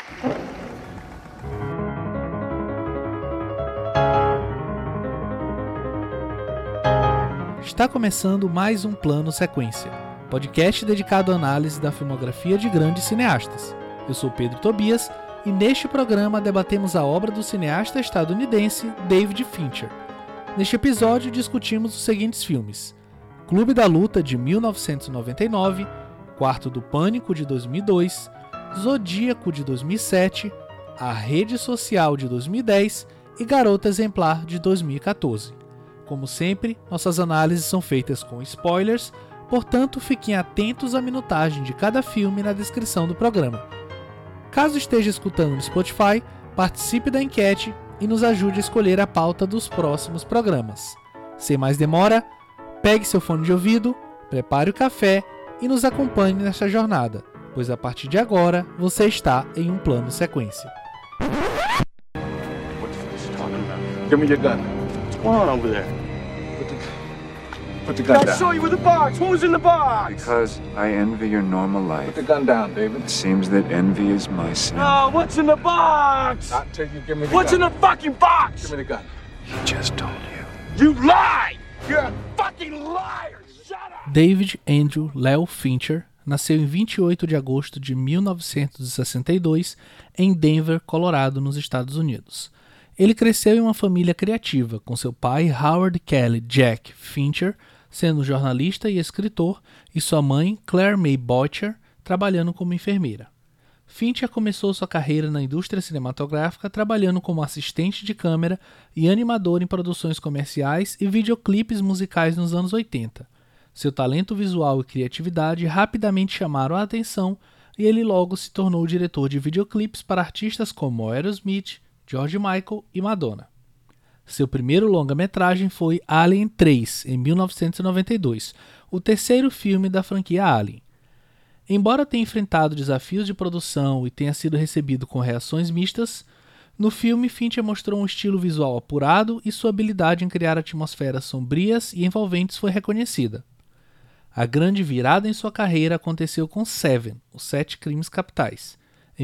Está começando mais um Plano Sequência, podcast dedicado à análise da filmografia de grandes cineastas. Eu sou Pedro Tobias e neste programa debatemos a obra do cineasta estadunidense David Fincher. Neste episódio discutimos os seguintes filmes: Clube da Luta, de 1999, Quarto do Pânico, de 2002, Zodíaco, de 2007, A Rede Social, de 2010 e Garota Exemplar, de 2014. Como sempre, nossas análises são feitas com spoilers, portanto fiquem atentos à minutagem de cada filme na descrição do programa. Caso esteja escutando no Spotify, participe da enquete e nos ajude a escolher a pauta dos próximos programas. Sem mais demora, pegue seu fone de ouvido, prepare o café e nos acompanhe nesta jornada, pois a partir de agora você está em um plano sequência. Give me your gun. What's going on over there? Put the gun I down. saw you with the box. What was in the box? Because I envy your normal Put life. the gun down, David. It seems that envy is my sin. No, what's in the box? Not until you give me the What's in gun. the fucking box? Give me the gun. He just told you. You lied! You're a fucking liar! Shut up! David Andrew Léo Fincher nasceu em 28 de agosto de 1962 em Denver, Colorado, nos Estados Unidos. Ele cresceu em uma família criativa, com seu pai Howard Kelly Jack Fincher sendo jornalista e escritor, e sua mãe Claire May Boucher trabalhando como enfermeira. Fincher começou sua carreira na indústria cinematográfica trabalhando como assistente de câmera e animador em produções comerciais e videoclipes musicais nos anos 80. Seu talento visual e criatividade rapidamente chamaram a atenção e ele logo se tornou diretor de videoclipes para artistas como Aerosmith, George Michael e Madonna. Seu primeiro longa-metragem foi Alien 3, em 1992, o terceiro filme da franquia Alien. Embora tenha enfrentado desafios de produção e tenha sido recebido com reações mistas, no filme Fincher mostrou um estilo visual apurado e sua habilidade em criar atmosferas sombrias e envolventes foi reconhecida. A grande virada em sua carreira aconteceu com Seven, Os Sete Crimes Capitais, em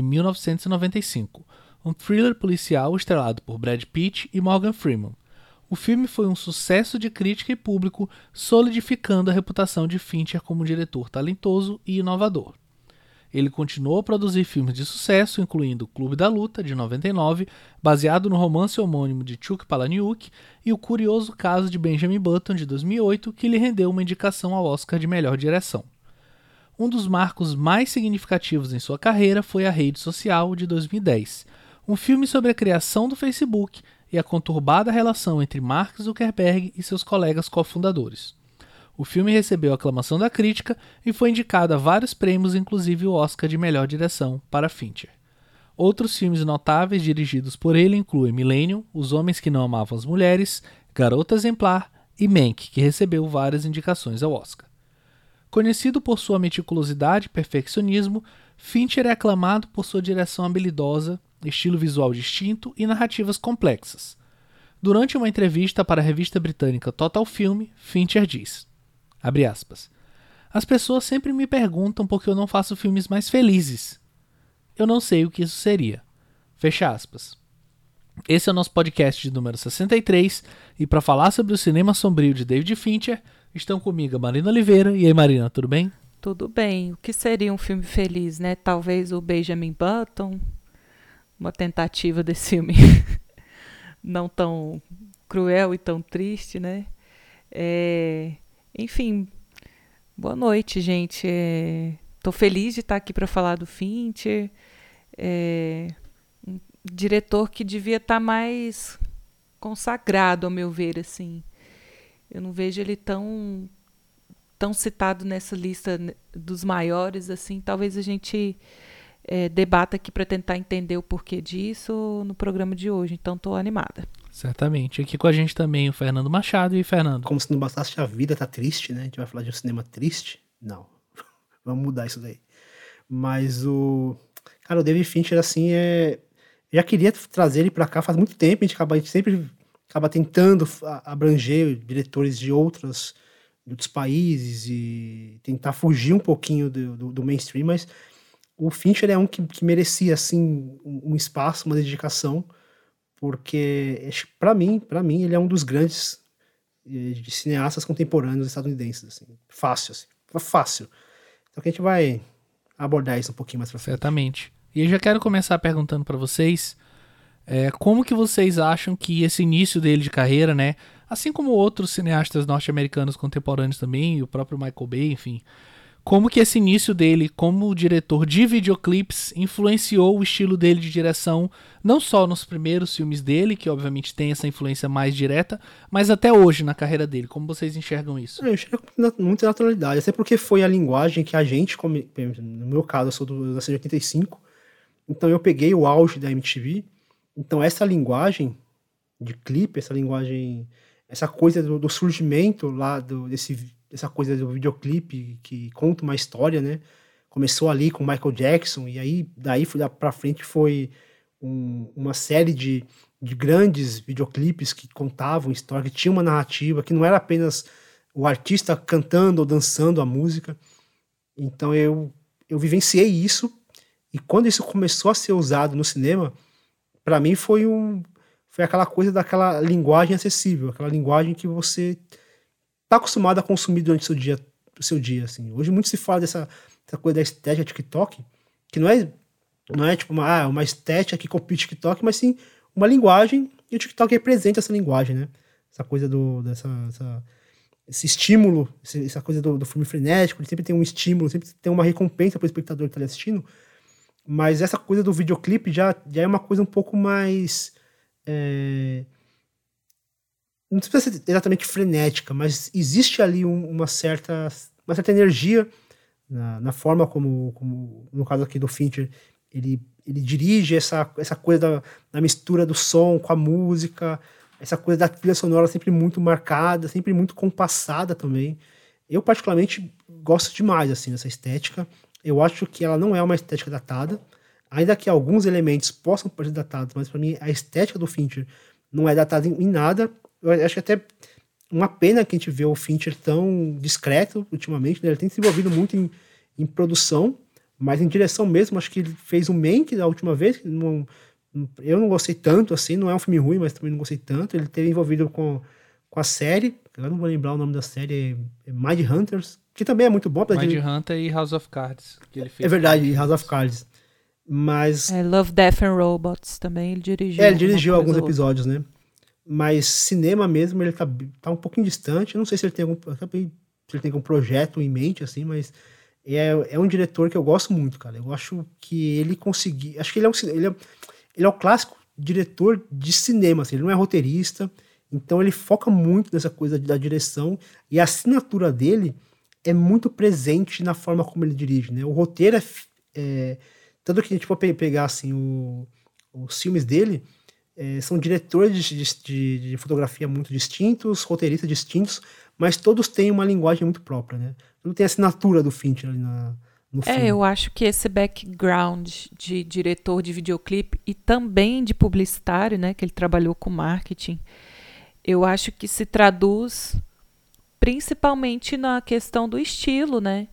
1995, um thriller policial estrelado por Brad Pitt e Morgan Freeman. O filme foi um sucesso de crítica e público, solidificando a reputação de Fincher como um diretor talentoso e inovador. Ele continuou a produzir filmes de sucesso, incluindo Clube da Luta, de 99, baseado no romance homônimo de Chuck Palahniuk, e O Curioso Caso de Benjamin Button, de 2008, que lhe rendeu uma indicação ao Oscar de Melhor Direção. Um dos marcos mais significativos em sua carreira foi A Rede Social, de 2010, um filme sobre a criação do Facebook e a conturbada relação entre Mark Zuckerberg e seus colegas cofundadores. O filme recebeu a aclamação da crítica e foi indicado a vários prêmios, inclusive o Oscar de Melhor Direção para Fincher. Outros filmes notáveis dirigidos por ele incluem Millennium, Os Homens que Não Amavam as Mulheres, Garota Exemplar e Mank, que recebeu várias indicações ao Oscar. Conhecido por sua meticulosidade e perfeccionismo, Fincher é aclamado por sua direção habilidosa, estilo visual distinto e narrativas complexas. Durante uma entrevista para a revista britânica Total Film, Fincher diz, abre aspas, "As pessoas sempre me perguntam por que eu não faço filmes mais felizes. Eu não sei o que isso seria." Fecha aspas. Esse é o nosso podcast de número 63 e para falar sobre o cinema sombrio de David Fincher, estão comigo a Marina Oliveira. E aí, Marina, tudo bem? Tudo bem. O que seria um filme feliz, né? Talvez o Benjamin Button, uma tentativa desse filme não tão cruel e tão triste, né? Enfim, boa noite, gente. Tô feliz de estar aqui para falar do Fincher. Um diretor que devia estar mais consagrado, ao meu ver, assim. Eu não vejo ele tão citado nessa lista dos maiores, assim. Talvez a gente debata aqui para tentar entender o porquê disso no programa de hoje. Então, estou animada. Certamente. Aqui com a gente também o Fernando Machado. E Fernando? Como se não bastasse a vida tá triste, né? A gente vai falar de um cinema triste? Não. Vamos mudar isso daí. Mas o David Fincher, assim, já queria trazer ele pra cá faz muito tempo. A gente sempre acaba tentando abranger diretores de outros países e tentar fugir um pouquinho do mainstream, mas o Fincher é um que merecia, assim, um espaço, uma dedicação, porque, pra mim, ele é um dos grandes de cineastas contemporâneos estadunidenses, assim. Fácil, assim. Fácil. Então que a gente vai abordar isso um pouquinho mais pra frente. Certamente. E eu já quero começar perguntando pra vocês como que vocês acham que esse início dele de carreira, né, assim como outros cineastas norte-americanos contemporâneos também, o próprio Michael Bay, enfim, como que esse início dele como diretor de videoclipes influenciou o estilo dele de direção, não só nos primeiros filmes dele, que obviamente tem essa influência mais direta, mas até hoje na carreira dele. Como vocês enxergam isso? Eu enxergo com muita naturalidade, até porque foi a linguagem que a gente, no meu caso, eu sou da de 85, então eu peguei o auge da MTV, então essa linguagem de clipe, essa coisa do surgimento lá essa coisa do videoclipe que conta uma história, né? Começou ali com Michael Jackson, e aí daí pra frente foi uma série de grandes videoclipes que contavam história, que tinha uma narrativa, que não era apenas o artista cantando ou dançando a música. Então eu vivenciei isso, e quando isso começou a ser usado no cinema, para mim foi aquela coisa daquela linguagem acessível, aquela linguagem que você tá acostumado a consumir durante o seu dia, assim. Hoje muito se fala dessa coisa da estética TikTok, que não é tipo uma estética que copia o TikTok, mas sim uma linguagem, e o TikTok representa essa linguagem, né? Essa coisa esse estímulo, essa coisa do filme frenético, ele sempre tem um estímulo, sempre tem uma recompensa para o espectador que está ali assistindo, mas essa coisa do videoclipe já é uma coisa um pouco mais... não precisa ser exatamente frenética, mas existe ali uma certa energia na forma como no caso aqui do Fincher, ele dirige essa coisa da mistura do som com a música, essa coisa da trilha sonora sempre muito marcada, sempre muito compassada também. Eu particularmente gosto demais assim dessa estética. Eu acho que ela não é uma estética datada, ainda que alguns elementos possam parecer datados, mas para mim a estética do Fincher não é datada em nada. Eu acho que até uma pena que a gente vê o Fincher tão discreto ultimamente, né? Ele tem se envolvido muito em produção, mas em direção mesmo, acho que ele fez o Mank da última vez, eu não gostei tanto, assim, não é um filme ruim, mas também não gostei tanto. Ele teve envolvido com a série, agora não vou lembrar o nome da série, é Mindhunters, que também é muito bom. Mindhunter e House of Cards, que ele fez. É verdade, House of Cards. Mas... Love, Death and Robots também, ele dirigiu. Ele dirigiu alguns episódios, né? Mas cinema mesmo, ele tá um pouquinho distante. Eu não sei se ele tem algum projeto em mente, assim, mas é um diretor que eu gosto muito, cara. Eu acho que ele conseguiu... Acho que ele é o clássico diretor de cinema, assim. Ele não é roteirista, então ele foca muito nessa coisa da direção, e a assinatura dele é muito presente na forma como ele dirige, né? O roteiro tanto que a gente pode pegar, assim, os filmes dele... são diretores de fotografia muito distintos, roteiristas distintos, mas todos têm uma linguagem muito própria, né? Não tem a assinatura do Fincher ali no filme. Eu acho que esse background de diretor de videoclipe e também de publicitário, né, que ele trabalhou com marketing, eu acho que se traduz principalmente na questão do estilo, né?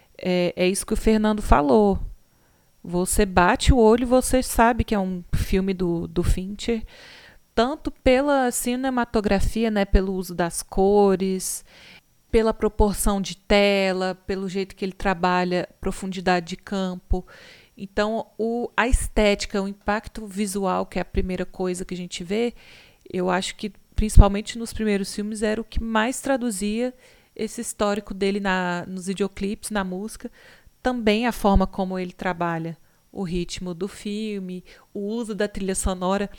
É isso que o Fernando falou. Você bate o olho e você sabe que é um filme do Fincher, tanto pela cinematografia, né, pelo uso das cores, pela proporção de tela, pelo jeito que ele trabalha profundidade de campo. Então, a estética, o impacto visual, que é a primeira coisa que a gente vê, eu acho que, principalmente nos primeiros filmes, era o que mais traduzia esse histórico dele nos videoclipes, na música. Também a forma como ele trabalha o ritmo do filme, o uso da trilha sonora,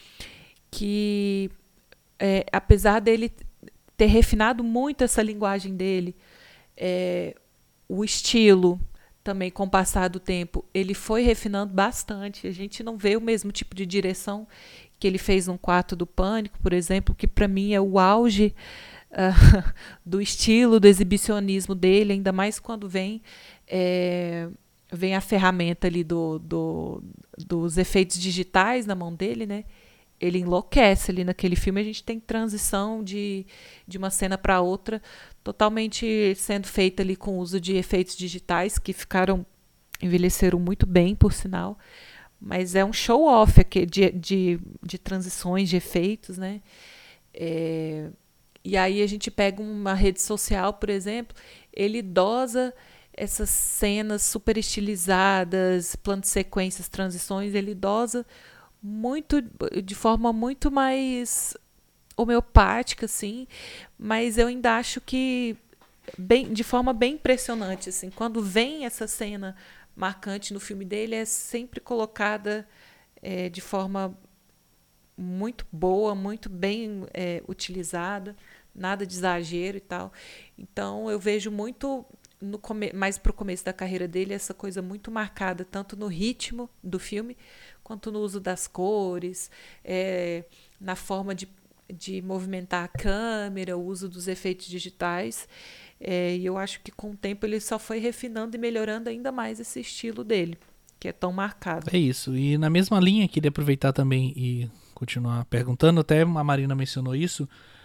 que apesar dele ter refinado muito essa linguagem dele, o estilo também, com o passar do tempo, ele foi refinando bastante. A gente não vê o mesmo tipo de direção que ele fez no Quarto do Pânico, por exemplo, que para mim é o auge do estilo, do exibicionismo dele, ainda mais quando vem a ferramenta ali dos efeitos digitais na mão dele, né? Ele enlouquece ali naquele filme. A gente tem transição de uma cena para outra, totalmente sendo feita ali com o uso de efeitos digitais, que ficaram envelheceram muito bem, por sinal. Mas é um show-off aqui de transições, de efeitos, né? E aí a gente pega uma rede social, por exemplo, ele dosa essas cenas super estilizadas, plano de sequências, transições, ele dosa muito, de forma muito mais homeopática, assim, mas eu ainda acho que de forma bem impressionante, assim, quando vem essa cena marcante no filme dele, é sempre colocada de forma muito boa, muito bem utilizada, nada de exagero e tal. Então eu vejo muito mais para o começo da carreira dele essa coisa muito marcada tanto no ritmo do filme quanto no uso das cores, na forma de movimentar a câmera, o uso dos efeitos digitais. E eu acho que com o tempo ele só foi refinando e melhorando ainda mais esse estilo dele, que é tão marcado. É isso. E na mesma linha, queria aproveitar também e continuar perguntando, até a Marina mencionou isso,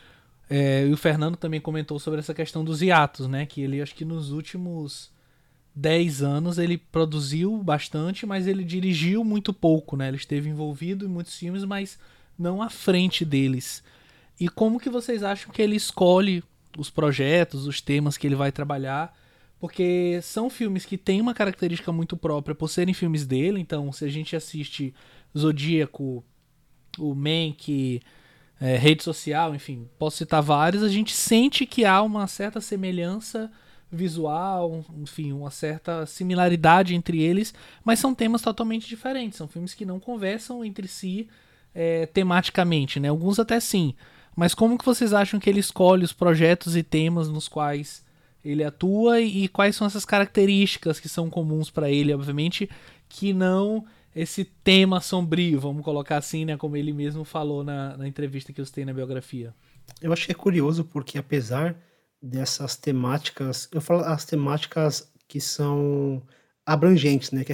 e o Fernando também comentou sobre essa questão dos hiatos, né? Que ele, acho que nos últimos 10 anos ele produziu bastante, mas ele dirigiu muito pouco, né? Ele esteve envolvido em muitos filmes, mas não à frente deles. E como que vocês acham que ele escolhe os projetos, os temas que ele vai trabalhar? Porque são filmes que têm uma característica muito própria por serem filmes dele. Então, se a gente assiste Zodíaco, o Mank, Rede Social, enfim, posso citar vários, a gente sente que há uma certa semelhança visual, enfim, uma certa similaridade entre eles, mas são temas totalmente diferentes. São filmes que não conversam entre si tematicamente, né? Alguns até sim. Mas como que vocês acham que ele escolhe os projetos e temas nos quais ele atua e quais são essas características que são comuns para ele, obviamente, que não esse tema sombrio, vamos colocar assim, né, como ele mesmo falou na entrevista que eu citei na biografia? Eu acho que é curioso porque apesar dessas temáticas, eu falo as temáticas que são abrangentes, né, que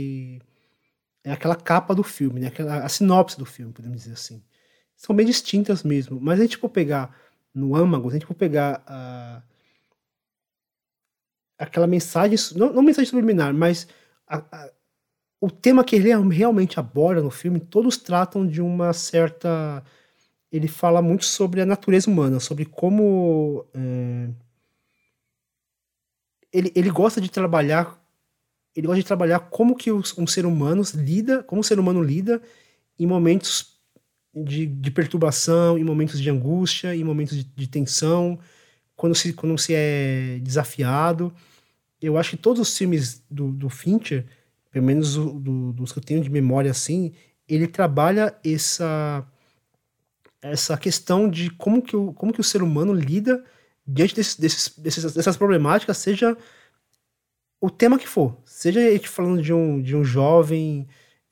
é aquela capa do filme, né, a sinopse do filme, podemos dizer assim. São bem distintas mesmo, mas a gente for pegar no âmago, a gente for pegar aquela mensagem, não mensagem subliminar, mas o tema que ele realmente aborda no filme, todos tratam de uma certa... Ele fala muito sobre a natureza humana, sobre como... Ele gosta de trabalhar... Ele gosta de trabalhar como que um ser humano lida, como o ser humano lida em momentos de perturbação, em momentos de angústia, em momentos de tensão, quando se é desafiado. Eu acho que todos os filmes do Fincher, pelo menos dos que eu tenho de memória assim, ele trabalha essa questão de como que o ser humano lida diante dessas problemáticas, seja o tema que for. Seja ele falando de um jovem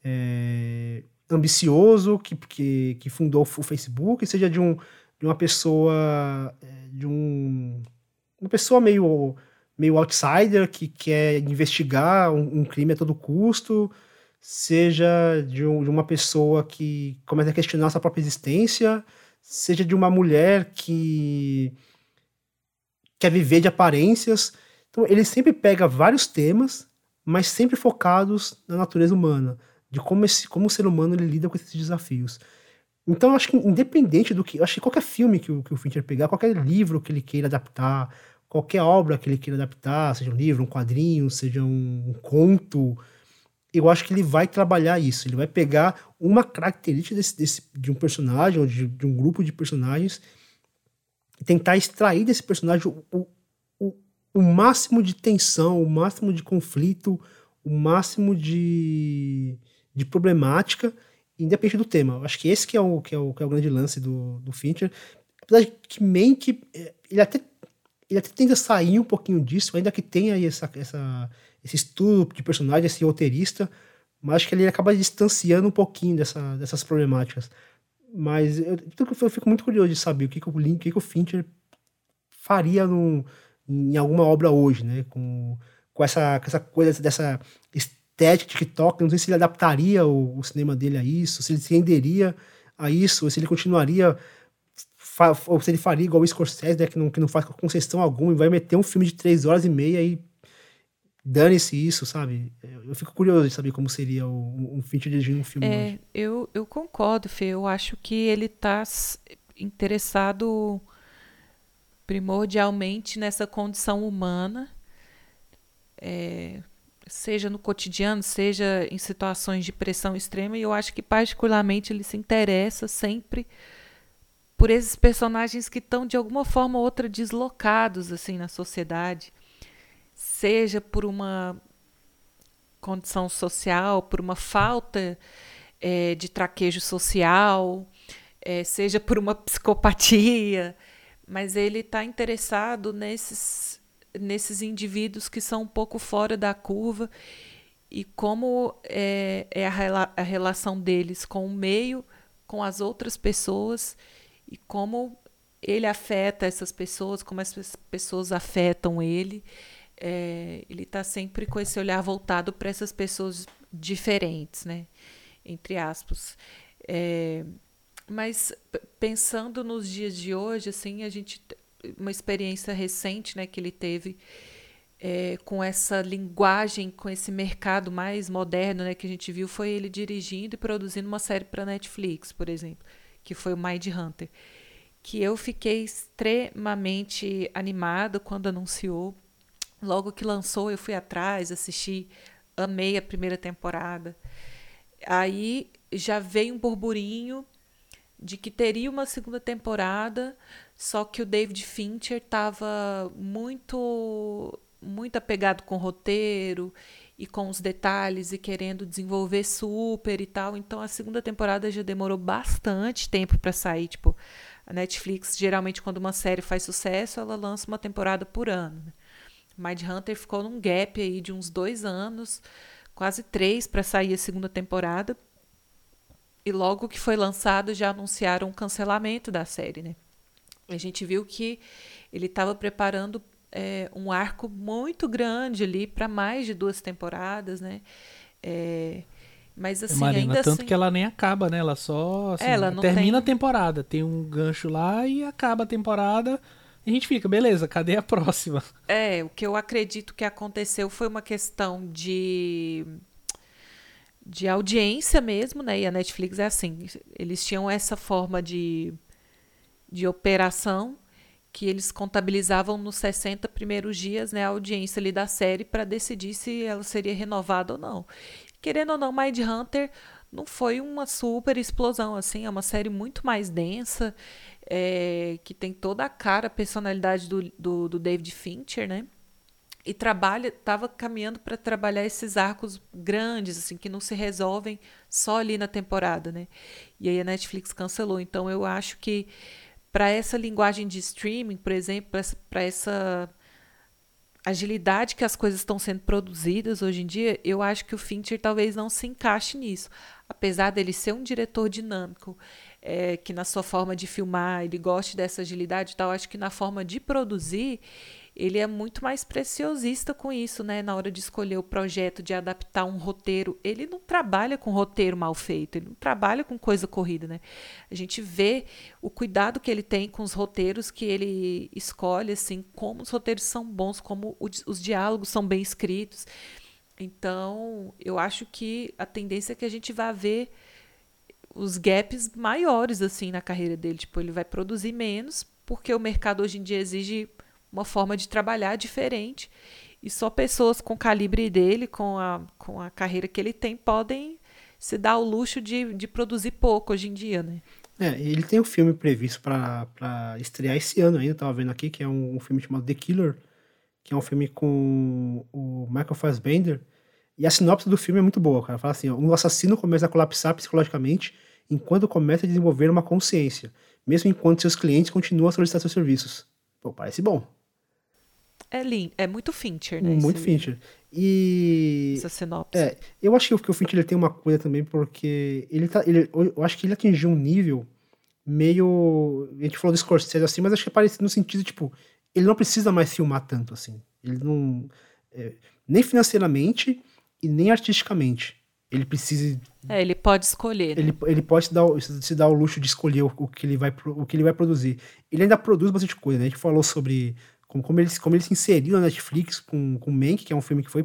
ambicioso que fundou o Facebook, seja de uma pessoa uma pessoa meio outsider que quer investigar um crime a todo custo, seja de uma pessoa que começa a questionar a sua própria existência, seja de uma mulher que quer viver de aparências. Então ele sempre pega vários temas, mas sempre focados na natureza humana, de como o ser humano ele lida com esses desafios. Então eu acho que independente do que... Eu acho que qualquer filme que o Fincher pegar, qualquer livro que ele queira adaptar, qualquer obra que ele queira adaptar, seja um livro, um quadrinho, seja um conto, eu acho que ele vai trabalhar isso. Ele vai pegar uma característica de um personagem ou de um grupo de personagens e tentar extrair desse personagem o máximo de tensão, o máximo de conflito, o máximo de problemática, independente do tema. Eu acho que esse que é o grande lance do Fincher. Apesar de que Mank, ele até tenta sair um pouquinho disso, ainda que tenha aí esse estudo de personagem, esse roteirista, mas acho que ele acaba distanciando um pouquinho dessas problemáticas. Mas eu fico muito curioso de saber o que o Fincher faria em alguma obra hoje, né? Com essa coisa dessa estética TikTok. Não sei se ele adaptaria o cinema dele a isso, se ele se renderia a isso, ou se ele continuaria... ou se ele faria igual o Scorsese, né, que não faz concessão alguma e vai meter um filme de 3 horas e meia e dane-se isso, sabe? Eu fico curioso de saber como seria um Fincher dirigindo um filme hoje. Eu concordo, Fê. Eu acho que ele está interessado primordialmente nessa condição humana, seja no cotidiano, seja em situações de pressão extrema, e eu acho que particularmente ele se interessa sempre por esses personagens que estão de alguma forma ou outra deslocados assim na sociedade, seja por uma condição social, por uma falta de traquejo social, seja por uma psicopatia, mas ele está interessado nesses indivíduos que são um pouco fora da curva e como é a relação deles com o meio, com as outras pessoas e como ele afeta essas pessoas, como essas pessoas afetam ele. Ele está sempre com esse olhar voltado para essas pessoas diferentes, né? Entre aspas. Mas pensando nos dias de hoje, assim, uma experiência recente, né, que ele teve com essa linguagem, com esse mercado mais moderno, né, que a gente viu, foi ele dirigindo e produzindo uma série para Netflix, por exemplo, que foi o Mindhunter, que eu fiquei extremamente animada quando anunciou. Logo que lançou, eu fui atrás, assisti, amei a primeira temporada. Aí já veio um burburinho de que teria uma segunda temporada, só que o David Fincher estava muito apegado com o roteiro e com os detalhes e querendo desenvolver super e tal. Então a segunda temporada já demorou bastante tempo para sair. Tipo, a Netflix, geralmente quando uma série faz sucesso, ela lança uma temporada por ano, né? Mindhunter ficou num gap aí de uns 2 anos, quase 3, para sair a segunda temporada. E logo que foi lançado, já anunciaram o cancelamento da série, né? A gente viu que ele estava preparando um arco muito grande ali para mais de 2 temporadas, né? Mas assim, Marina, ainda tanto assim, que ela nem acaba, né? Ela só ela não termina tem... a temporada, tem um gancho lá e acaba a temporada. E a gente fica, beleza, cadê a próxima? O que eu acredito que aconteceu foi uma questão de audiência mesmo, né? E a Netflix é assim, eles tinham essa forma de operação que eles contabilizavam nos 60 primeiros dias, né, a audiência ali da série para decidir se ela seria renovada ou não. Querendo ou não, Mindhunter não foi uma super explosão, assim, é uma série muito mais densa, que tem toda a cara, a personalidade do David Fincher, né? E estava caminhando para trabalhar esses arcos grandes, assim, que não se resolvem só ali na temporada, né? E aí a Netflix cancelou. Então eu acho que para essa linguagem de streaming, por exemplo, para essa agilidade que as coisas estão sendo produzidas hoje em dia, eu acho que o Fincher talvez não se encaixe nisso. Apesar dele ser um diretor dinâmico, que na sua forma de filmar ele goste dessa agilidade e tal, acho que na forma de produzir ele é muito mais preciosista com isso, né? Na hora de escolher o projeto, de adaptar um roteiro. Ele não trabalha com roteiro mal feito, ele não trabalha com coisa corrida, né? A gente vê o cuidado que ele tem com os roteiros que ele escolhe, assim, como os roteiros são bons, como os diálogos são bem escritos. Então, eu acho que a tendência é que a gente vá ver os gaps maiores, assim, na carreira dele. Tipo, ele vai produzir menos, porque o mercado hoje em dia exige uma forma de trabalhar diferente e só pessoas com o calibre dele, com a carreira que ele tem, podem se dar o luxo de produzir pouco hoje em dia, né? Ele tem um filme previsto para estrear esse ano ainda, tava vendo aqui, que é um filme chamado The Killer, que é um filme com o Michael Fassbender, e a sinopse do filme é muito boa, cara. Fala assim, ó, um assassino começa a colapsar psicologicamente enquanto começa a desenvolver uma consciência, mesmo enquanto seus clientes continuam a solicitar seus serviços. Pô, parece bom. É lindo, é muito Fincher, né? Muito Fincher. E essa sinopse. Eu acho que o Fincher ele tem uma coisa também, porque eu acho que ele atingiu um nível meio... A gente falou do Scorsese assim, mas acho que é parecido no sentido, tipo, ele não precisa mais filmar tanto, assim. Ele não... nem financeiramente e nem artisticamente. Ele precisa... ele pode escolher, né? Ele pode se dar o luxo de escolher o que ele vai produzir. Ele ainda produz bastante coisa, né? A gente falou sobre como ele se inseriu na Netflix com Mank, que é um filme que foi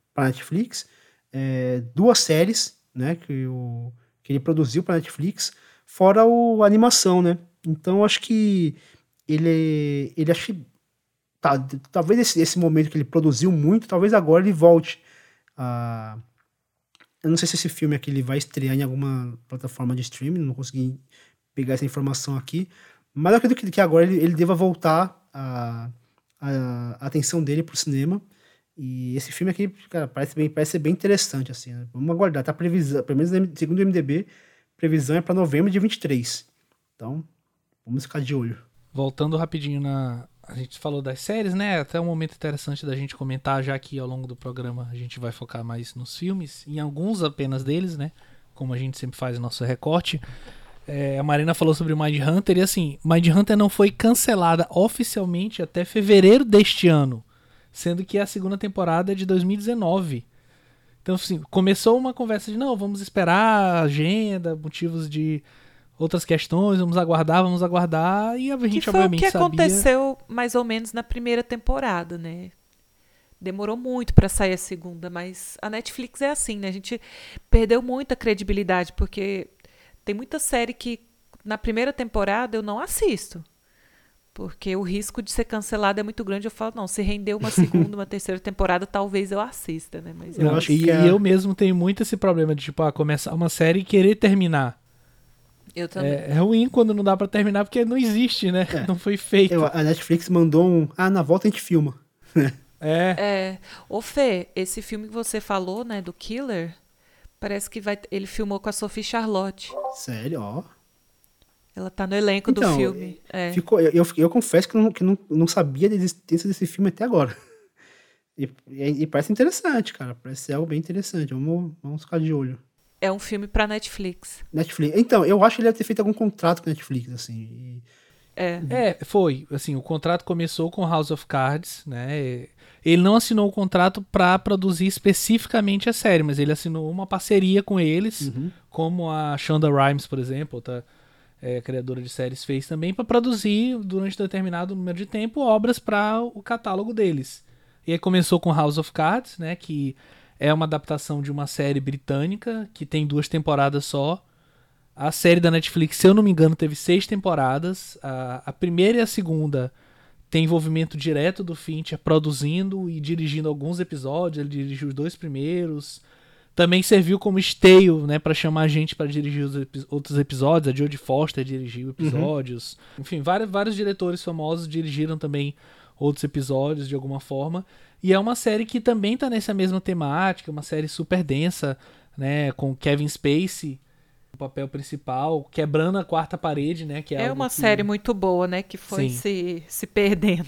para Netflix, 2 séries, né, que ele produziu para Netflix, fora a animação, né? Então acho que ele acho que talvez esse momento que ele produziu muito, talvez agora ele volte a... Eu não sei se esse filme aqui ele vai estrear em alguma plataforma de streaming, não consegui pegar essa informação aqui, mas eu acredito que agora ele deva voltar a atenção dele pro cinema. E esse filme aqui, cara, parece ser bem interessante, assim, né? Vamos aguardar, tá previsão, pelo menos segundo o IMDb, previsão é para novembro de 23. Então, vamos ficar de olho. Voltando rapidinho a gente falou das séries, né? Até um momento interessante da gente comentar, já que ao longo do programa a gente vai focar mais nos filmes, em alguns apenas deles, né? Como a gente sempre faz o nosso recorte. A Marina falou sobre o Mindhunter e assim, Mindhunter não foi cancelada oficialmente até fevereiro deste ano, sendo que a segunda temporada é de 2019. Então, assim, começou uma conversa de não, vamos esperar a agenda, motivos de outras questões, vamos aguardar, e a gente que foi o que sabia... aconteceu mais ou menos na primeira temporada, né? Demorou muito pra sair a segunda, mas a Netflix é assim, né? A gente perdeu muita credibilidade, porque tem muita série que na primeira temporada eu não assisto. Porque o risco de ser cancelado é muito grande. Eu falo, não, se render uma segunda, uma terceira temporada, talvez eu assista, né? Mas eu acho que eu mesmo tenho muito esse problema de, tipo, começar uma série e querer terminar. Eu também. É ruim quando não dá pra terminar, porque não existe, né? Não foi feito. A Netflix mandou na volta a gente filma. Ô Fê, esse filme que você falou, né, do Killer, parece que ele filmou com a Sophie Charlotte. Sério, ó. Ela tá no elenco do filme. Eu confesso que não sabia da existência desse filme até agora. E parece interessante, cara. Parece ser algo bem interessante. Vamos ficar de olho. É um filme pra Netflix. Então, eu acho que ele deve ter feito algum contrato com a Netflix, assim. Foi. Assim, o contrato começou com House of Cards, né? Ele não assinou o contrato pra produzir especificamente a série, mas ele assinou uma parceria com eles, como a Shonda Rhimes, por exemplo, outra criadora de séries, fez também, pra produzir, durante determinado número de tempo, obras para o catálogo deles. E aí começou com House of Cards, né? Que é uma adaptação de uma série britânica, que tem 2 temporadas só. A série da Netflix, se eu não me engano, teve 6 temporadas. A primeira e a segunda tem envolvimento direto do Fincher produzindo e dirigindo alguns episódios. Ele dirigiu os 2 primeiros. Também serviu como esteio, né, para chamar gente para dirigir os outros episódios. A Jodie Foster dirigiu episódios. Enfim, vários diretores famosos dirigiram também outros episódios de alguma forma. E é uma série que também tá nessa mesma temática, uma série super densa, né, com Kevin Spacey no papel principal, quebrando a quarta parede, né, que é uma série muito boa, né, que foi se perdendo.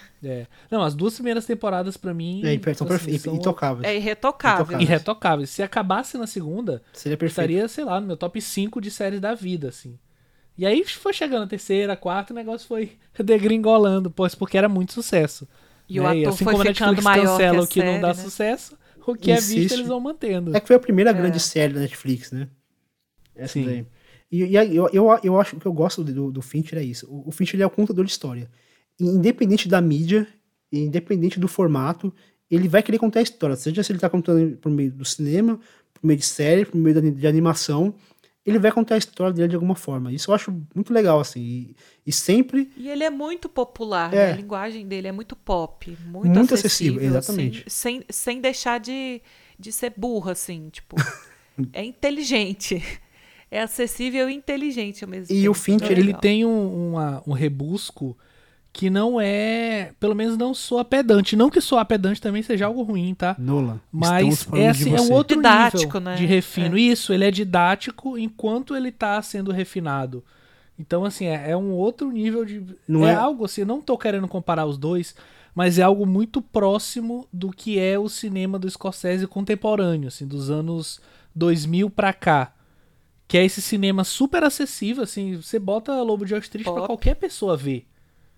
Não, as 2 primeiras temporadas pra mim são intocáveis. É irretocável. Irretocáveis. Se acabasse na segunda, seria perfeito. Estaria, sei lá, no meu top 5 de séries da vida, assim. E aí foi chegando a terceira, a quarta, o negócio foi degringolando, porque era muito sucesso. E o ator assim foi como a ficando Netflix maior cancela o que que não dá sucesso, o que é visto eles vão mantendo. É que foi a primeira grande série da Netflix, né? Essa daí. E eu acho que eu gosto do Fincher é isso. O Fincher ele é o contador de história. E, independente da mídia, independente do formato, ele vai querer contar a história. Seja se ele tá contando por meio do cinema, por meio de série, por meio de animação, ele vai contar a história dele de alguma forma. Isso eu acho muito legal, assim. E sempre... E ele é muito popular, né? A linguagem dele é muito pop. Muito acessível, exatamente. Assim, sem deixar de ser burra, assim. Tipo, é inteligente. É acessível e inteligente ao mesmo tempo. E o Fincher, ele tem um rebusco que não é... Pelo menos não soa pedante. Não que soar pedante também seja algo ruim, tá? Nolan, mas é um outro didático, nível, né, de refino. Isso, ele é didático enquanto ele tá sendo refinado. Então, assim, é um outro nível de... algo assim, eu não tô querendo comparar os dois, mas é algo muito próximo do que é o cinema do Scorsese contemporâneo, assim, dos anos 2000 pra cá. Que é esse cinema super acessível, assim, você bota Lobo de Wall Street pra qualquer pessoa ver.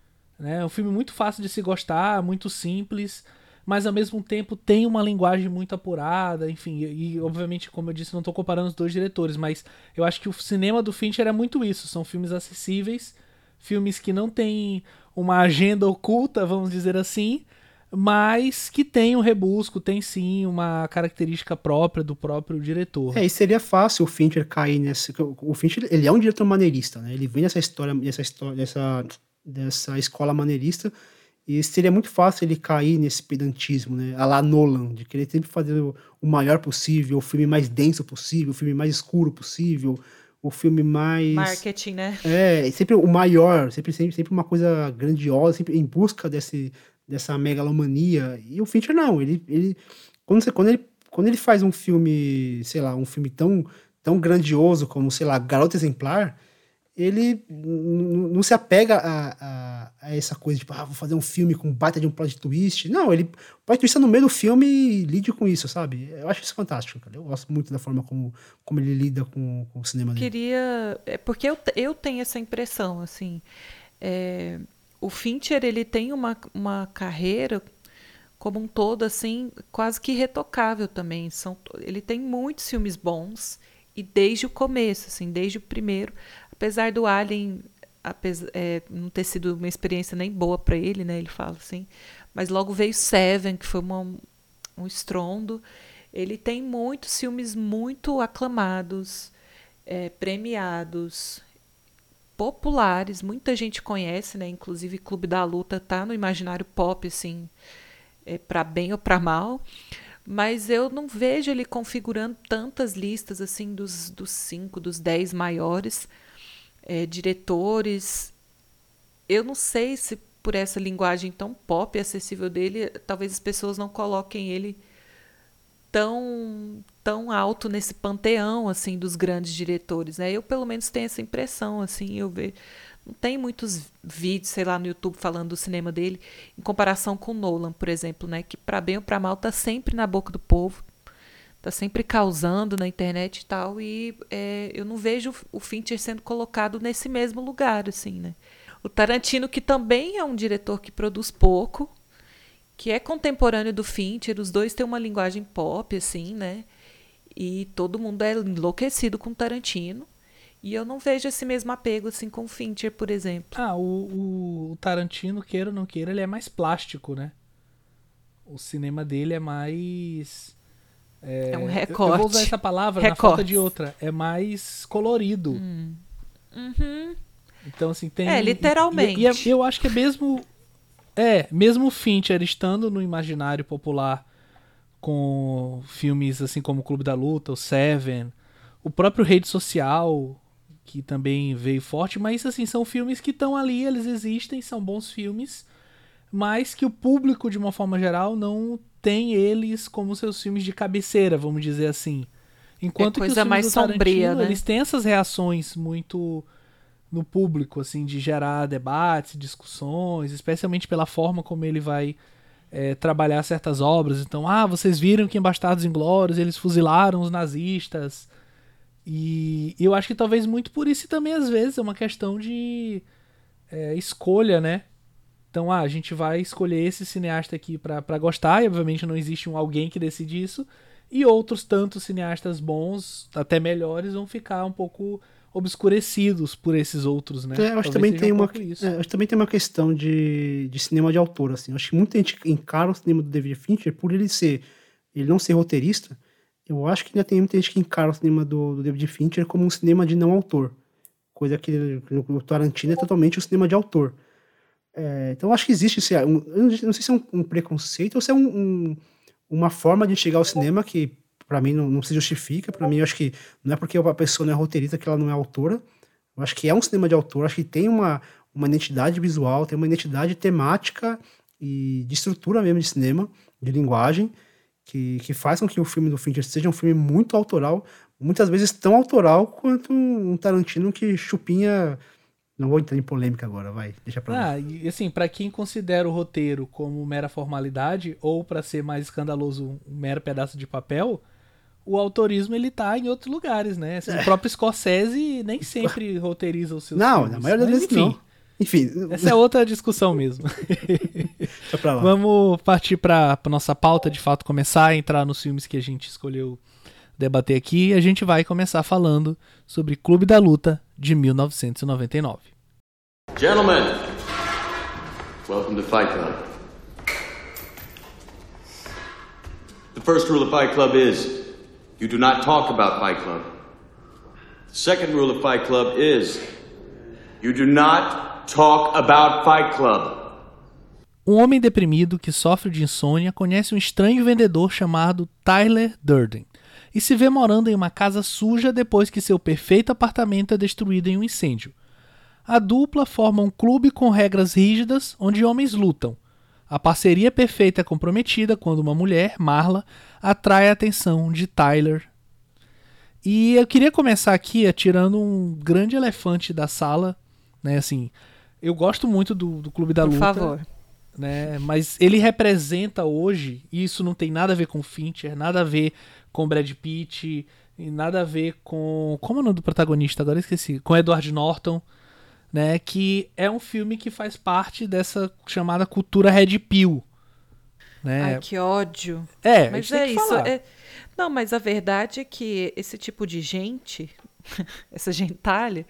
É um filme muito fácil de se gostar, muito simples, mas ao mesmo tempo tem uma linguagem muito apurada, enfim, e obviamente, como eu disse, não estou comparando os 2 diretores, mas eu acho que o cinema do Fincher é muito isso, são filmes acessíveis, filmes que não têm uma agenda oculta, vamos dizer assim, mas que tem um rebusco, tem sim uma característica própria do próprio diretor. E seria fácil o Fincher cair nesse... O Fincher, ele é um diretor maneirista, né? Ele vem dessa escola maneirista, e seria muito fácil ele cair nesse pedantismo, né? A la Nolan, de querer sempre fazer o maior possível, o filme mais denso possível, o filme mais escuro possível, o filme mais... Marketing, né? Sempre o maior, sempre uma coisa grandiosa, sempre em busca dessa megalomania. E o Fincher não, quando ele faz um filme, sei lá, um filme tão grandioso como, sei lá, Garota Exemplar, ele não se apega a essa coisa, tipo, vou fazer um filme com baita de um plot twist. Não, o plot twist é no meio do filme e lide com isso, sabe? Eu acho isso fantástico, cara. Eu gosto muito da forma como ele lida com o cinema dele. Porque eu tenho essa impressão, assim. O Fincher, ele tem uma carreira como um todo, assim, quase que irretocável também. Ele tem muitos filmes bons, e desde o começo, assim, desde o primeiro, apesar do Alien não ter sido uma experiência nem boa para ele, né, ele fala assim, mas logo veio Seven, que foi um estrondo. Ele tem muitos filmes muito aclamados, premiados, populares, muita gente conhece, né? Inclusive Clube da Luta tá no imaginário pop, assim, para bem ou para mal, mas eu não vejo ele configurando tantas listas assim dos 5, dos 10 maiores diretores. Eu não sei se por essa linguagem tão pop e acessível dele, talvez as pessoas não coloquem ele tão alto nesse panteão assim dos grandes diretores, né? Eu pelo menos tenho essa impressão, assim. Não tem muitos vídeos, sei lá, no YouTube falando do cinema dele em comparação com Nolan, por exemplo, né? Que para bem ou para mal tá sempre na boca do povo, tá sempre causando na internet e tal, e eu não vejo o Fincher sendo colocado nesse mesmo lugar, assim, né? O Tarantino, que também é um diretor que produz pouco, que é contemporâneo do Fincher, os dois têm uma linguagem pop, assim, né? E todo mundo é enlouquecido com o Tarantino. E eu não vejo esse mesmo apego, assim, com o Fincher, por exemplo. O Tarantino, queira ou não queira, ele é mais plástico, né? O cinema dele é mais... É um recorte. Eu vou usar essa palavra na falta de outra. É mais colorido. Uhum. Então, assim, tem... literalmente. E eu acho que mesmo o Fincher estando no imaginário popular com filmes assim como o Clube da Luta, o Seven, o próprio Rede Social, que também veio forte, mas assim, são filmes que estão ali, eles existem, são bons filmes, mas que o público, de uma forma geral, não tem eles como seus filmes de cabeceira, vamos dizer assim. Enquanto que os filmes mais do Tarantino, sombria, né? Eles têm essas reações muito no público, assim, de gerar debates, discussões, especialmente pela forma como ele vai trabalhar certas obras. Então, vocês viram que em Bastardos Inglórios eles fuzilaram os nazistas. E eu acho que talvez muito por isso também, às vezes, é uma questão de escolha, né? Então, a gente vai escolher esse cineasta aqui pra gostar, e obviamente não existe alguém que decide isso, e outros tantos cineastas bons, até melhores, vão ficar um pouco obscurecidos por esses outros, né? Eu acho que também tem uma questão de cinema de autor, assim. Eu acho que muita gente encara o cinema do David Fincher por ele não ser roteirista. Eu acho que ainda tem muita gente que encara o cinema do David Fincher como um cinema de não autor, coisa que o Tarantino é totalmente um cinema de autor. Então eu acho que existe eu não sei se é um preconceito ou se é uma forma de chegar ao cinema que pra mim não se justifica. Pra mim, eu acho que não é porque a pessoa não é roteirista que ela não é autora. Eu acho que é um cinema de autor, acho que tem uma identidade visual, tem uma identidade temática e de estrutura mesmo de cinema, de linguagem, que faz com que o filme do Fincher seja um filme muito autoral, muitas vezes tão autoral quanto um Tarantino que chupinha... Não vou entrar em polêmica agora, deixa pra lá. E assim, pra quem considera o roteiro como mera formalidade, ou pra ser mais escandaloso, um mero pedaço de papel, o autorismo ele tá em outros lugares, né? Assim, o próprio Scorsese nem sempre roteiriza os seus filmes. Na maioria das vezes não. Enfim. Essa é outra discussão mesmo. Deixa pra lá. Vamos partir pra nossa pauta, de fato, começar a entrar nos filmes que a gente escolheu debater aqui. E a gente vai começar falando sobre Clube da Luta, de 1999. Gentlemen, welcome to Fight Club. The first rule of Fight Club is you do not talk about Fight Club. The second rule of Fight Club is you do not talk about Fight Club. Um homem deprimido que sofre de insônia conhece um estranho vendedor chamado Tyler Durden e se vê morando em uma casa suja depois que seu perfeito apartamento é destruído em um incêndio. A dupla forma um clube com regras rígidas onde homens lutam. A parceria perfeita é comprometida quando uma mulher, Marla, atrai a atenção de Tyler. E eu queria começar aqui tirando um grande elefante da sala, né? Assim, eu gosto muito do Clube da Luta. Por favor. Né? Mas ele representa hoje, e isso não tem nada a ver com Fincher, nada a ver com Brad Pitt, e nada a ver com... Como é o nome do protagonista? Agora eu esqueci. Com Edward Norton, né? Que é um filme que faz parte dessa chamada cultura Red Pill. Né? Ai, que ódio. Mas é isso. Não, mas a verdade é que esse tipo de gente, essa gentalha,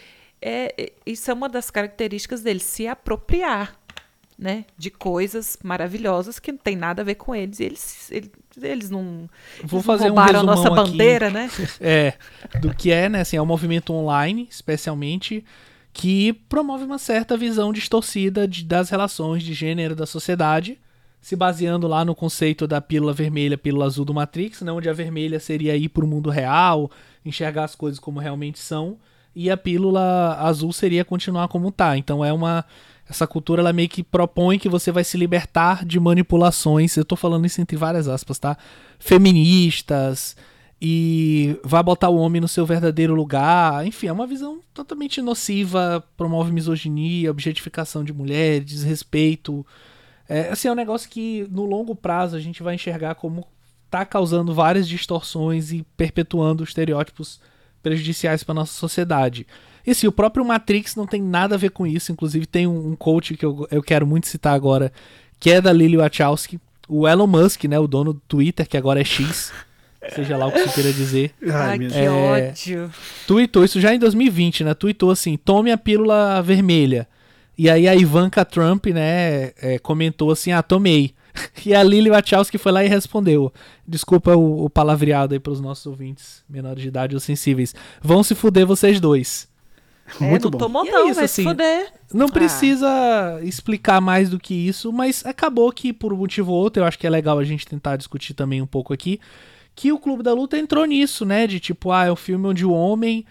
isso é uma das características dele, se apropriar, né, de coisas maravilhosas que não tem nada a ver com eles. Eles não, Vou fazer roubaram um a nossa resumão bandeira, aqui, né? Do que é, né, assim, é um movimento online, especialmente, que promove uma certa visão distorcida das relações de gênero da sociedade, se baseando lá no conceito da pílula vermelha, pílula azul do Matrix, né, onde a vermelha seria ir para o mundo real, enxergar as coisas como realmente são, e a pílula azul seria continuar como tá. Então essa cultura ela meio que propõe que você vai se libertar de manipulações, eu tô falando isso entre várias aspas, tá? Feministas, e vai botar o homem no seu verdadeiro lugar. Enfim, é uma visão totalmente nociva, promove misoginia, objetificação de mulheres, desrespeito. É um negócio que no longo prazo a gente vai enxergar como tá causando várias distorções e perpetuando estereótipos prejudiciais para nossa sociedade. E sim, o próprio Matrix não tem nada a ver com isso. Inclusive tem um coach que eu quero muito citar agora, que é da Lily Wachowski. O Elon Musk, né, o dono do Twitter, que agora é X, seja lá o que você queira dizer. Ai, que ódio. Tweetou isso já em 2020, né? Tweetou assim, tome a pílula vermelha. E aí a Ivanka Trump, né, comentou assim, tomei. E a Lily Wachowski foi lá e respondeu. Desculpa o palavreado aí pros nossos ouvintes menores de idade ou sensíveis. Vão se fuder vocês dois. Muito não bom. tomou E não, isso, vai assim, se fuder. Não precisa explicar mais do que isso, mas acabou que por um motivo ou outro, eu acho que é legal a gente tentar discutir também um pouco aqui, que o Clube da Luta entrou nisso, né, de tipo, é o filme onde o homem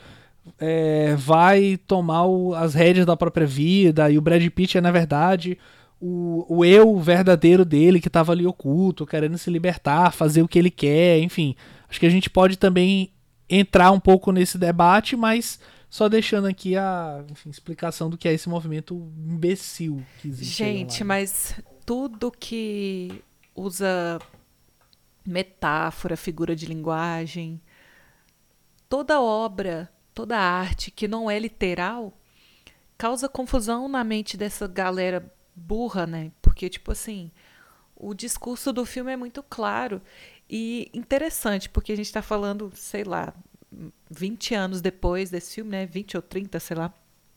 vai tomar as rédeas da própria vida, e o Brad Pitt é, na verdade, o eu verdadeiro dele, que tava ali oculto, querendo se libertar, fazer o que ele quer, enfim. Acho que a gente pode também entrar um pouco nesse debate, mas só deixando aqui a explicação do que é esse movimento imbecil que existe. Gente, mas tudo que usa metáfora, figura de linguagem, toda obra, toda arte que não é literal, causa confusão na mente dessa galera burra, né? Porque, tipo assim, o discurso do filme é muito claro e interessante, porque a gente tá falando, sei lá, 20 anos depois desse filme, né? 20 ou 30, sei lá,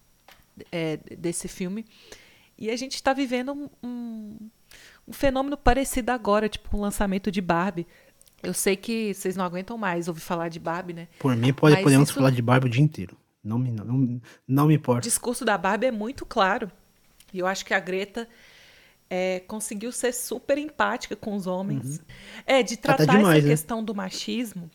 desse filme. E a gente tá vivendo um fenômeno parecido agora, tipo um lançamento de Barbie. Eu sei que vocês não aguentam mais ouvir falar de Barbie, né? Por mim, podemos falar de Barbie o dia inteiro. Não me importa. O discurso da Barbie é muito claro. E eu acho que a Greta conseguiu ser super empática com os homens. De tratar demais, essa né? questão do machismo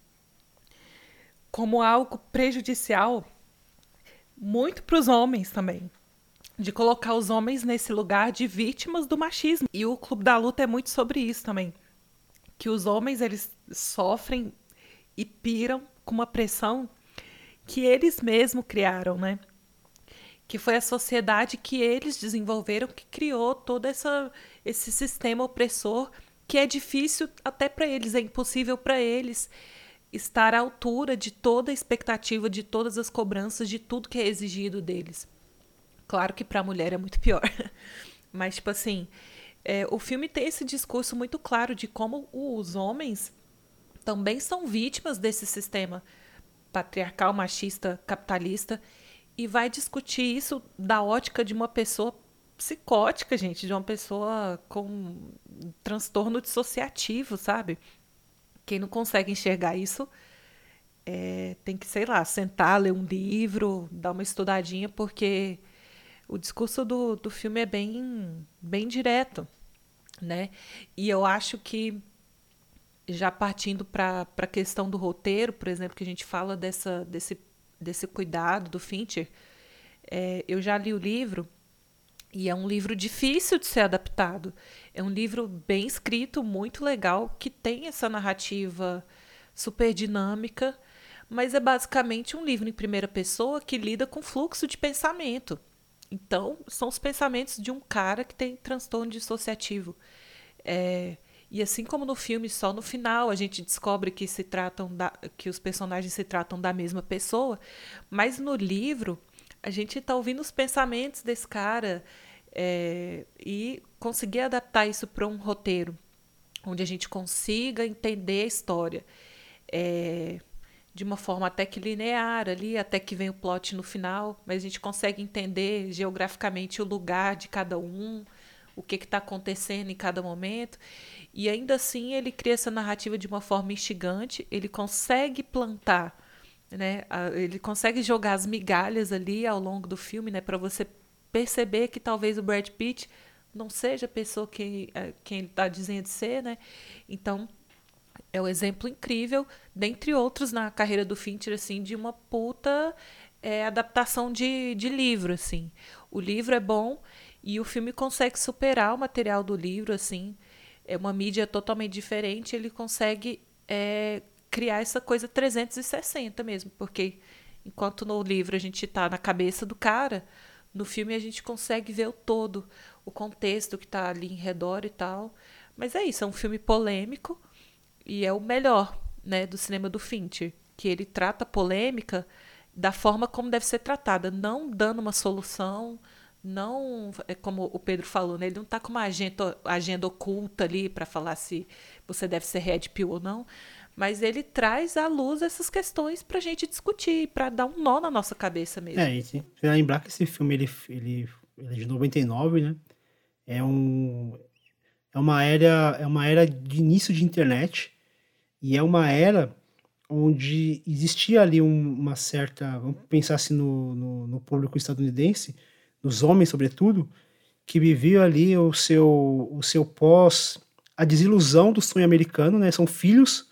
como algo prejudicial muito para os homens também. De colocar os homens nesse lugar de vítimas do machismo. E o Clube da Luta é muito sobre isso também. Que os homens, eles sofrem e piram com uma pressão que eles mesmos criaram, né? Que foi a sociedade que eles desenvolveram que criou todo esse sistema opressor que é difícil até para eles, é impossível para eles estar à altura de toda a expectativa, de todas as cobranças, de tudo que é exigido deles. Claro que para a mulher é muito pior. Mas, tipo assim, o filme tem esse discurso muito claro de como os homens também são vítimas desse sistema patriarcal, machista, capitalista, e vai discutir isso da ótica de uma pessoa psicótica, gente, de uma pessoa com transtorno dissociativo, sabe? Quem não consegue enxergar isso tem que, sei lá, sentar, ler um livro, dar uma estudadinha, porque o discurso do filme é bem direto, né? E eu acho que, já partindo para a questão do roteiro, por exemplo, que a gente fala desse cuidado do Fincher, eu já li o livro, e é um livro difícil de ser adaptado. É um livro bem escrito, muito legal, que tem essa narrativa super dinâmica, mas é basicamente um livro em primeira pessoa que lida com fluxo de pensamento. Então, são os pensamentos de um cara que tem transtorno dissociativo. E assim como no filme, só no final a gente descobre que que os personagens se tratam da mesma pessoa, mas no livro a gente está ouvindo os pensamentos desse cara, e conseguir adaptar isso para um roteiro onde a gente consiga entender a história de uma forma até que linear ali, até que vem o plot no final, mas a gente consegue entender geograficamente o lugar de cada um, o que está acontecendo em cada momento, e ainda assim ele cria essa narrativa de uma forma instigante, ele consegue plantar, né, ele consegue jogar as migalhas ali ao longo do filme, né, para você perceber que talvez o Brad Pitt não seja a pessoa quem ele está dizendo ser, né? Então, é um exemplo incrível, dentre outros na carreira do Fincher, assim, de uma puta adaptação de livro, assim. O livro é bom e o filme consegue superar o material do livro, assim. É uma mídia totalmente diferente, ele consegue criar essa coisa 360 mesmo, porque enquanto no livro a gente está na cabeça do cara, no filme a gente consegue ver o todo, o contexto que está ali em redor e tal. Mas é isso, é um filme polêmico, e é o melhor, né, do cinema do Fincher, que ele trata a polêmica da forma como deve ser tratada, não dando uma solução, não, como o Pedro falou, né, ele não está com uma agenda oculta ali para falar se você deve ser red pill ou não, mas ele traz à luz essas questões para a gente discutir, para dar um nó na nossa cabeça mesmo. E se você lembrar que esse filme ele é de 99, né? É uma era de início de internet, e é uma era onde existia ali uma certa, vamos pensar assim no público estadunidense, nos homens sobretudo, que viviam ali o seu pós, a desilusão do sonho americano, né? São filhos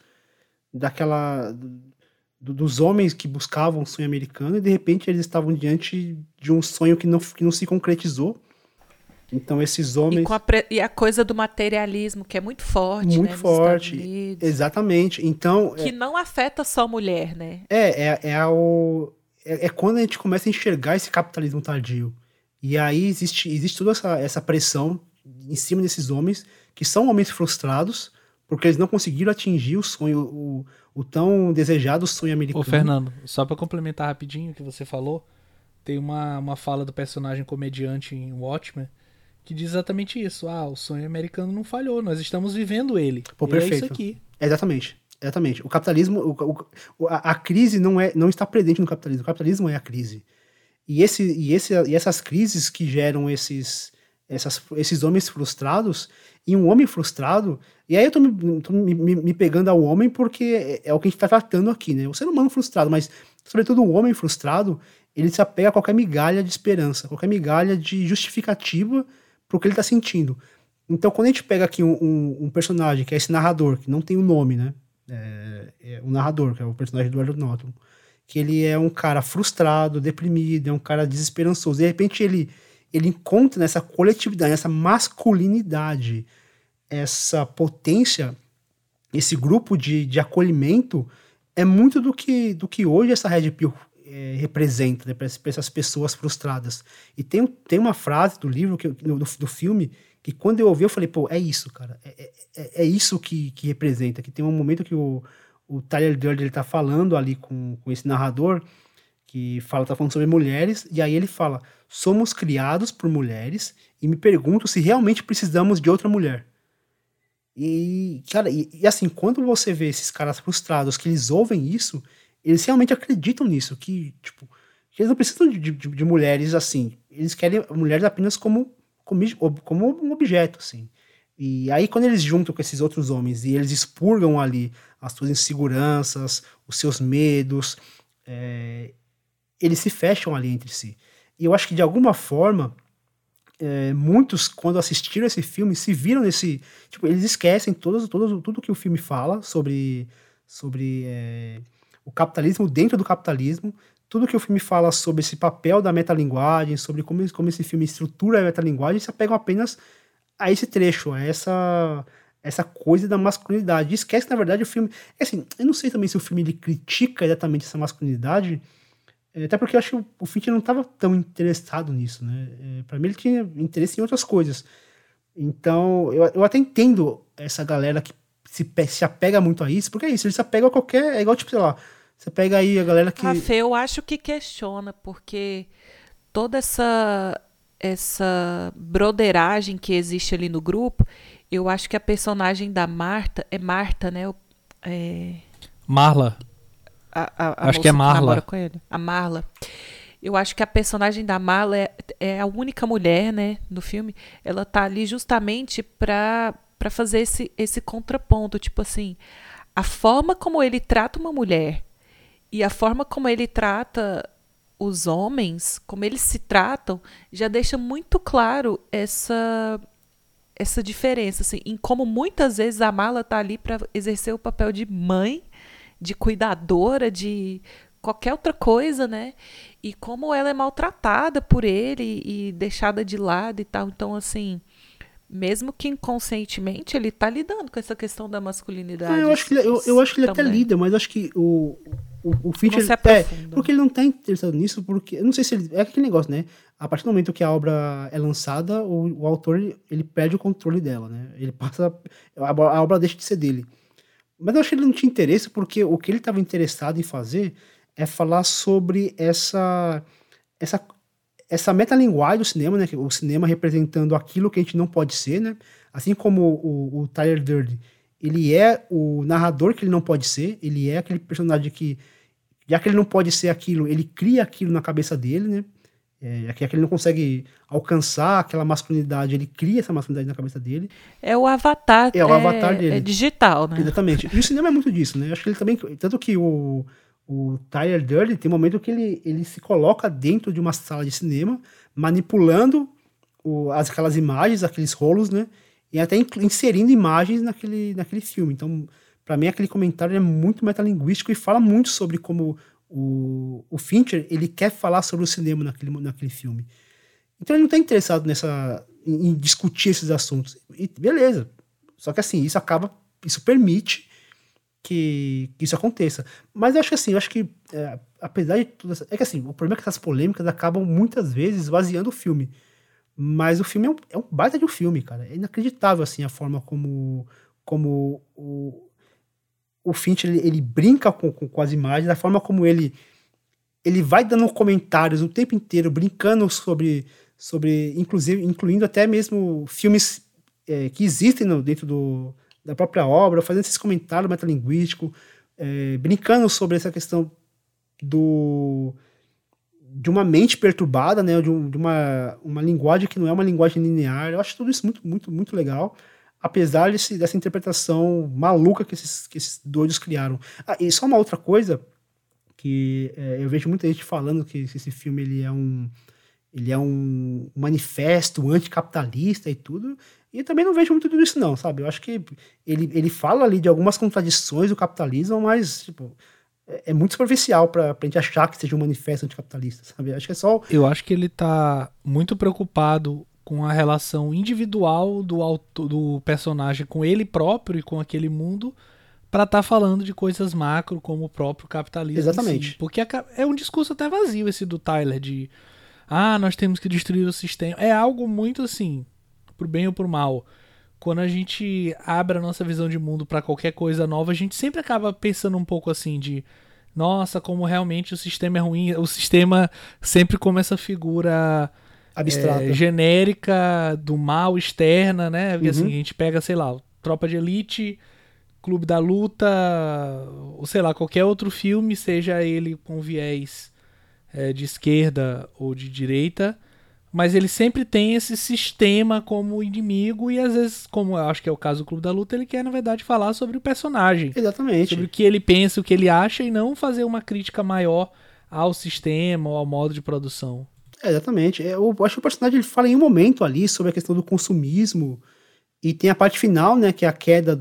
dos homens que buscavam o sonho americano, e de repente eles estavam diante de um sonho que não se concretizou. Então esses homens... E a coisa do materialismo, que é muito forte, muito, né, forte, nos Estados Unidos. Exatamente. Então, que não afeta só a mulher, né? É quando a gente começa a enxergar esse capitalismo tardio. E aí existe toda essa pressão em cima desses homens, que são homens frustrados, porque eles não conseguiram atingir o sonho, o tão desejado sonho americano. Ô, Fernando, só pra complementar rapidinho o que você falou, tem uma fala do personagem comediante em Watchmen, que diz exatamente isso. O sonho americano não falhou, nós estamos vivendo ele. Pô, perfeito. É isso aqui. Exatamente. O capitalismo, a crise não está presente no capitalismo. O capitalismo é a crise. E essas crises que geram esses homens frustrados, e um homem frustrado, e aí eu tô me pegando ao homem porque é o que a gente está tratando aqui, né? O ser humano frustrado, mas sobretudo o homem frustrado, ele se apega a qualquer migalha de esperança, qualquer migalha de justificativa pro que ele tá sentindo. Então, quando a gente pega aqui um personagem, que é esse narrador, que não tem o nome, né? O narrador, que é o personagem do Edward Norton, que ele é um cara frustrado, deprimido, é um cara desesperançoso. De repente, ele encontra nessa coletividade, nessa masculinidade, essa potência, esse grupo de acolhimento, é muito do que hoje essa Red Pill representa, né, para essas pessoas frustradas. E tem uma frase do livro, do filme, que quando eu ouvi, eu falei, pô, é isso, cara. É isso que representa. Que tem um momento que o Tyler Durden, ele tá falando ali com esse narrador, que tá falando sobre mulheres, e aí ele fala, somos criados por mulheres, e me pergunto se realmente precisamos de outra mulher. E, cara, e assim, quando você vê esses caras frustrados, que eles ouvem isso, eles realmente acreditam nisso, que eles não precisam de mulheres assim, eles querem mulheres apenas como um objeto, assim. E aí, quando eles juntam com esses outros homens e eles expurgam ali as suas inseguranças, os seus medos, eles se fecham ali entre si. E eu acho que, de alguma forma, muitos, quando assistiram esse filme, se viram nesse... Tipo, eles esquecem tudo que o filme fala sobre o capitalismo dentro do capitalismo, tudo que o filme fala sobre esse papel da metalinguagem, sobre como esse filme estrutura a metalinguagem, se apegam apenas a esse trecho, a essa coisa da masculinidade. E esquece, na verdade, o filme... Assim, eu não sei também se o filme ele critica exatamente essa masculinidade, até porque eu acho que o Fincher não estava tão interessado nisso, né? Para mim ele tinha interesse em outras coisas. Então, eu até entendo essa galera que se apega muito a isso, porque é isso, ele se apega a qualquer... É igual, tipo, sei lá, você pega aí a galera que... Fê, eu acho que questiona, porque toda essa broderagem que existe ali no grupo, eu acho que a personagem da Marta, é Marta, né? Marla. Acho que é Marla. Com ele. A Marla. Eu acho que a personagem da Marla é a única mulher, né, no filme. Ela tá ali justamente para fazer esse contraponto, tipo assim, a forma como ele trata uma mulher e a forma como ele trata os homens, como eles se tratam, já deixa muito claro essa diferença, assim, em como muitas vezes a Marla tá ali para exercer o papel de mãe, de cuidadora, de qualquer outra coisa, né? E como ela é maltratada por ele e deixada de lado e tal. Então, assim, mesmo que inconscientemente, ele tá lidando com essa questão da masculinidade. Eu acho que ele até lida, mas acho que o Fincher... porque ele não tá interessado nisso, porque... Eu não sei se ele... É aquele negócio, né? A partir do momento que a obra é lançada, o autor, ele perde o controle dela, né? Ele passa... A obra deixa de ser dele. Mas eu acho que ele não tinha interesse, porque o que ele estava interessado em fazer é falar sobre essa metalinguagem do cinema, né? O cinema representando aquilo que a gente não pode ser, né? Assim como o Tyler Durden, ele é o narrador que ele não pode ser, ele é aquele personagem que, já que ele não pode ser aquilo, ele cria aquilo na cabeça dele, né? Já que ele não consegue alcançar aquela masculinidade, ele cria essa masculinidade na cabeça dele. É o avatar. É o avatar dele. É digital, né? Exatamente. E o cinema é muito disso, né? Acho que ele também... Tanto que o Tyler Durden tem um momento que ele se coloca dentro de uma sala de cinema, manipulando aquelas imagens, aqueles rolos, né? E até inserindo imagens naquele filme. Então, para mim, aquele comentário é muito metalinguístico e fala muito sobre como o Fincher, ele quer falar sobre o cinema naquele filme. Então ele não está interessado em discutir esses assuntos. E beleza. Só que assim, isso permite que isso aconteça. Mas eu acho que apesar de tudo... É que assim, o problema é que essas polêmicas acabam muitas vezes esvaziando o filme. Mas o filme é um baita de um filme, cara. É inacreditável, assim, a forma como o Fincher, ele brinca com as imagens, a forma como ele vai dando comentários o tempo inteiro, brincando sobre inclusive, incluindo até mesmo filmes que existem dentro da própria obra, fazendo esses comentários metalinguísticos, brincando sobre essa questão de uma mente perturbada, né, de uma linguagem que não é uma linguagem linear. Eu acho tudo isso muito, muito, muito legal, apesar dessa interpretação maluca que esses doidos criaram. E só uma outra coisa, que eu vejo muita gente falando que esse filme ele é um manifesto anticapitalista e tudo, e eu também não vejo muito disso não, sabe? Eu acho que ele fala ali de algumas contradições do capitalismo, mas tipo, é muito superficial pra gente achar que seja um manifesto anticapitalista, sabe? Acho que é só... Eu acho que ele tá muito preocupado com a relação individual do personagem com ele próprio e com aquele mundo, para estar falando de coisas macro como o próprio capitalismo. Exatamente. Si. Porque é um discurso até vazio esse do Tyler de nós temos que destruir o sistema. É algo muito assim, pro bem ou pro mal. Quando a gente abre a nossa visão de mundo para qualquer coisa nova, a gente sempre acaba pensando um pouco assim de nossa, como realmente o sistema é ruim. O sistema sempre como essa figura abstrata, genérica do mal, externa, né? Porque assim, a gente pega, sei lá, Tropa de Elite, Clube da Luta, ou sei lá, qualquer outro filme, seja ele com viés de esquerda ou de direita, mas ele sempre tem esse sistema como inimigo e às vezes, como eu acho que é o caso do Clube da Luta, ele quer, na verdade, falar sobre o personagem. Exatamente. Sobre o que ele pensa, o que ele acha e não fazer uma crítica maior ao sistema ou ao modo de produção. Exatamente. Eu acho que o personagem ele fala em um momento ali sobre a questão do consumismo e tem a parte final, né, que é a queda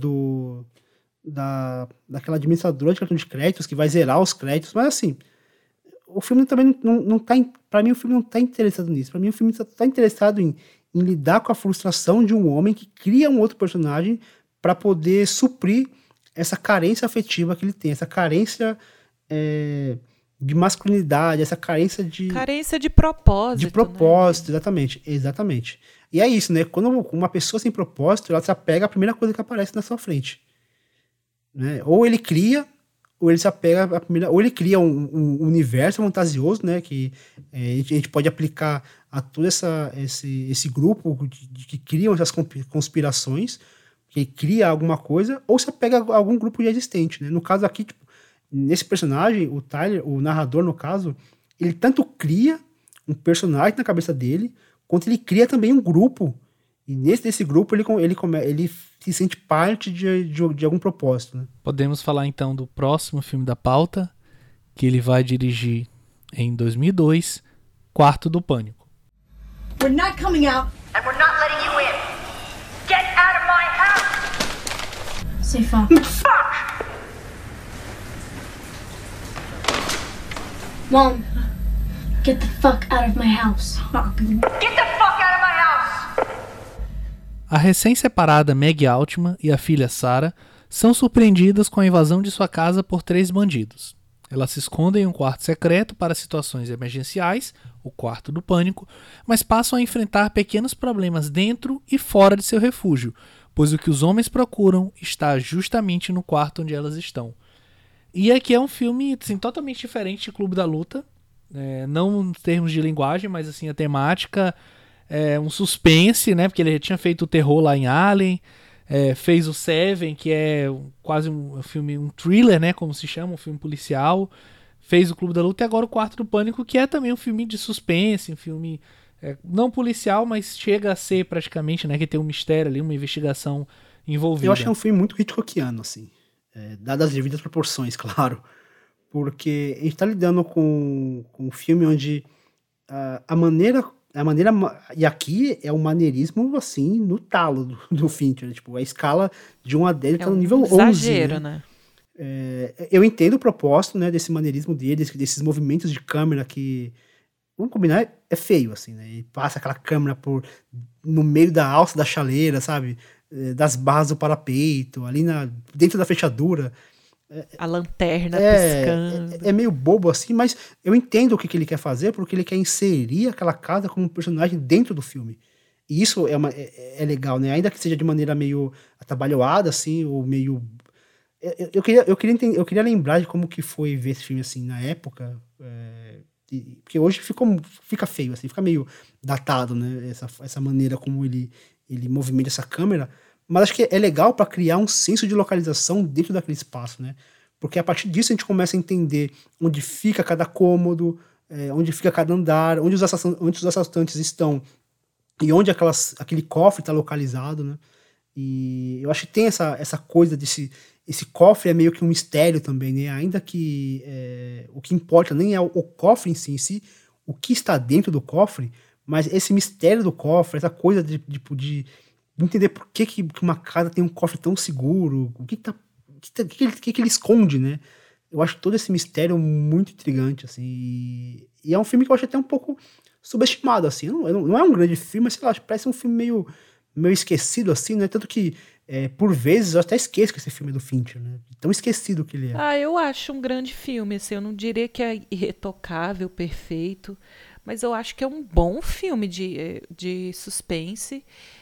daquela administradora de cartão de créditos que vai zerar os créditos, mas assim, o filme também não tá, pra mim o filme não tá interessado nisso, pra mim o filme tá interessado em lidar com a frustração de um homem que cria um outro personagem para poder suprir essa carência afetiva que ele tem, essa carência de masculinidade, essa carência de... Carência de propósito. De propósito, né? exatamente. E é isso, né? Quando uma pessoa sem propósito, ela se apega à primeira coisa que aparece na sua frente. Né? Ou ele cria, ou ele se apega à primeira... Ou ele cria um universo fantasioso, né? Que a gente pode aplicar a todo esse grupo que criam essas conspirações, que cria alguma coisa, ou se apega a algum grupo já existente, né? No caso aqui, tipo, nesse personagem, o Tyler, o narrador, no caso, ele tanto cria um personagem na cabeça dele, quanto ele cria também um grupo. E nesse grupo ele se sente parte de algum propósito. Né? Podemos falar então do próximo filme da pauta, que ele vai dirigir em 2002, Quarto do Pânico. We're not coming out. And we're not letting you in. Get out of my house! Say fuck. Fuck! Mom, get the fuck out of my house. Get the fuck out of my house! A recém-separada Meg Altman e a filha Sarah são surpreendidas com a invasão de sua casa por 3 bandidos. Elas se escondem em um quarto secreto para situações emergenciais, o quarto do pânico, mas passam a enfrentar pequenos problemas dentro e fora de seu refúgio, pois o que os homens procuram está justamente no quarto onde elas estão. E aqui é um filme assim, totalmente diferente de Clube da Luta, não em termos de linguagem, mas assim, a temática é um suspense, né? Porque ele já tinha feito o terror lá em Alien, fez o Seven, que é quase um filme, um thriller, né? Como se chama, um filme policial. Fez o Clube da Luta e agora o Quarto do Pânico, que é também um filme de suspense, um filme não policial, mas chega a ser praticamente, né? Que tem um mistério ali, uma investigação envolvida. Eu achei um filme muito Hitchcockiano, assim. Dadas as devidas proporções, claro, porque a gente está lidando com um filme onde a maneira, e aqui é um maneirismo, assim, no talo do Fincher, tipo, a escala de 1 a 10 está no nível 11. Exagero, né? Eu entendo o propósito, né, desse maneirismo dele, desses movimentos de câmera que, vamos combinar, é feio, assim, né, e passa aquela câmera no meio da alça da chaleira, sabe, das barras do parapeito, ali dentro da fechadura. A lanterna piscando. É meio bobo assim, mas eu entendo o que ele quer fazer, porque ele quer inserir aquela casa como um personagem dentro do filme. E isso é legal, né? Ainda que seja de maneira meio atabalhoada, assim, ou meio... Eu queria lembrar de como que foi ver esse filme assim na época, porque hoje fica feio, assim, fica meio datado, né? Essa maneira como ele movimenta essa câmera, mas acho que é legal para criar um senso de localização dentro daquele espaço, né? Porque a partir disso a gente começa a entender onde fica cada cômodo, onde fica cada andar, onde os assaltantes estão e onde aquele cofre está localizado, né? E eu acho que tem essa coisa esse cofre é meio que um mistério também, né? Ainda que o que importa nem é o cofre em si, o que está dentro do cofre, mas esse mistério do cofre, essa coisa de entender por que uma casa tem um cofre tão seguro, o que ele esconde, né? Eu acho todo esse mistério muito intrigante, assim. E é um filme que eu acho até um pouco subestimado, assim. Não é um grande filme, mas sei lá, parece um filme meio esquecido, assim, né? Tanto que, por vezes, eu até esqueço que esse filme é do Fincher, né? Tão esquecido que ele é. Eu acho um grande filme, assim. Eu não diria que é irretocável, perfeito, mas eu acho que é um bom filme de suspense.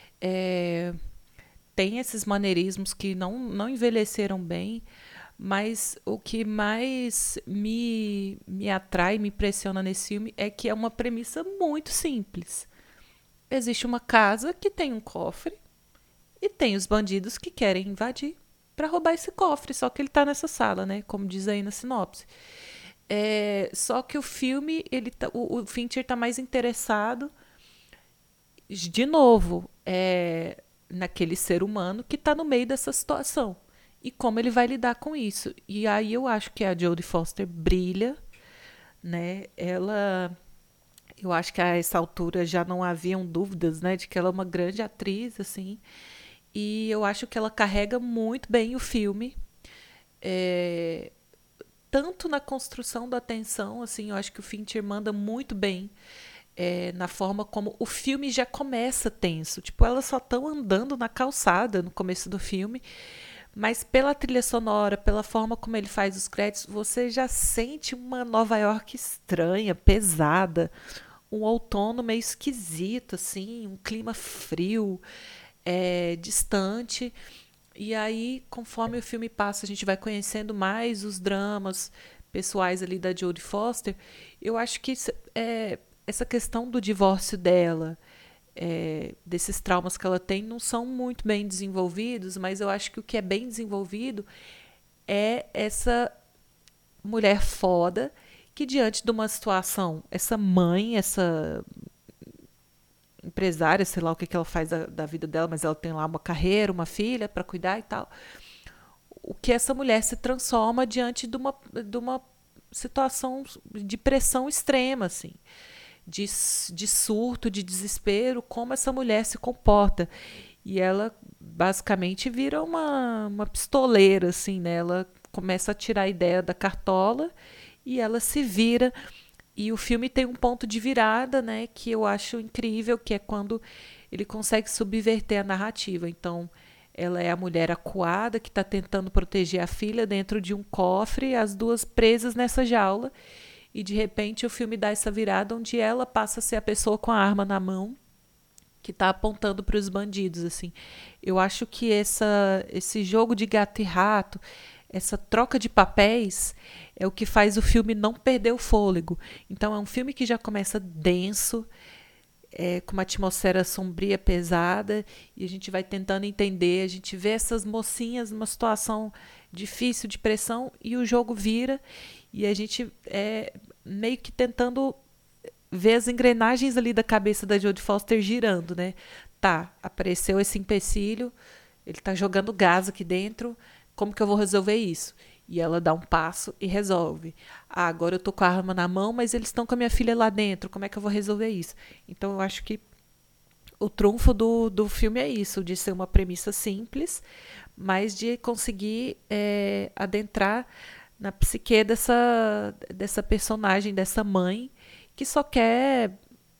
Tem esses maneirismos que não envelheceram bem, mas o que mais me atrai, me impressiona nesse filme é que é uma premissa muito simples. Existe uma casa que tem um cofre e tem os bandidos que querem invadir para roubar esse cofre, só que ele está nessa sala, né? Como diz aí na sinopse. Só que o filme, o Fincher está mais interessado de novo, naquele ser humano que está no meio dessa situação. E como ele vai lidar com isso. E aí eu acho que a Jodie Foster brilha, né? Eu acho que a essa altura já não haviam dúvidas, né, de que ela é uma grande atriz, assim. E eu acho que ela carrega muito bem o filme. Tanto na construção da tensão, assim, eu acho que o Fincher manda muito bem na forma como o filme já começa tenso. Tipo, elas só estão andando na calçada no começo do filme, mas pela trilha sonora, pela forma como ele faz os créditos, você já sente uma Nova York estranha, pesada, um outono meio esquisito, assim, um clima frio, distante. E aí, conforme o filme passa, a gente vai conhecendo mais os dramas pessoais ali da Jodie Foster. Eu acho que essa questão do divórcio dela, desses traumas que ela tem, não são muito bem desenvolvidos, mas eu acho que o que é bem desenvolvido é essa mulher foda que, diante de uma situação, essa mãe, essa empresária, sei lá o que ela faz da vida dela, mas ela tem lá uma carreira, uma filha para cuidar e tal, o que essa mulher se transforma diante de uma situação de pressão extrema, assim, de surto, de desespero, como essa mulher se comporta. E ela basicamente vira uma pistoleira, assim, né? Ela começa a tirar a ideia da cartola e ela se vira. E o filme tem um ponto de virada, né, que eu acho incrível, que é quando ele consegue subverter a narrativa. Então, ela é a mulher acuada que está tentando proteger a filha dentro de um cofre, as duas presas nessa jaula. E, de repente, o filme dá essa virada onde ela passa a ser a pessoa com a arma na mão que está apontando para os bandidos, assim. Eu acho que esse jogo de gato e rato, essa troca de papéis, é o que faz o filme não perder o fôlego. Então, é um filme que já começa denso, com uma atmosfera sombria, pesada, e a gente vai tentando entender, a gente vê essas mocinhas numa situação difícil, de pressão, e o jogo vira, e a gente meio que tentando ver as engrenagens ali da cabeça da Jodie Foster girando, né? Tá, apareceu esse empecilho, ele tá jogando gás aqui dentro, como que eu vou resolver isso? E ela dá um passo e resolve. Ah, agora eu tô com a arma na mão, mas eles estão com a minha filha lá dentro, como é que eu vou resolver isso? Então eu acho que o trunfo do filme é isso, de ser uma premissa simples, mas de conseguir adentrar na psique dessa personagem, dessa mãe, que só quer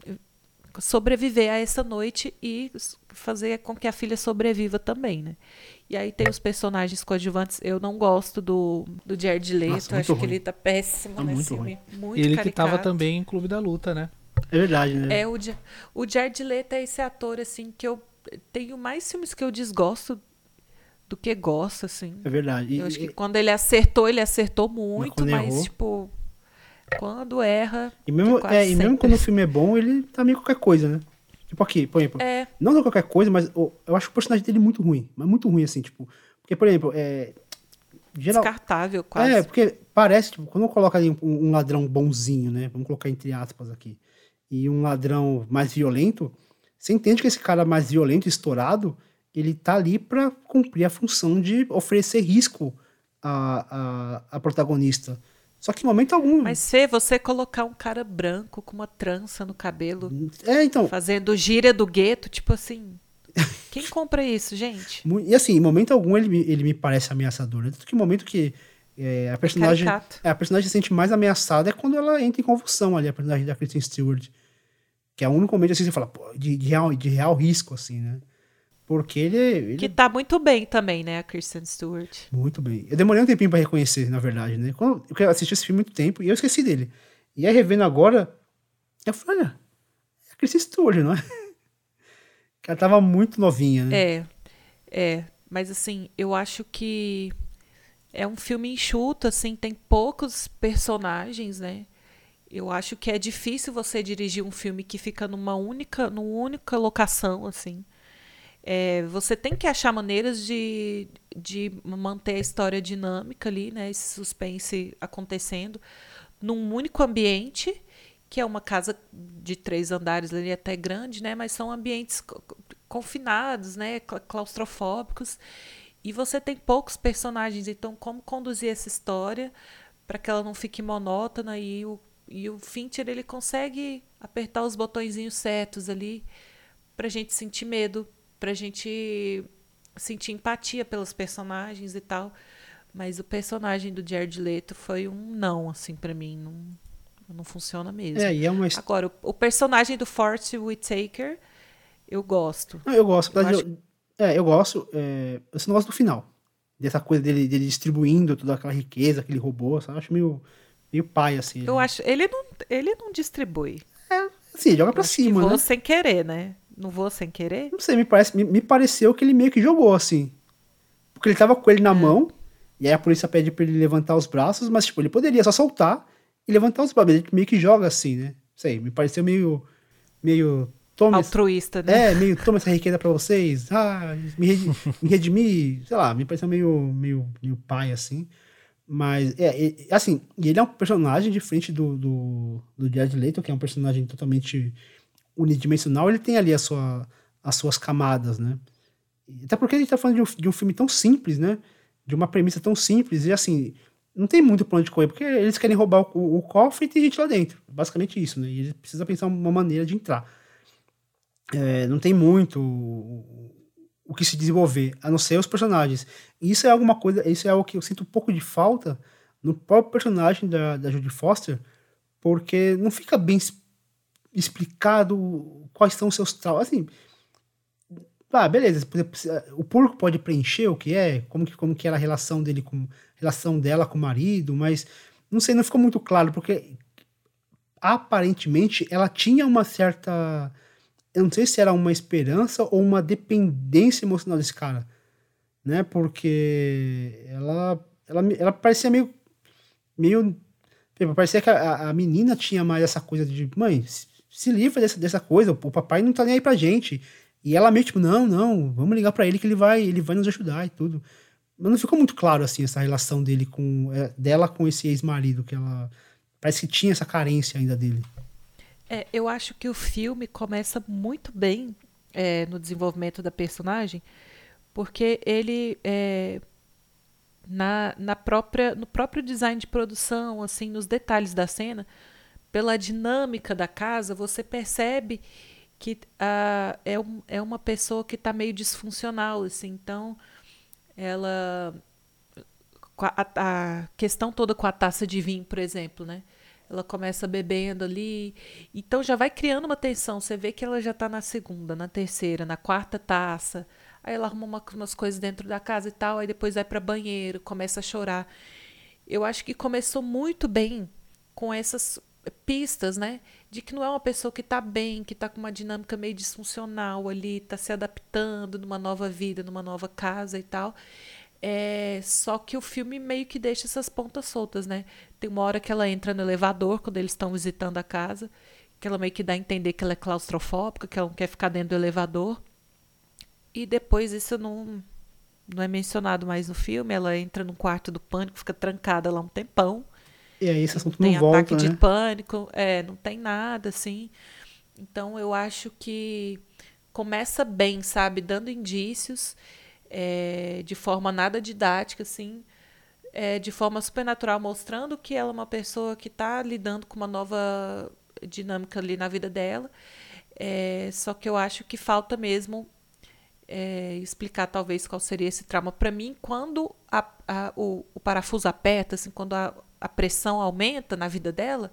sobreviver a essa noite e fazer com que a filha sobreviva também, né? E aí tem os personagens coadjuvantes. Eu não gosto do Jared Leto. Nossa, acho ruim. que ele tá péssimo nesse filme. Muito Ele caricato. que tava também em Clube da Luta, né? É verdade, né? O Jared Leto é esse ator, assim, que eu tenho mais filmes que eu desgosto do que gosto, assim. É verdade. Eu acho que quando ele acertou muito, quando mas, errou. tipo, quando erra. E mesmo, que quase e mesmo sempre quando o filme é bom, ele tá meio qualquer coisa, né? Tipo aqui, por exemplo. Não só qualquer coisa, mas eu acho o personagem dele muito ruim. Mas muito ruim, assim, tipo. Porque, por exemplo, descartável, quase. Porque parece, tipo, quando eu coloco ali um ladrão bonzinho, né? Vamos colocar entre aspas aqui. E um ladrão mais violento, você entende que esse cara mais violento, estourado, ele tá ali pra cumprir a função de oferecer risco à protagonista. Só que em momento algum... Mas, Fê, você colocar um cara branco com uma trança no cabelo, então... fazendo gíria do gueto, tipo assim... Quem compra isso, gente? E assim, em momento algum ele me parece ameaçador, né? Tanto que em momento que a personagem se sente mais ameaçada é quando ela entra em convulsão ali, a personagem da Kristen Stewart. Que é o único momento assim, você fala, pô, de real risco, assim, né? Porque ele... Que tá muito bem também, né, a Kristen Stewart. Muito bem. Eu demorei um tempinho pra reconhecer, na verdade, né? Eu assisti esse filme há muito tempo e eu esqueci dele. E aí, revendo agora, eu falei, olha, é a Kristen Stewart, não é? Que ela tava muito novinha, né? Mas assim, eu acho que é um filme enxuto, assim, tem poucos personagens, né? Eu acho que é difícil você dirigir um filme que fica numa única locação, assim. Você tem que achar maneiras de manter a história dinâmica ali, né? Esse suspense acontecendo num único ambiente que é uma casa de 3 andares ali, até grande, né? Mas são ambientes confinados, né? Claustrofóbicos. E você tem poucos personagens, então como conduzir essa história para que ela não fique monótona, e o Fincher, ele consegue apertar os botõezinhos certos ali pra gente sentir medo, pra gente sentir empatia pelos personagens e tal. Mas o personagem do Jared Leto foi um não, assim, pra mim, não funciona mesmo. E é uma... Agora, o personagem do Forest Whitaker, eu gosto. Não, eu gosto, eu gosto. Eu só não gosto do final. Dessa coisa dele distribuindo toda aquela riqueza, aquele robô, sabe? Eu acho meio pai, assim. Eu acho. Ele não distribui. Assim, joga pra cima, né? Vou sem querer, né? Não vou sem querer? Não sei, me pareceu que ele meio que jogou, assim. Porque ele tava com ele na mão, e aí a polícia pede pra ele levantar os braços, mas, tipo, ele poderia só soltar e levantar os braços. Ele meio que joga assim, né? Não sei, me pareceu meio altruísta, né? Meio, toma essa riqueza pra vocês, me redimir, sei lá, me pareceu meio pai, assim. Mas, assim, ele é um personagem diferente do Jared Leto, que é um personagem totalmente unidimensional. Ele tem ali as suas camadas, né? Até porque a gente tá falando de um filme tão simples, né? De uma premissa tão simples, e assim, não tem muito plano de correr, porque eles querem roubar o cofre e tem gente lá dentro. Basicamente isso, né? E eles precisam pensar uma maneira de entrar. Não tem muito o que se desenvolver, a não ser os personagens. E isso é alguma coisa, isso é algo que eu sinto um pouco de falta no próprio personagem da Jodie Foster, porque não fica bem explicado quais são os seus traumas. Assim, beleza, o público pode preencher o que é, como que era a relação dela com o marido, mas não sei, não ficou muito claro, porque aparentemente ela tinha uma certa... Eu não sei se era uma esperança ou uma dependência emocional desse cara, né? Porque ela parecia meio parecia que a menina tinha mais essa coisa de mãe, se livra dessa coisa, o papai não tá nem aí pra gente. E ela meio tipo, não, vamos ligar pra ele que ele vai nos ajudar e tudo. Mas não ficou muito claro, assim, essa relação dela com esse ex-marido, que ela parece que tinha essa carência ainda dele. Eu acho que o filme começa muito bem no desenvolvimento da personagem, porque ele, no próprio design de produção, assim, nos detalhes da cena, pela dinâmica da casa, você percebe que é uma pessoa que está meio disfuncional, assim. Então, ela... A questão toda com a taça de vinho, por exemplo, né? Ela começa bebendo ali, então já vai criando uma tensão. Você vê que ela já está na segunda, na terceira, na quarta taça. Aí ela arruma umas coisas dentro da casa e tal, aí depois vai para banheiro, começa a chorar. Eu acho que começou muito bem com essas pistas, né? De que não é uma pessoa que está bem, que está com uma dinâmica meio disfuncional ali, está se adaptando numa nova vida, numa nova casa e tal. Só que o filme meio que deixa essas pontas soltas, né? Tem uma hora que ela entra no elevador, quando eles estão visitando a casa, que ela meio que dá a entender que ela é claustrofóbica, que ela não quer ficar dentro do elevador. E depois isso não é mencionado mais no filme. Ela entra num quarto do pânico, fica trancada lá um tempão. E aí esse assunto não não volta, tem ataque de pânico, não tem nada, assim. Então eu acho que começa bem, sabe? Dando indícios... de forma nada didática, assim, de forma supernatural, mostrando que ela é uma pessoa que está lidando com uma nova dinâmica ali na vida dela. Só que eu acho que falta mesmo explicar talvez qual seria esse trauma. Para mim, quando o parafuso aperta, assim, quando a pressão aumenta na vida dela,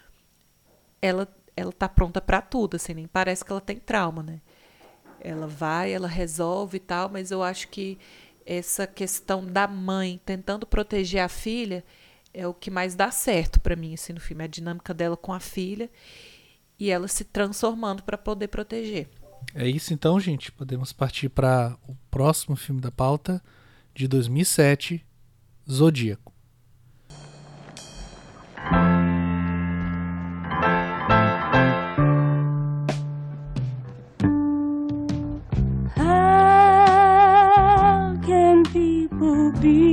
ela tá pronta para tudo, assim, nem parece que ela tem trauma, né? Ela vai, ela resolve e tal, mas eu acho que essa questão da mãe tentando proteger a filha é o que mais dá certo para mim, assim, no filme. A dinâmica dela com a filha e ela se transformando para poder proteger. É isso então, gente. Podemos partir para o próximo filme da pauta de 2007, Zodíaco.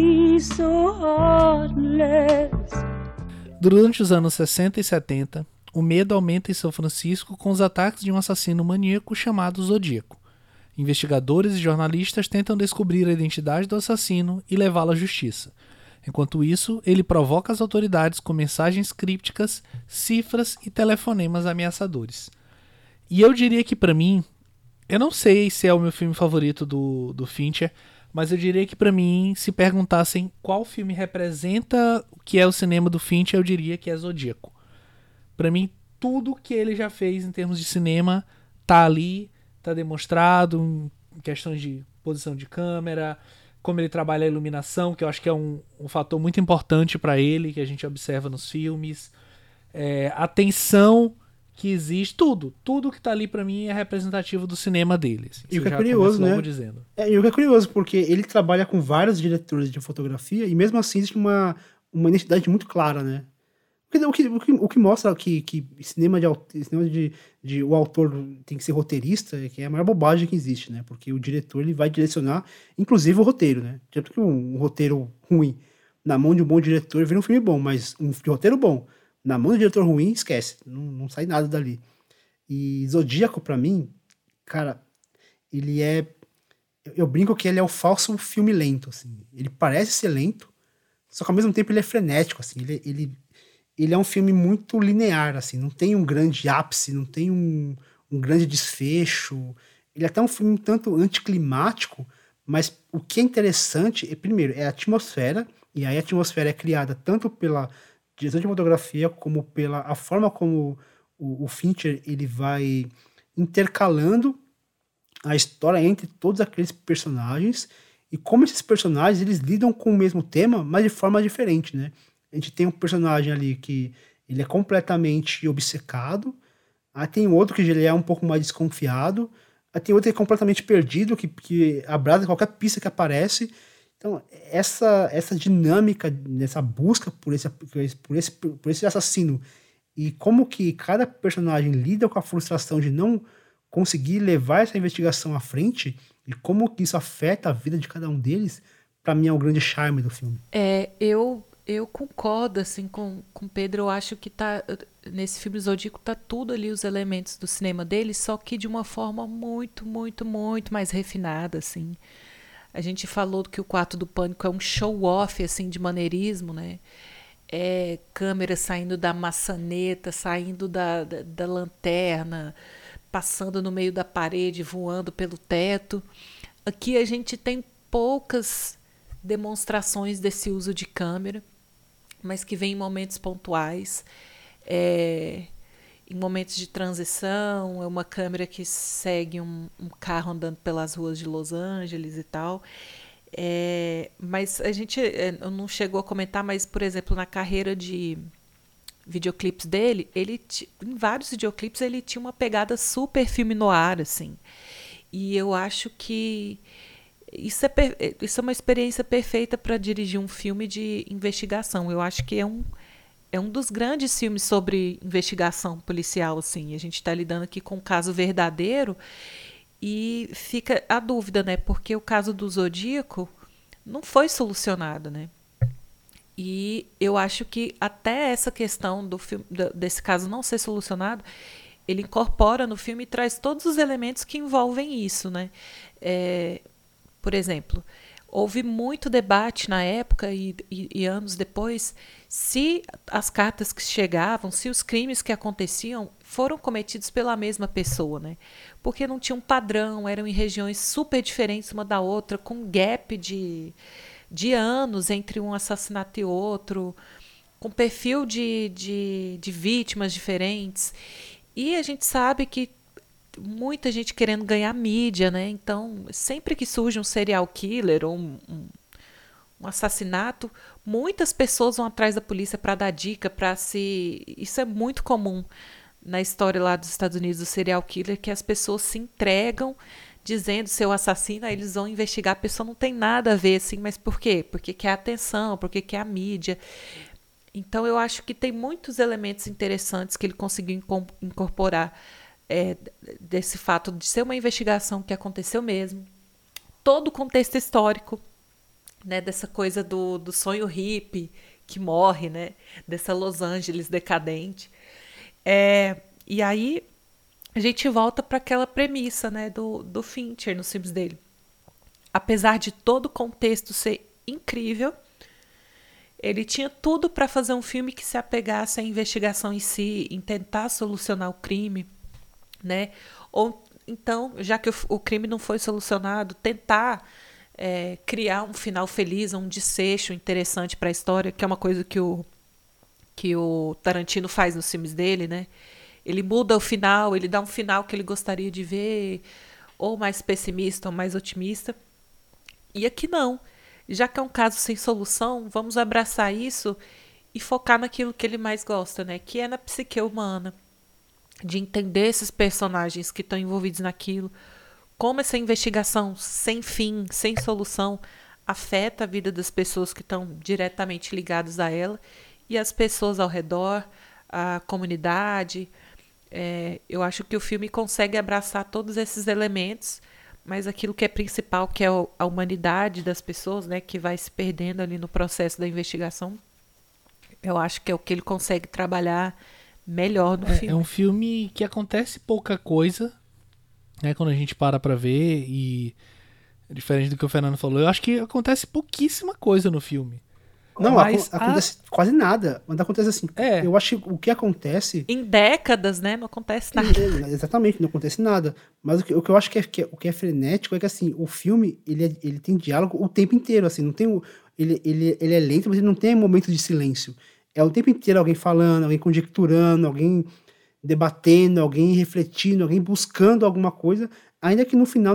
Durante os anos 60 e 70, o medo aumenta em São Francisco com os ataques de um assassino maníaco chamado Zodíaco. Investigadores e jornalistas tentam descobrir a identidade do assassino e levá-lo à justiça. Enquanto isso, ele provoca as autoridades com mensagens crípticas, cifras e telefonemas ameaçadores. E eu diria que pra mim, eu não sei se é o meu filme favorito do Fincher, mas eu diria que pra mim, se perguntassem qual filme representa o que é o cinema do Fincher, eu diria que é Zodíaco. Pra mim, tudo que ele já fez em termos de cinema tá ali, tá demonstrado em questões de posição de câmera, como ele trabalha a iluminação, que eu acho que é um fator muito importante pra ele, que a gente observa nos filmes. A tensão que existe, tudo que tá ali pra mim é representativo do cinema dele. Assim. E o que é curioso, né? Dizendo. E o que é curioso, porque ele trabalha com vários diretores de fotografia e mesmo assim existe uma identidade muito clara, né? O que mostra que cinema de o autor tem que ser roteirista, que é a maior bobagem que existe, né? Porque o diretor ele vai direcionar, inclusive, o roteiro, né? Tanto que um roteiro ruim na mão de um bom diretor vira um filme bom, mas um roteiro bom na mão do diretor ruim, esquece. Não sai nada dali. E Zodíaco, pra mim, cara, ele é... Eu brinco que ele é o falso filme lento, assim. Ele parece ser lento, só que ao mesmo tempo ele é frenético, assim. Ele é um filme muito linear, assim. Não tem um grande ápice, não tem um grande desfecho. Ele é até um filme um tanto anticlimático, mas o que é interessante, primeiro, é a atmosfera, e aí a atmosfera é criada tanto pela direção de fotografia, como pela a forma como o Fincher ele vai intercalando a história entre todos aqueles personagens e como esses personagens eles lidam com o mesmo tema, mas de forma diferente, né? A gente tem um personagem ali que ele é completamente obcecado, aí tem outro que ele é um pouco mais desconfiado, aí tem outro que é completamente perdido, que abraça qualquer pista que aparece. Então, essa dinâmica, essa busca por esse assassino e como que cada personagem lida com a frustração de não conseguir levar essa investigação à frente e como que isso afeta a vida de cada um deles, pra mim é o grande charme do filme. Eu concordo assim, com o Pedro. Eu acho que nesse filme Zodíaco tá tudo ali, os elementos do cinema dele, só que de uma forma muito, muito, muito mais refinada, assim. A gente falou que o Quarto do Pânico é um show-off, assim, de maneirismo, né? É câmera saindo da maçaneta, saindo da lanterna, passando no meio da parede, voando pelo teto. Aqui a gente tem poucas demonstrações desse uso de câmera, mas que vem em momentos pontuais. Em momentos de transição, é uma câmera que segue um carro andando pelas ruas de Los Angeles e tal. Mas a gente não chegou a comentar, mas, por exemplo, na carreira de videoclipes dele, em vários videoclipes ele tinha uma pegada super filme noir, assim. E eu acho que isso é uma experiência perfeita para dirigir um filme de investigação. Eu acho que é um dos grandes filmes sobre investigação policial, assim. A gente está lidando aqui com um caso verdadeiro e fica a dúvida, né? Porque o caso do Zodíaco não foi solucionado, né? E eu acho que até essa questão do filme, desse caso não ser solucionado, ele incorpora no filme e traz todos os elementos que envolvem isso, né? Por exemplo, houve muito debate na época e anos depois se as cartas que chegavam, se os crimes que aconteciam foram cometidos pela mesma pessoa, né? Porque não tinha um padrão, eram em regiões super diferentes uma da outra, com um gap de anos entre um assassinato e outro, com perfil de vítimas diferentes. E a gente sabe que muita gente querendo ganhar mídia, né? Então, sempre que surge um serial killer ou um assassinato, muitas pessoas vão atrás da polícia para dar dica, Isso é muito comum na história lá dos Estados Unidos do serial killer, que as pessoas se entregam dizendo ser o assassino, aí eles vão investigar, a pessoa não tem nada a ver, assim, mas por quê? Porque quer atenção, porque quer a mídia. Então, eu acho que tem muitos elementos interessantes que ele conseguiu incorporar desse fato de ser uma investigação que aconteceu mesmo, todo o contexto histórico, né, dessa coisa do sonho hippie que morre, né, dessa Los Angeles decadente, E aí a gente volta para aquela premissa, né, do Fincher nos filmes dele. Apesar de todo o contexto ser incrível, ele tinha tudo para fazer um filme que se apegasse à investigação em si, em tentar solucionar o crime, né? Ou então, já que o crime não foi solucionado, tentar criar um final feliz, um desfecho interessante para a história, que é uma coisa que o Tarantino faz nos filmes dele, né? Ele muda o final, ele dá um final que ele gostaria de ver, ou mais pessimista ou mais otimista. E aqui não. Já que é um caso sem solução, vamos abraçar isso e focar naquilo que ele mais gosta, né? Que é na psique humana. De entender esses personagens que estão envolvidos naquilo. Como essa investigação sem fim, sem solução, afeta a vida das pessoas que estão diretamente ligadas a ela e as pessoas ao redor, a comunidade. Eu acho que o filme consegue abraçar todos esses elementos, mas aquilo que é principal, que é a humanidade das pessoas, né, que vai se perdendo ali no processo da investigação, eu acho que é o que ele consegue trabalhar melhor no filme. É um filme que acontece pouca coisa, né, quando a gente para pra ver, e diferente do que o Fernando falou, eu acho que acontece pouquíssima coisa no filme. Não, mas acontece quase nada. Mas acontece assim. Eu acho que o que acontece. Em décadas, né? Não acontece nada. Exatamente, não acontece nada. Mas o que eu acho o que é frenético é que assim, o filme ele tem diálogo o tempo inteiro. Assim, não tem ele é lento, mas ele não tem momento de silêncio. É o tempo inteiro alguém falando, alguém conjecturando, alguém debatendo, alguém refletindo, alguém buscando alguma coisa, ainda que no final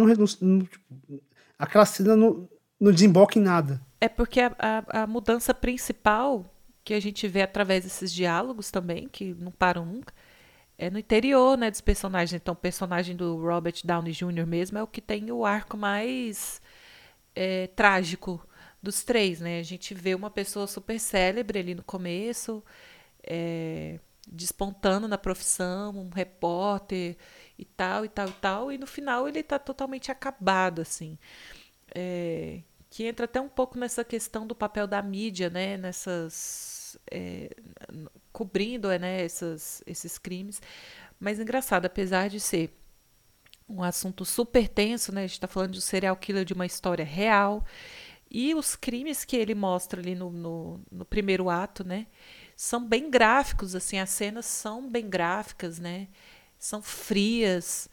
aquela cena não desemboca em nada. É porque a mudança principal que a gente vê através desses diálogos também, que não param nunca, é no interior, né, dos personagens. Então, o personagem do Robert Downey Jr. mesmo é o que tem o arco mais trágico dos três, né? A gente vê uma pessoa super célebre ali no começo, despontando na profissão, um repórter e tal, e no final ele tá totalmente acabado, assim. Que entra até um pouco nessa questão do papel da mídia, né, cobrindo, né, esses crimes. Mas engraçado, apesar de ser um assunto super tenso, né, a gente está falando de um serial killer de uma história real, e os crimes que ele mostra ali no primeiro ato, né, são bem gráficos, assim, as cenas são bem gráficas, né, são frias.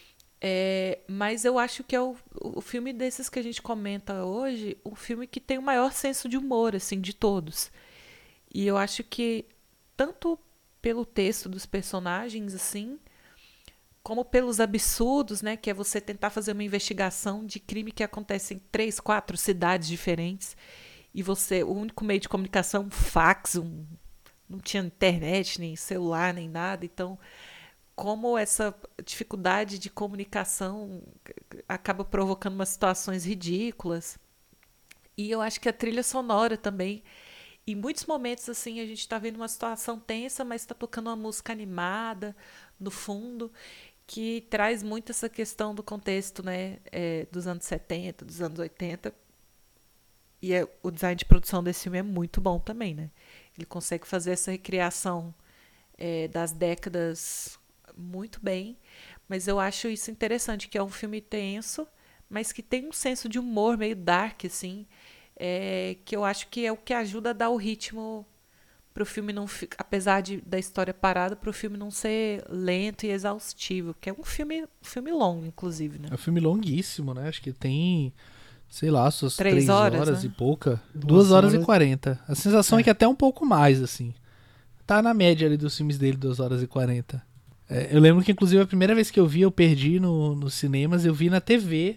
Mas eu acho que é o filme desses que a gente comenta hoje, o filme que tem o maior senso de humor, assim, de todos. E eu acho que, tanto pelo texto dos personagens, assim, como pelos absurdos, né, que é você tentar fazer uma investigação de crime que acontece em 3, 4 cidades diferentes, e o único meio de comunicação, fax, não tinha internet, nem celular, nem nada, então como essa dificuldade de comunicação acaba provocando umas situações ridículas. E eu acho que a trilha sonora também, em muitos momentos assim, a gente está vendo uma situação tensa, mas está tocando uma música animada no fundo, que traz muito essa questão do contexto, né, dos anos 70, dos anos 80. E o design de produção desse filme é muito bom também, né? Ele consegue fazer essa recriação das décadas muito bem, mas eu acho isso interessante, que é um filme tenso, mas que tem um senso de humor meio dark, assim, que eu acho que é o que ajuda a dar o ritmo pro filme não, apesar da história parada, pro filme não ser lento e exaustivo, que é um filme longo, inclusive, né? É um filme longuíssimo, né? Acho que tem, sei lá, suas 3 horas, né? E pouca. 2 horas e 40. A sensação é que até um pouco mais, assim. Tá na média ali dos filmes dele, 2 horas e 40. Eu lembro que, inclusive, a primeira vez que eu vi, eu perdi nos cinemas, eu vi na TV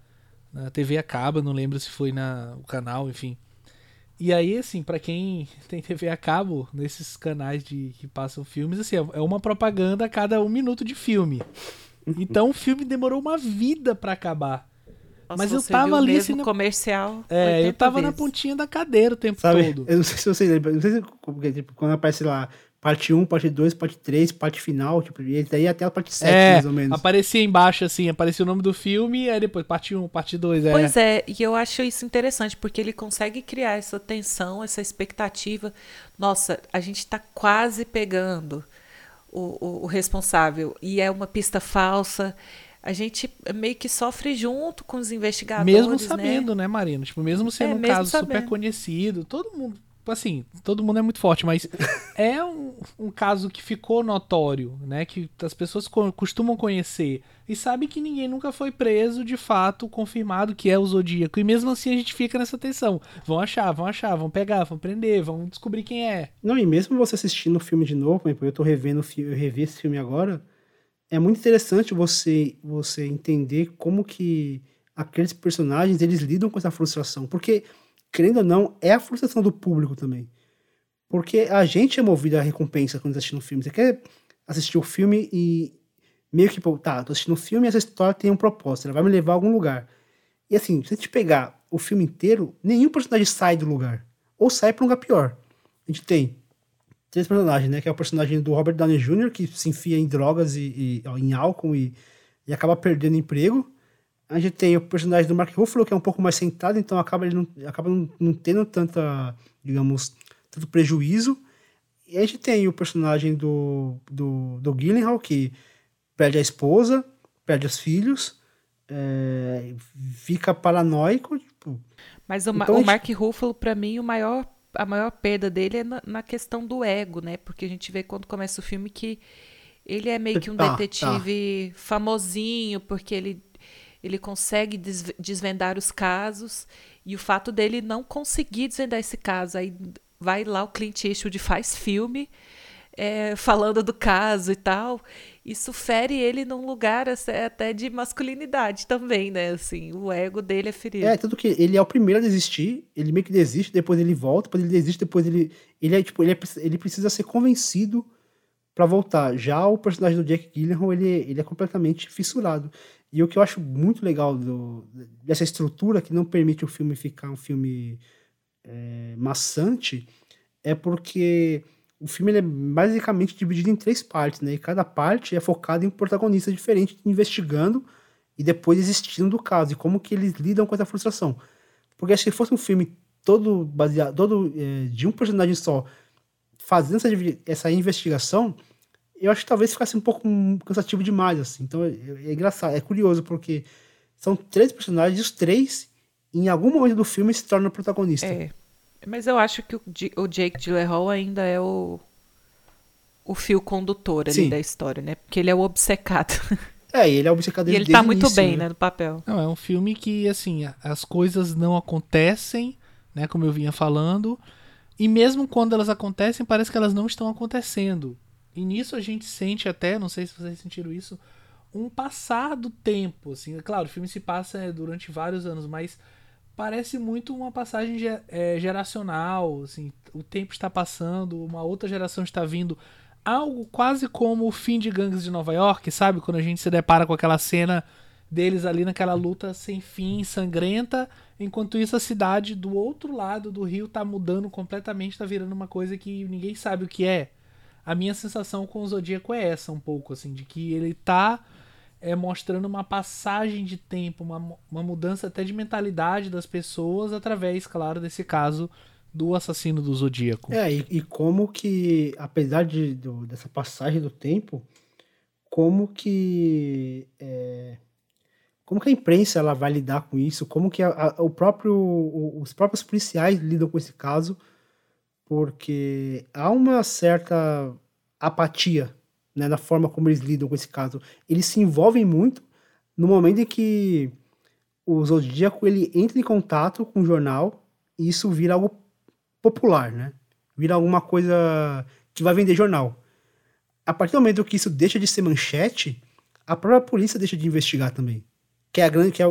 a cabo, não lembro se foi o canal, enfim. E aí, assim, pra quem tem TV a cabo, nesses canais que passam filmes, assim, é uma propaganda a cada 1 minuto de filme. Então o filme demorou uma vida pra acabar. Nossa, mas eu você tava viu ali, mesmo assim, comercial. eu tava 80 na vezes. pontinha da cadeira o tempo todo. Eu não sei se você lembra, não sei se tipo, quando aparece lá parte 1, parte 2, parte 3, parte final, tipo, e daí até a parte 7, mais ou menos. Aparecia embaixo, assim, aparecia o nome do filme, aí depois parte 1, parte 2, Pois é, e eu acho isso interessante, porque ele consegue criar essa tensão, essa expectativa. Nossa, a gente tá quase pegando o responsável e é uma pista falsa, a gente meio que sofre junto com os investigadores, mesmo sabendo, né, Marina? Tipo, mesmo sendo um mesmo caso super sabendo. conhecido, todo mundo, assim, todo mundo é muito forte, mas é um caso que ficou notório, né? Que as pessoas costumam conhecer e sabem que ninguém nunca foi preso, de fato, confirmado que é o Zodíaco. E mesmo assim a gente fica nessa tensão. Vão achar, vão pegar, vão prender, vão descobrir quem é. Não, e mesmo você assistindo o filme de novo, por exemplo, eu tô revendo eu revi esse filme agora, é muito interessante você entender como que aqueles personagens, eles lidam com essa frustração. Porque, querendo ou não, é a frustração do público também. Porque a gente é movido à recompensa quando está assistindo um filme. Você quer assistir o filme e meio que, pô, tá, tô assistindo um filme e essa história tem um propósito, ela vai me levar a algum lugar. E assim, se a gente pegar o filme inteiro, nenhum personagem sai do lugar. Ou sai para um lugar pior. A gente tem 3 personagens, né? Que é o personagem do Robert Downey Jr., que se enfia em drogas e em álcool e acaba perdendo emprego. A gente tem o personagem do Mark Ruffalo, que é um pouco mais centrado, então acaba não tendo tanta, digamos, tanto prejuízo. E a gente tem o personagem do Gyllenhaal, que perde a esposa, perde os filhos, fica paranoico. Tipo. Mas Então, o Mark Ruffalo, pra mim, a maior perda dele é na questão do ego, né? Porque a gente vê quando começa o filme que ele é meio que um detetive famosinho, porque ele consegue desvendar os casos, e o fato dele não conseguir desvendar esse caso, aí vai lá o Clint Eastwood faz filme falando do caso e tal, isso fere ele num lugar até de masculinidade também, né? Assim, o ego dele é ferido. Tanto que ele é o primeiro a desistir, ele meio que desiste, depois ele volta, depois ele desiste, depois ele precisa ser convencido pra voltar. Já o personagem do Jake Gyllenhaal, ele é completamente fissurado. E o que eu acho muito legal dessa estrutura que não permite o filme ficar um filme maçante é porque o filme ele é basicamente dividido em 3 partes, né? E cada parte é focada em um protagonista diferente investigando e depois desistindo do caso e como que eles lidam com essa frustração. Porque se fosse um filme todo baseado de um personagem só fazendo essa investigação, eu acho que talvez ficasse um pouco cansativo demais, assim. Então é engraçado, é curioso, porque são 3 personagens e os 3, em algum momento do filme, se tornam protagonistas. Mas eu acho que o Jake Gyllenhaal ainda é o fio condutor ali da história, né? Porque ele é o obcecado. Ele é o obcecado e ele tá muito bem, né, no papel. Não, é um filme que, assim, as coisas não acontecem, né, como eu vinha falando, e mesmo quando elas acontecem, parece que elas não estão acontecendo. E nisso a gente sente até, não sei se vocês sentiram isso, um passar do tempo, assim. Claro, o filme se passa durante vários anos, mas parece muito uma passagem geracional, assim. O tempo está passando, uma outra geração está vindo. Algo quase como o fim de Gangues de Nova York, sabe? Quando a gente se depara com aquela cena deles ali naquela luta sem fim, sangrenta, enquanto isso a cidade do outro lado do rio tá mudando completamente, tá virando uma coisa que ninguém sabe o que é. A minha sensação com o Zodíaco é essa um pouco, assim, de que ele tá mostrando uma passagem de tempo, uma mudança até de mentalidade das pessoas através, claro, desse caso do assassino do Zodíaco. E como que, apesar dessa passagem do tempo, como que a imprensa ela vai lidar com isso, como que os próprios policiais lidam com esse caso, porque há uma certa apatia, né, na forma como eles lidam com esse caso. Eles se envolvem muito no momento em que o Zodíaco ele entra em contato com o jornal e isso vira algo popular, né? Vira alguma coisa que vai vender jornal. A partir do momento que isso deixa de ser manchete, a própria polícia deixa de investigar também. A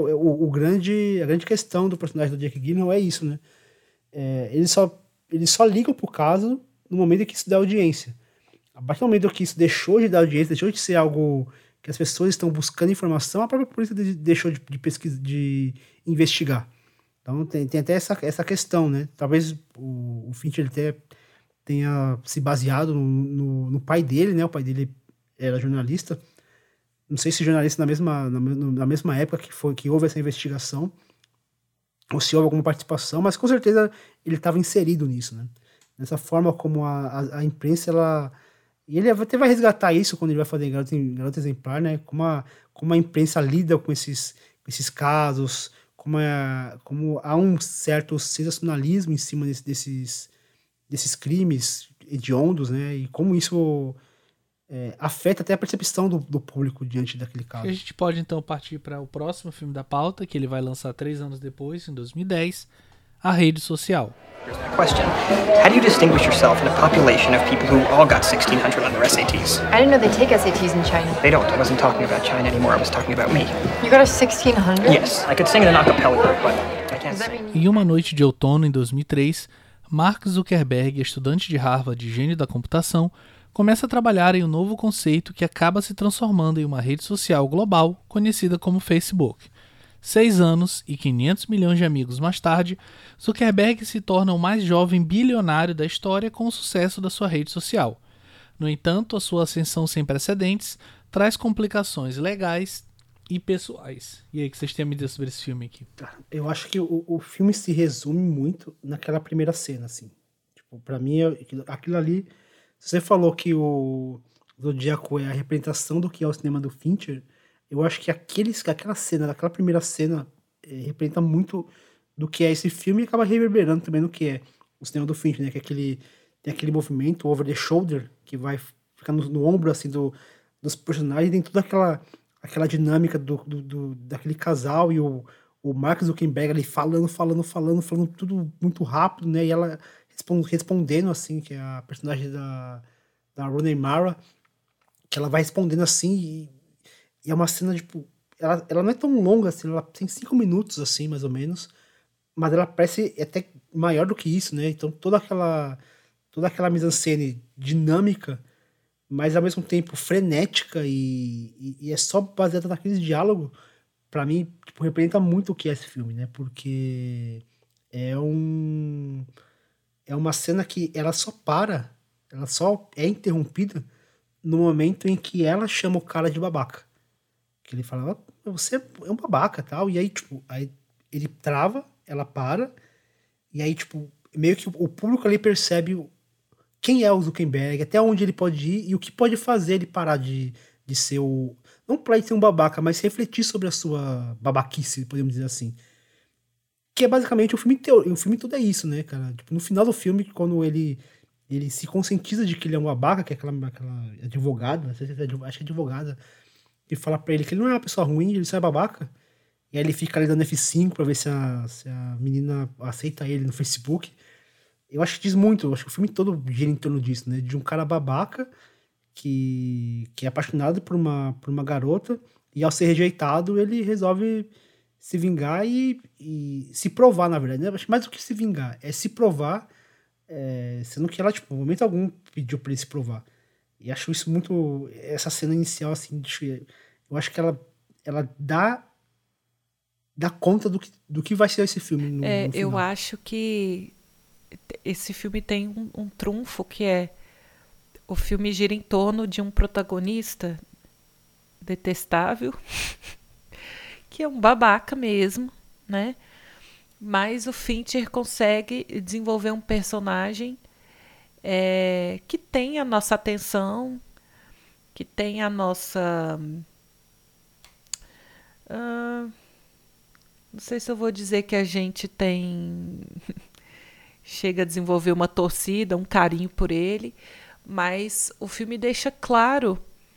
grande questão do personagem do Jake Gyllenhaal é isso, né? Eles só ligam pro caso no momento em que isso dá audiência. A partir do momento que isso deixou de dar audiência, deixou de ser algo que as pessoas estão buscando informação, a própria polícia deixou de pesquisar, de investigar. Então tem até essa questão, né? Talvez o Fincher até tenha se baseado no pai dele, né? O pai dele era jornalista. Não sei se jornalista na mesma época que houve essa investigação, ou se houve alguma participação, mas com certeza ele estava inserido nisso, né? Nessa forma como a imprensa E ele até vai resgatar isso quando ele vai fazer Garota Exemplar, né? Como a imprensa lida com esses casos, como há um certo sensacionalismo em cima desses crimes hediondos, né? E como isso afeta até a percepção do público diante daquele caso. A gente pode então partir para o próximo filme da pauta, que ele vai lançar 3 anos depois, em 2010, A Rede Social. Question: how do you distinguish yourself in a population of people who all got 1600 on their SATs? I didn't know they take SATs in China. They don't. I wasn't talking about China anymore. I was talking about me. You got a 1600? Yes, I could sing in an a cappella group, but I can't sing. Em uma noite de outono em 2003, Mark Zuckerberg, estudante de Harvard e gênio da computação, começa a trabalhar em um novo conceito que acaba se transformando em uma rede social global conhecida como Facebook. 6 anos e 500 milhões de amigos mais tarde, Zuckerberg se torna o mais jovem bilionário da história com o sucesso da sua rede social. No entanto, a sua ascensão sem precedentes traz complicações legais e pessoais. E aí, o que vocês têm a me dizer sobre esse filme aqui? Eu acho que o filme se resume muito naquela primeira cena, assim. Tipo, pra mim, aquilo ali... Você falou que o Zodíaco é a representação do que é o cinema do Fincher. Eu acho que aquela cena, aquela primeira cena, representa muito do que é esse filme e acaba reverberando também no que é o cinema do Fincher, né? Que tem aquele movimento over the shoulder, que vai ficar no ombro, assim, dos personagens, e tem toda aquela dinâmica daquele casal e o Mark Zuckerberg ali falando tudo muito rápido, né? E ela respondendo, assim, que é a personagem da Rooney Mara, que ela vai respondendo assim, e é uma cena, tipo, ela não é tão longa, assim, ela tem 5 minutos, assim, mais ou menos, mas ela parece até maior do que isso, né? Então toda aquela mise-en-scène dinâmica, mas ao mesmo tempo frenética e é só baseada naqueles diálogos, pra mim, tipo, representa muito o que é esse filme, né? Porque é uma cena que ela só é interrompida no momento em que ela chama o cara de babaca. Que ele fala, você é um babaca e tal. E aí, tipo, aí ele trava, ela para. E aí, tipo, meio que o público ali percebe quem é o Zuckerberg, até onde ele pode ir e o que pode fazer ele parar de ser o... Não para ele ser um babaca, mas refletir sobre a sua babaquice, podemos dizer assim. Que é basicamente o filme todo é isso, né, cara? Tipo, no final do filme, quando ele se conscientiza de que ele é um babaca, que é aquela advogada, não sei se acho que é advogada, que fala pra ele que ele não é uma pessoa ruim, ele só é babaca. E aí ele fica ali dando F5 pra ver se a menina aceita ele no Facebook. Eu acho que diz muito, eu acho que o filme todo gira em torno disso, né? De um cara babaca que é apaixonado por uma garota e ao ser rejeitado ele resolve se vingar e se provar, na verdade, né? Acho que mais do que se vingar, é se provar, sendo que ela, tipo, em momento algum pediu pra ele se provar. E acho isso muito... Essa cena inicial, assim, eu acho que ela dá conta do que vai ser esse filme no final. Eu acho que esse filme tem um trunfo, que é o filme gira em torno de um protagonista detestável, que é um babaca mesmo, né? Mas o Fincher consegue desenvolver um personagem que tem a nossa atenção, que tem a nossa... não sei se eu vou dizer que a gente tem... chega a desenvolver uma torcida, um carinho por ele, mas o filme deixa claro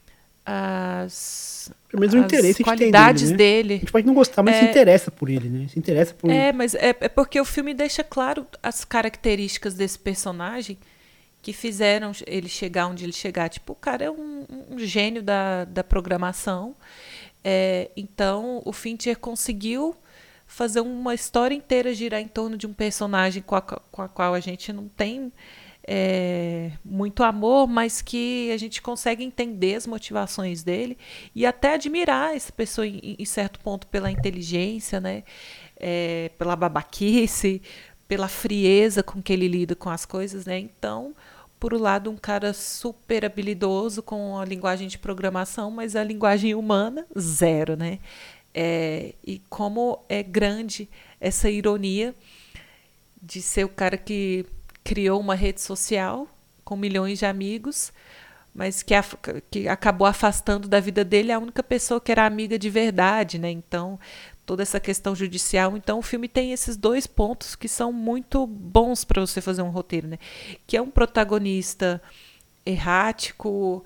as qualidades dele. A gente pode não gostar, mas se interessa por ele, né? Se interessa por... mas é porque o filme deixa claro as características desse personagem que fizeram ele chegar onde ele chegar. Tipo, o cara é um gênio da programação. Então, o Fincher conseguiu fazer uma história inteira girar em torno de um personagem com a qual a gente não tem muito amor, mas que a gente consegue entender as motivações dele e até admirar essa pessoa em certo ponto pela inteligência, né? Pela babaquice, pela frieza com que ele lida com as coisas, né? Então, por um lado, um cara super habilidoso com a linguagem de programação, mas a linguagem humana, zero, né? E como é grande essa ironia de ser o cara que criou uma rede social com milhões de amigos, mas que acabou afastando da vida dele a única pessoa que era amiga de verdade, né? Então, toda essa questão judicial. Então, o filme tem esses dois pontos que são muito bons para você fazer um roteiro, né? Que é um protagonista errático,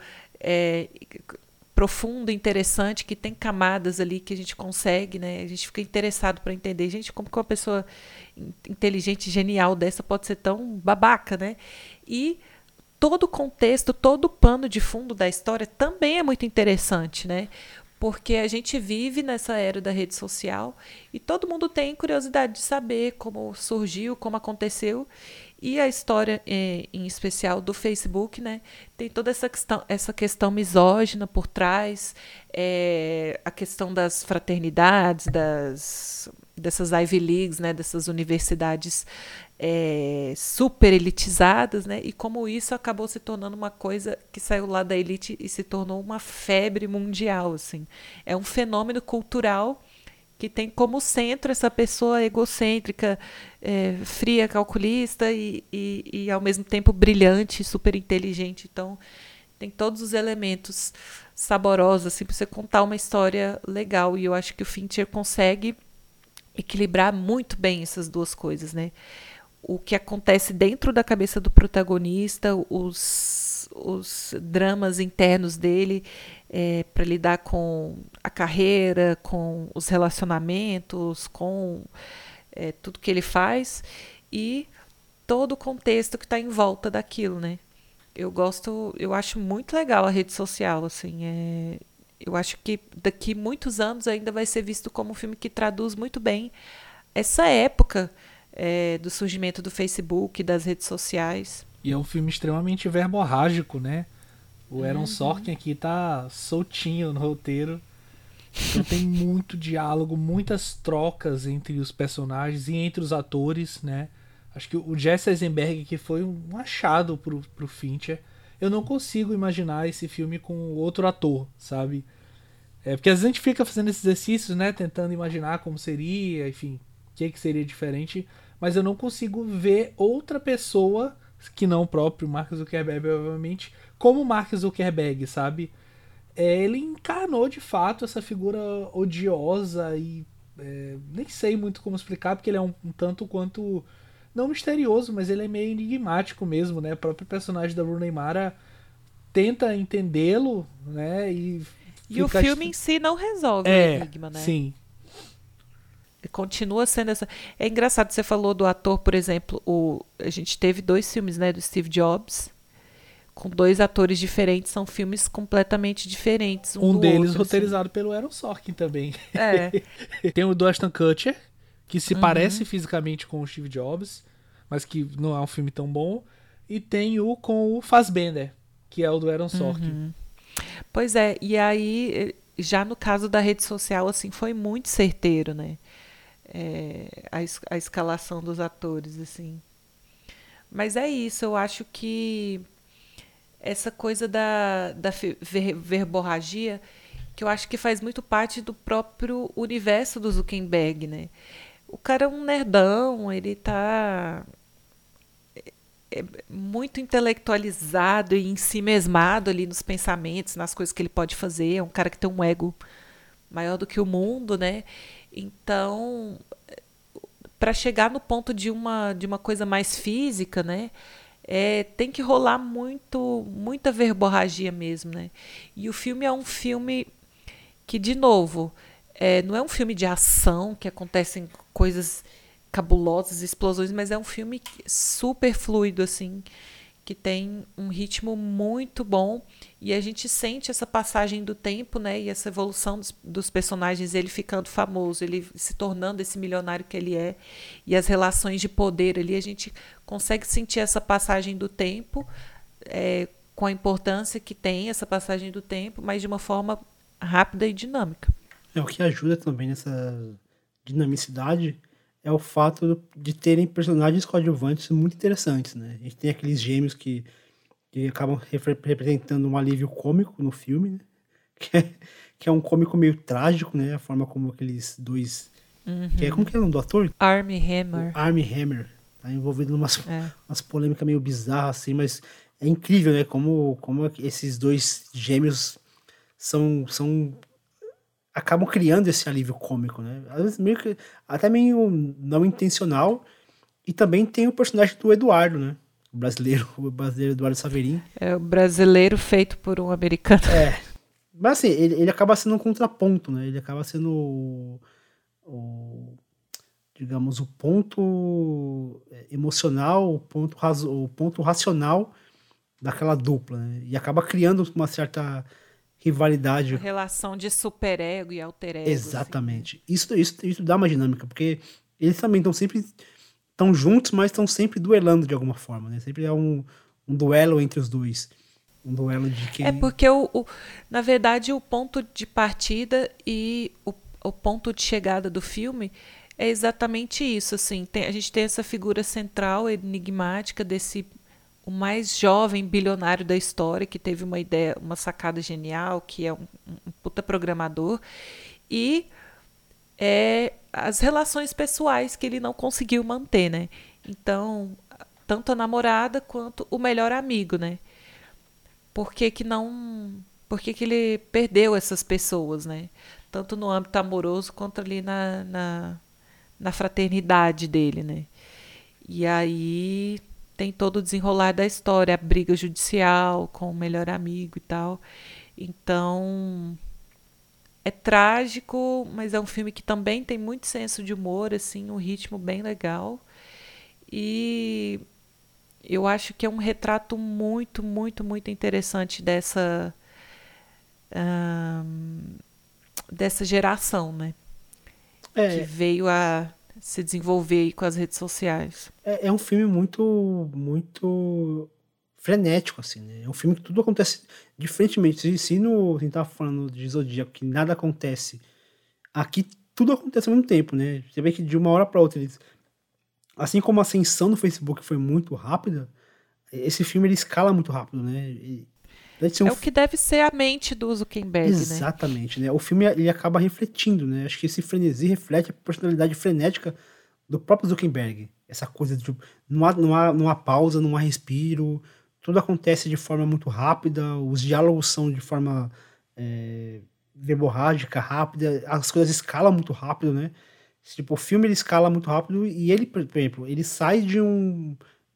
profundo, interessante, que tem camadas ali que a gente consegue, né? A gente fica interessado para entender. Gente, como que uma pessoa inteligente, genial dessa pode ser tão babaca, né? E todo o contexto, todo o pano de fundo da história também é muito interessante, né? Porque a gente vive nessa era da rede social e todo mundo tem curiosidade de saber como surgiu, como aconteceu. E a história, em especial do Facebook, né, tem toda essa questão misógina por trás, a questão das fraternidades, dessas Ivy Leagues, né, dessas universidades super elitizadas, né, e como isso acabou se tornando uma coisa que saiu lá da elite e se tornou uma febre mundial. Assim. É um fenômeno cultural que tem como centro essa pessoa egocêntrica, fria, calculista e ao mesmo tempo brilhante, super inteligente. Então, tem todos os elementos saborosos assim, para você contar uma história legal. E eu acho que o Fincher consegue equilibrar muito bem essas duas coisas, né? O que acontece dentro da cabeça do protagonista, os dramas internos dele, para lidar com a carreira, com os relacionamentos, com tudo que ele faz e todo o contexto que está em volta daquilo, né? Eu acho muito legal a rede social, assim, eu acho que daqui muitos anos ainda vai ser visto como um filme que traduz muito bem essa época do surgimento do Facebook, das redes sociais. E é um filme extremamente verborrágico, né? O Aaron Sorkin aqui tá soltinho no roteiro. Então tem muito diálogo, muitas trocas entre os personagens e entre os atores, né? Acho que o Jesse Eisenberg aqui foi um achado pro Fincher. Eu não consigo imaginar esse filme com outro ator, sabe? Porque às vezes a gente fica fazendo esses exercícios, né? Tentando imaginar como seria, enfim, o que seria diferente. Mas eu não consigo ver outra pessoa, que não o próprio Mark Zuckerberg, obviamente, como Mark Zuckerberg, sabe? Ele encarnou de fato essa figura odiosa e nem sei muito como explicar, porque ele é um tanto quanto, não misterioso, mas ele é meio enigmático mesmo, né? O próprio personagem da Rooney Mara tenta entendê-lo, né? E o filme em si não resolve o enigma, né? Sim. Continua sendo essa... É engraçado, você falou do ator, por exemplo, a gente teve 2 filmes, né, do Steve Jobs, com 2 atores diferentes, são filmes completamente diferentes. Um deles outro, roteirizado assim. pelo Aaron Sorkin também. Tem o do Ashton Kutcher, que se parece fisicamente com o Steve Jobs, mas que não é um filme tão bom. E tem o com o Fassbender, que é o do Aaron Sorkin. Pois é, e aí, já no caso da rede social, assim, foi muito certeiro, né? A escalação dos atores, assim. Mas é isso, eu acho que essa coisa da verborragia, que eu acho que faz muito parte do próprio universo do Zuckerberg, né? O cara é um nerdão, ele tá muito intelectualizado e ensimesmado ali nos pensamentos, nas coisas que ele pode fazer. É um cara que tem um ego maior do que o mundo, né? Então, para chegar no ponto de uma coisa mais física, né? Tem que rolar muita verborragia mesmo, né? E o filme é um filme que, de novo, não é um filme de ação, que acontecem coisas cabulosas, explosões, mas é um filme super fluido, assim, que tem um ritmo muito bom e a gente sente essa passagem do tempo, né, e essa evolução dos personagens, ele ficando famoso, ele se tornando esse milionário que ele é, e as relações de poder ali, a gente consegue sentir essa passagem do tempo, com a importância que tem essa passagem do tempo, mas de uma forma rápida e dinâmica. O que ajuda também nessa dinamicidade é o fato de terem personagens coadjuvantes muito interessantes, né? A gente tem aqueles gêmeos que acabam representando um alívio cômico no filme, né? Que é um cômico meio trágico, né? A forma como aqueles dois... como que é o nome do ator? Armie Hammer. O Armie Hammer. Tá envolvido em umas polêmicas meio bizarras, assim, mas é incrível, né? Como esses dois gêmeos acabam criando esse alívio cômico, né? Às vezes até meio não intencional. E também tem o personagem do Eduardo, né? O brasileiro Eduardo Saverin. É o brasileiro feito por um americano. Mas assim, ele acaba sendo um contraponto, né? Ele acaba sendo digamos, o ponto emocional, o ponto racional daquela dupla, né? E acaba criando uma certa rivalidade. A relação de superego e alter ego. Exatamente. Assim, né? Isso dá uma dinâmica, porque eles também estão juntos, mas estão sempre duelando de alguma forma, né? Sempre é um duelo entre os dois. Um duelo de quem... É porque, na verdade, o ponto de partida e o ponto de chegada do filme é exatamente isso, assim. A gente tem essa figura central, enigmática, o mais jovem bilionário da história, que teve uma ideia, uma sacada genial, que é um puta programador, e as relações pessoais que ele não conseguiu manter, né? Então, tanto a namorada quanto o melhor amigo, né? Por que ele perdeu essas pessoas, né? Tanto no âmbito amoroso quanto ali na fraternidade dele, né? E aí tem todo o desenrolar da história, a briga judicial com o melhor amigo e tal. Então, é trágico, mas é um filme que também tem muito senso de humor, assim, um ritmo bem legal. E eu acho que é um retrato muito, muito, muito interessante dessa geração, né? Que veio a se desenvolver aí com as redes sociais. É um filme muito, muito frenético, assim, né? É um filme que tudo acontece diferentemente. Se a gente tava falando de Zodíaco, que nada acontece, aqui tudo acontece ao mesmo tempo, né? Você vê que de uma hora para outra, assim como a ascensão no Facebook foi muito rápida, esse filme ele escala muito rápido, né? O que deve ser a mente do Zuckerberg, Exatamente, né? O filme ele acaba refletindo, né? Acho que esse frenesi reflete a personalidade frenética do próprio Zuckerberg. Essa coisa de não há pausa, não há respiro, tudo acontece de forma muito rápida, os diálogos são de forma verborrágica, rápida, as coisas escalam muito rápido, né? Tipo, o filme ele escala muito rápido e ele, por exemplo, ele sai de um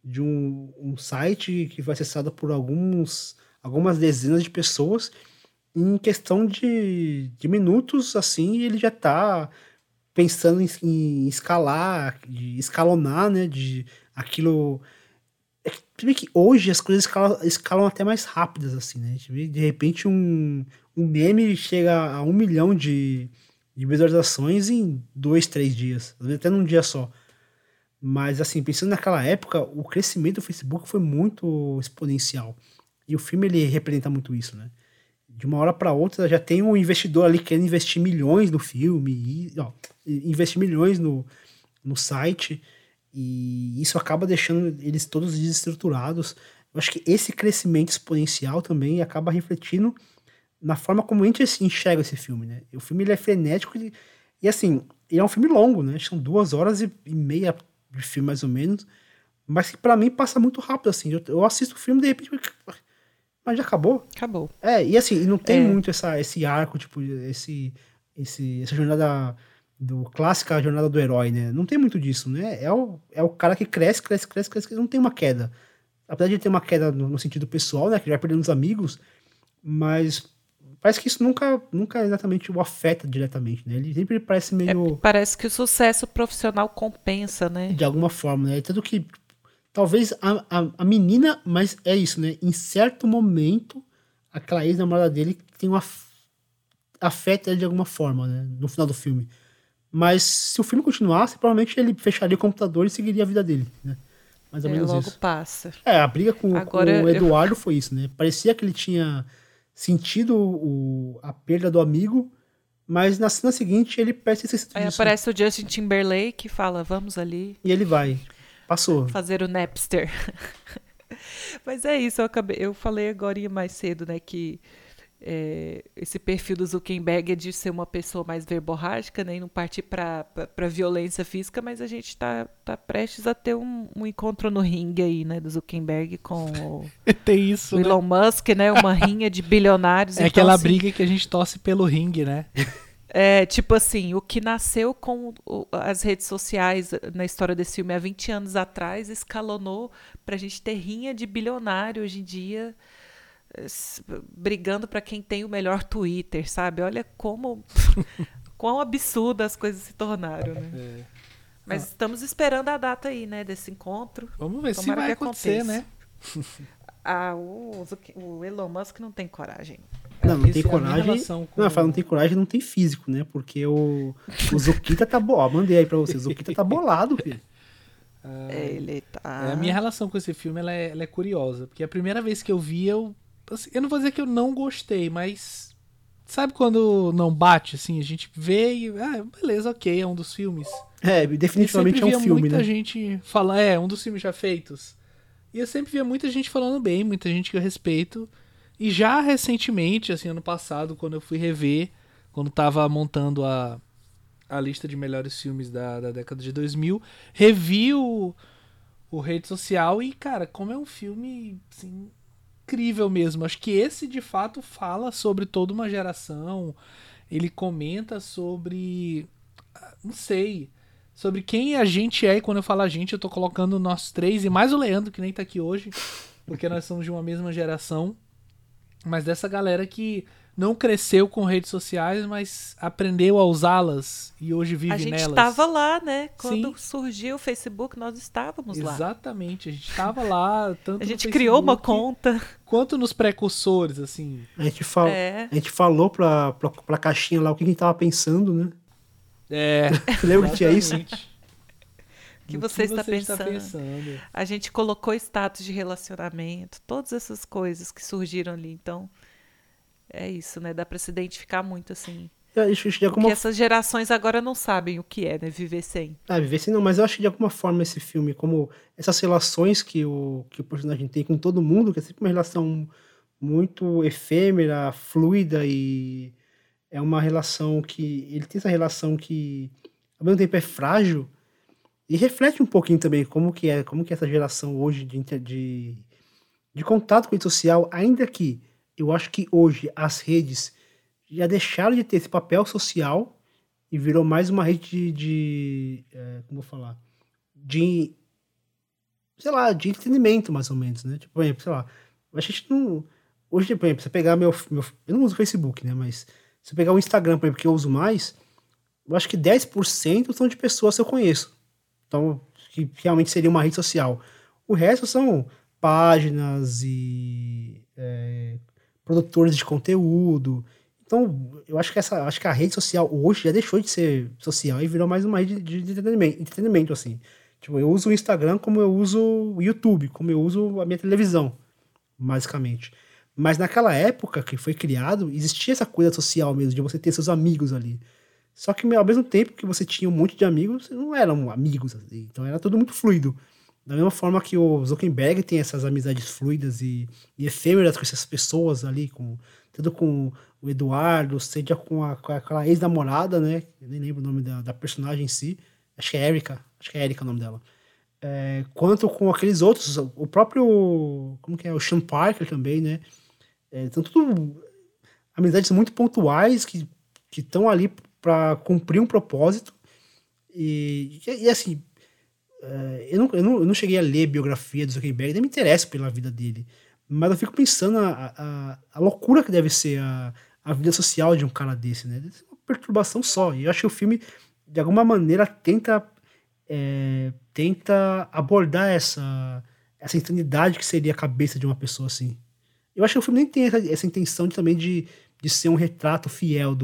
site que foi acessado por algumas dezenas de pessoas, em questão de minutos, assim, ele já está pensando em escalar, de escalonar, né, de aquilo... que hoje as coisas escalam até mais rápidas, assim, né, a gente vê, de repente, um meme chega a 1 milhão de visualizações em 2, 3 dias, às vezes até num dia só. Mas, assim, pensando naquela época, o crescimento do Facebook foi muito exponencial. E o filme, ele representa muito isso, né? De uma hora para outra, já tem um investidor ali querendo investir milhões no filme, investir milhões no site, e isso acaba deixando eles todos desestruturados. Eu acho que esse crescimento exponencial também acaba refletindo na forma como a gente enxerga esse filme, né? O filme, ele é frenético e assim, ele é um filme longo, né? São 2 horas e meia de filme, mais ou menos, mas que pra mim passa muito rápido, assim. Eu assisto o filme, de repente... Mas já acabou? Acabou. E assim, não tem muito esse arco, tipo, essa jornada clássica jornada do herói, né? Não tem muito disso, né? É o cara que cresce, não tem uma queda. Apesar de ter uma queda no sentido pessoal, né? Que ele vai perdendo os amigos, mas parece que isso nunca exatamente o afeta diretamente, né? Ele sempre parece meio... Parece que o sucesso profissional compensa, né? De alguma forma, né? Tanto que talvez a menina, mas é isso, né? Em certo momento, aquela ex-namorada dele tem afeta ele de alguma forma, né? No final do filme. Mas se o filme continuasse, provavelmente ele fecharia o computador e seguiria a vida dele, né? Mais ou menos logo isso. Passa. A briga com o Eduardo foi isso, né? Parecia que ele tinha sentido a perda do amigo, mas na cena seguinte ele parece ter sentido isso. Aparece o Justin Timberlake e fala, vamos ali. E ele vai. Passou. Fazer o Napster. Mas é isso, eu falei agora mais cedo, né, que esse perfil do Zuckerberg é de ser uma pessoa mais verborrágica, né, e não partir para violência física, mas a gente tá prestes a ter um encontro no ringue aí, né, do Zuckerberg com Tem isso, o Elon Musk, né, uma rinha de bilionários. É então, aquela assim, briga que a gente torce pelo ringue, né? Tipo assim, o que nasceu com as redes sociais na história desse filme há 20 anos atrás escalonou pra gente ter rinha de bilionário hoje em dia, brigando para quem tem o melhor Twitter, sabe? Olha quão absurdas as coisas se tornaram, né? Mas estamos esperando a data aí, né, desse encontro. Vamos ver se vai acontecer, né? O Elon Musk não tem coragem. Não tem coragem. Não tem coragem, não tem físico, né? Porque o Zukita tá bolado. Mandei aí pra você. O Zukita tá bolado, filho. Ele tá... A minha relação com esse filme ela é curiosa. Porque a primeira vez que eu vi, eu não vou dizer que eu não gostei, mas sabe quando não bate, assim, a gente vê e, beleza, ok, é um dos filmes. Definitivamente é um filme, muita né? gente fala, um dos filmes já feitos. E eu sempre via muita gente falando bem, muita gente que eu respeito. E já recentemente, assim, ano passado, quando eu fui rever, quando tava montando a lista de melhores filmes da década de 2000, revi o Rede Social e, cara, como é um filme, assim, incrível mesmo. Acho que esse, de fato, fala sobre toda uma geração. Ele comenta sobre... não sei... sobre quem a gente é. E quando eu falo a gente, eu tô colocando nós três, e mais o Leandro, que nem tá aqui hoje, porque nós somos de uma mesma geração. Mas dessa galera que não cresceu com redes sociais, mas aprendeu a usá-las e hoje vive nelas. A gente estava lá, né? Quando surgiu o Facebook, nós estávamos lá. Exatamente, a gente estava lá, tanto a gente no Facebook, criou uma conta. Quanto nos precursores, assim. A gente falou pra caixinha lá o que a gente tava pensando, né? Você lembra que tinha isso? O que você está pensando? A gente colocou status de relacionamento, todas essas coisas que surgiram ali. Então, é isso, né? Dá para se identificar muito, assim. Porque essas gerações agora não sabem o que é, né? Viver sem. Viver sem não, mas eu acho que de alguma forma esse filme, como essas relações que o personagem tem com todo mundo, que é sempre uma relação muito efêmera, fluida, e é uma relação que... ele tem essa relação que, ao mesmo tempo, é frágil, e reflete um pouquinho também como que é essa geração hoje de contato com a rede social, ainda que eu acho que hoje as redes já deixaram de ter esse papel social e virou mais uma rede como eu vou falar? De entretenimento, mais ou menos, né? Tipo, por exemplo, sei lá, a gente não... hoje, por exemplo, você pegar eu não uso o Facebook, né? Mas se você pegar o Instagram, por exemplo, que eu uso mais, eu acho que 10% são de pessoas que eu conheço. Então, que realmente seria uma rede social. O resto são páginas e produtores de conteúdo. Então, eu acho que a rede social hoje já deixou de ser social e virou mais uma rede de entretenimento, assim. Tipo, eu uso o Instagram como eu uso o YouTube, como eu uso a minha televisão, basicamente. Mas naquela época que foi criado, existia essa coisa social mesmo, de você ter seus amigos ali. Só que ao mesmo tempo que você tinha um monte de amigos, não eram amigos, assim. Então era tudo muito fluido. Da mesma forma que o Zuckerberg tem essas amizades fluidas e efêmeras com essas pessoas ali, tanto com o Eduardo, seja com aquela ex-namorada, né? Eu nem lembro o nome da personagem em si. Acho que é Erika o nome dela. Quanto com aqueles outros, o próprio... como que é? O Sean Parker também, né? São tudo amizades muito pontuais que estão ali para cumprir um propósito. E assim, eu não cheguei a ler a biografia do Zuckerberg, nem me interesso pela vida dele. Mas eu fico pensando a loucura que deve ser a vida social de um cara desse, né? Deve ser uma perturbação só. E eu acho que o filme, de alguma maneira, tenta abordar essa insanidade que seria a cabeça de uma pessoa assim. Eu acho que o filme nem tem essa intenção também de ser um retrato fiel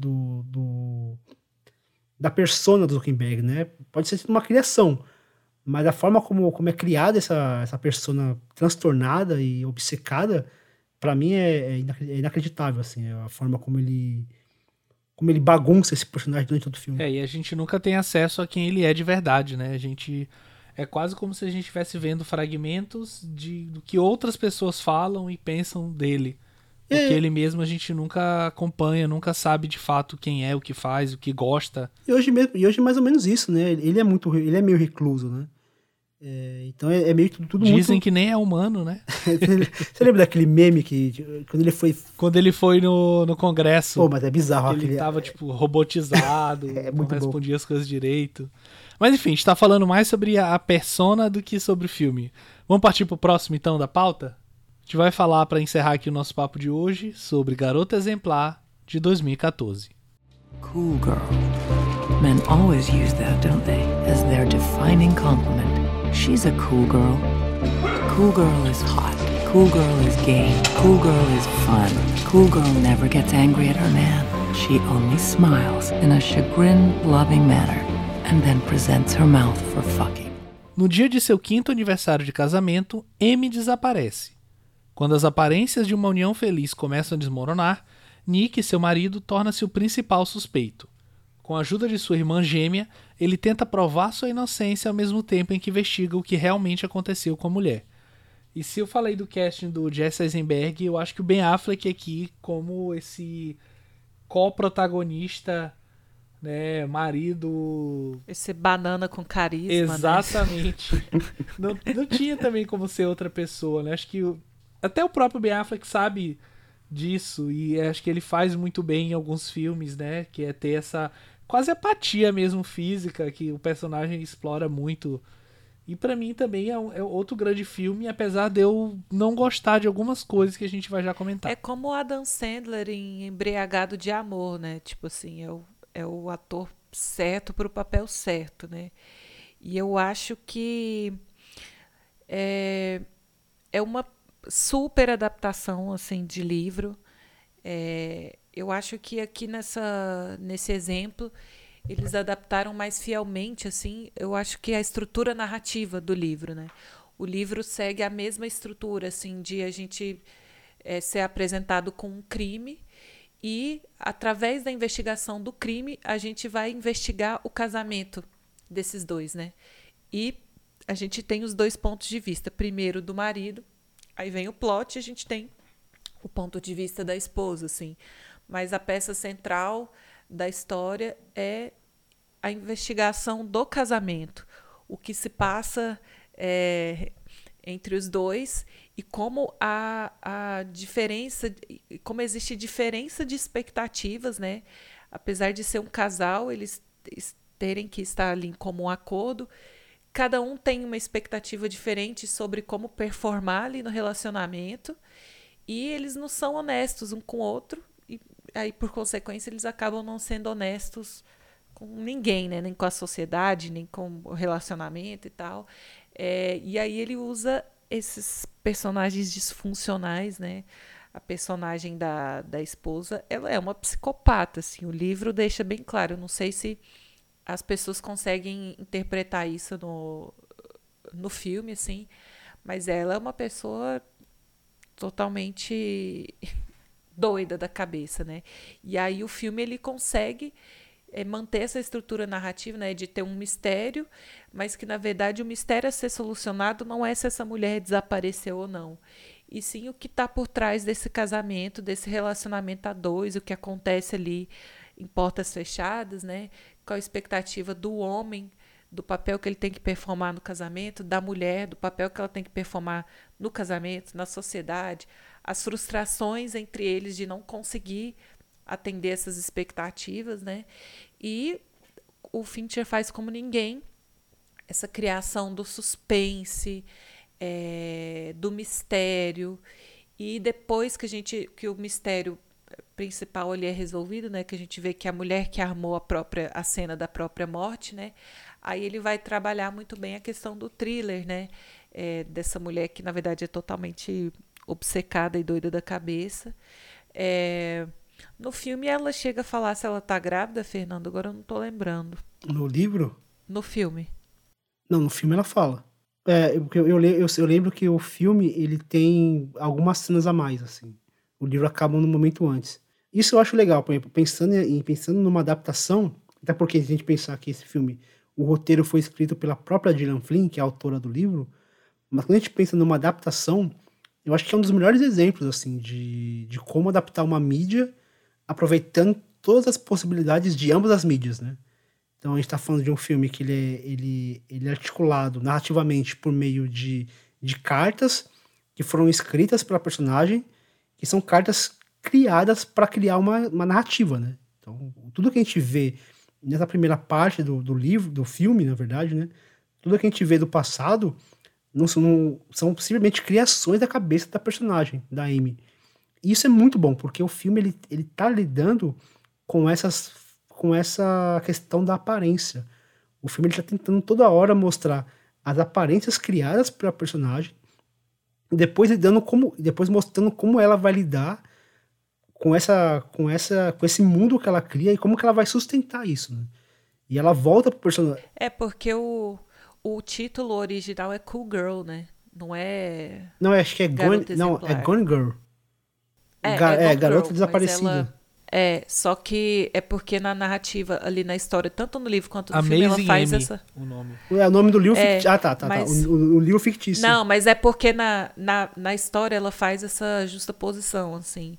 da persona do Zuckerberg, né? Pode ser uma criação, mas a forma como é criada essa persona transtornada e obcecada, pra mim é inacreditável, assim, a forma como ele bagunça esse personagem durante todo o filme. E a gente nunca tem acesso a quem ele é de verdade, né? É quase como se a gente estivesse vendo fragmentos do que outras pessoas falam e pensam dele. Porque ele mesmo a gente nunca acompanha, nunca sabe de fato quem é, o que faz, o que gosta. E hoje é mais ou menos isso, né? Ele é meio recluso, né? Então é meio tudo Dizem muito... que nem é humano, né? Você lembra daquele meme que quando ele foi no Congresso? Pô, mas é bizarro. Ele tava, tipo, robotizado, não muito respondia bom. as coisas direito. Mas enfim, a gente tá falando mais sobre a persona do que sobre o filme. Vamos partir pro próximo, então, da pauta? A gente vai falar, pra encerrar aqui o nosso papo de hoje, sobre Garota Exemplar, de 2014. Cool girl. Men always use that, don't they? As their defining compliment. She's a cool girl. Cool girl is hot. Cool girl is game. Cool girl is fun. Cool girl never gets angry at her man. She only smiles in a chagrin-loving manner and then presents her mouth for fucking. No dia de seu 5º aniversário de casamento, Amy desaparece. Quando as aparências de uma união feliz começam a desmoronar, Nick, seu marido, torna-se o principal suspeito. Com a ajuda de sua irmã gêmea, ele tenta provar sua inocência ao mesmo tempo em que investiga o que realmente aconteceu com a mulher. E se eu falei do casting do Jesse Eisenberg, eu acho que o Ben Affleck aqui, como esse co-protagonista, né, marido... Esse banana com carisma, Exatamente. Né? Não tinha também como ser outra pessoa, né? Acho que até o próprio Ben Affleck sabe disso, e acho que ele faz muito bem em alguns filmes, né? Que é ter essa quase apatia mesmo física, que o personagem explora muito. E pra mim também é outro grande filme, apesar de eu não gostar de algumas coisas que a gente vai já comentar. É como o Adam Sandler em Embriagado de Amor, né? Tipo assim, é o ator certo pro papel certo, né? E eu acho que é uma super adaptação assim de livro. Eu acho que aqui nesse exemplo eles adaptaram mais fielmente, assim, eu acho que a estrutura narrativa do livro, né? O livro segue a mesma estrutura, assim, de a gente ser apresentado com um crime e, através da investigação do crime, a gente vai investigar o casamento desses dois, né? E a gente tem os dois pontos de vista. Primeiro, do marido, aí vem o plot e a gente tem o ponto de vista da esposa, assim. Mas a peça central da história é a investigação do casamento, o que se passa entre os dois e como a diferença, como existe diferença de expectativas, né? Apesar de ser um casal, eles terem que estar ali em comum acordo, cada um tem uma expectativa diferente sobre como performar ali no relacionamento e eles não são honestos um com o outro e aí, por consequência, eles acabam não sendo honestos com ninguém, né? Nem com a sociedade, nem com o relacionamento e tal. E aí ele usa esses personagens disfuncionais, né? A personagem da esposa, ela é uma psicopata, assim. O livro deixa bem claro. Eu não sei se as pessoas conseguem interpretar isso no filme, assim, mas ela é uma pessoa totalmente doida da cabeça, né? E aí o filme ele consegue manter essa estrutura narrativa, né, de ter um mistério, mas que na verdade o mistério a ser solucionado não é se essa mulher desapareceu ou não, e sim o que está por trás desse casamento, desse relacionamento a dois, o que acontece ali em portas fechadas, né? Qual a expectativa do homem, do papel que ele tem que performar no casamento, da mulher, do papel que ela tem que performar no casamento, na sociedade, as frustrações entre eles de não conseguir atender essas expectativas, né? E o Fincher faz como ninguém essa criação do suspense, do mistério, e depois que o mistério principal ali é resolvido, né? Que a gente vê que a mulher que armou a cena da própria morte, né? Aí ele vai trabalhar muito bem a questão do thriller, né? Dessa mulher que na verdade é totalmente obcecada e doida da cabeça. No filme ela chega a falar se ela tá grávida, Fernando, agora eu não tô lembrando. No livro? No filme. Não, no filme ela fala. Eu lembro que o filme ele tem algumas cenas a mais, assim. O livro acaba no momento antes. Isso eu acho legal, por exemplo, pensando numa adaptação, até porque a gente pensar que esse filme, o roteiro foi escrito pela própria Gillian Flynn, que é a autora do livro, mas quando a gente pensa numa adaptação, eu acho que é um dos melhores exemplos, assim, de como adaptar uma mídia aproveitando todas as possibilidades de ambas as mídias, né? Então a gente tá falando de um filme que ele é articulado narrativamente por meio de cartas que foram escritas pela personagem, que são cartas criadas para criar uma narrativa, né? Então, tudo que a gente vê nessa primeira parte do livro, do filme, na verdade, né? Tudo que a gente vê do passado não são simplesmente criações da cabeça da personagem, da Amy. E isso é muito bom, porque o filme ele tá lidando com essa questão da aparência. O filme ele tá tentando toda hora mostrar as aparências criadas pela personagem, depois mostrando como ela vai lidar com esse mundo que ela cria e como que ela vai sustentar isso, né? E ela volta pro personagem. É porque o título original é Cool Girl, né? Não é... Não, acho que é Gone Girl. Garota Desaparecida. Só que é porque na narrativa, ali na história, tanto no livro quanto no filme, ela Amazing faz Amy, essa... O nome do livro fictício. Mas... O livro fictício. Não, mas é porque na história ela faz essa justaposição, assim.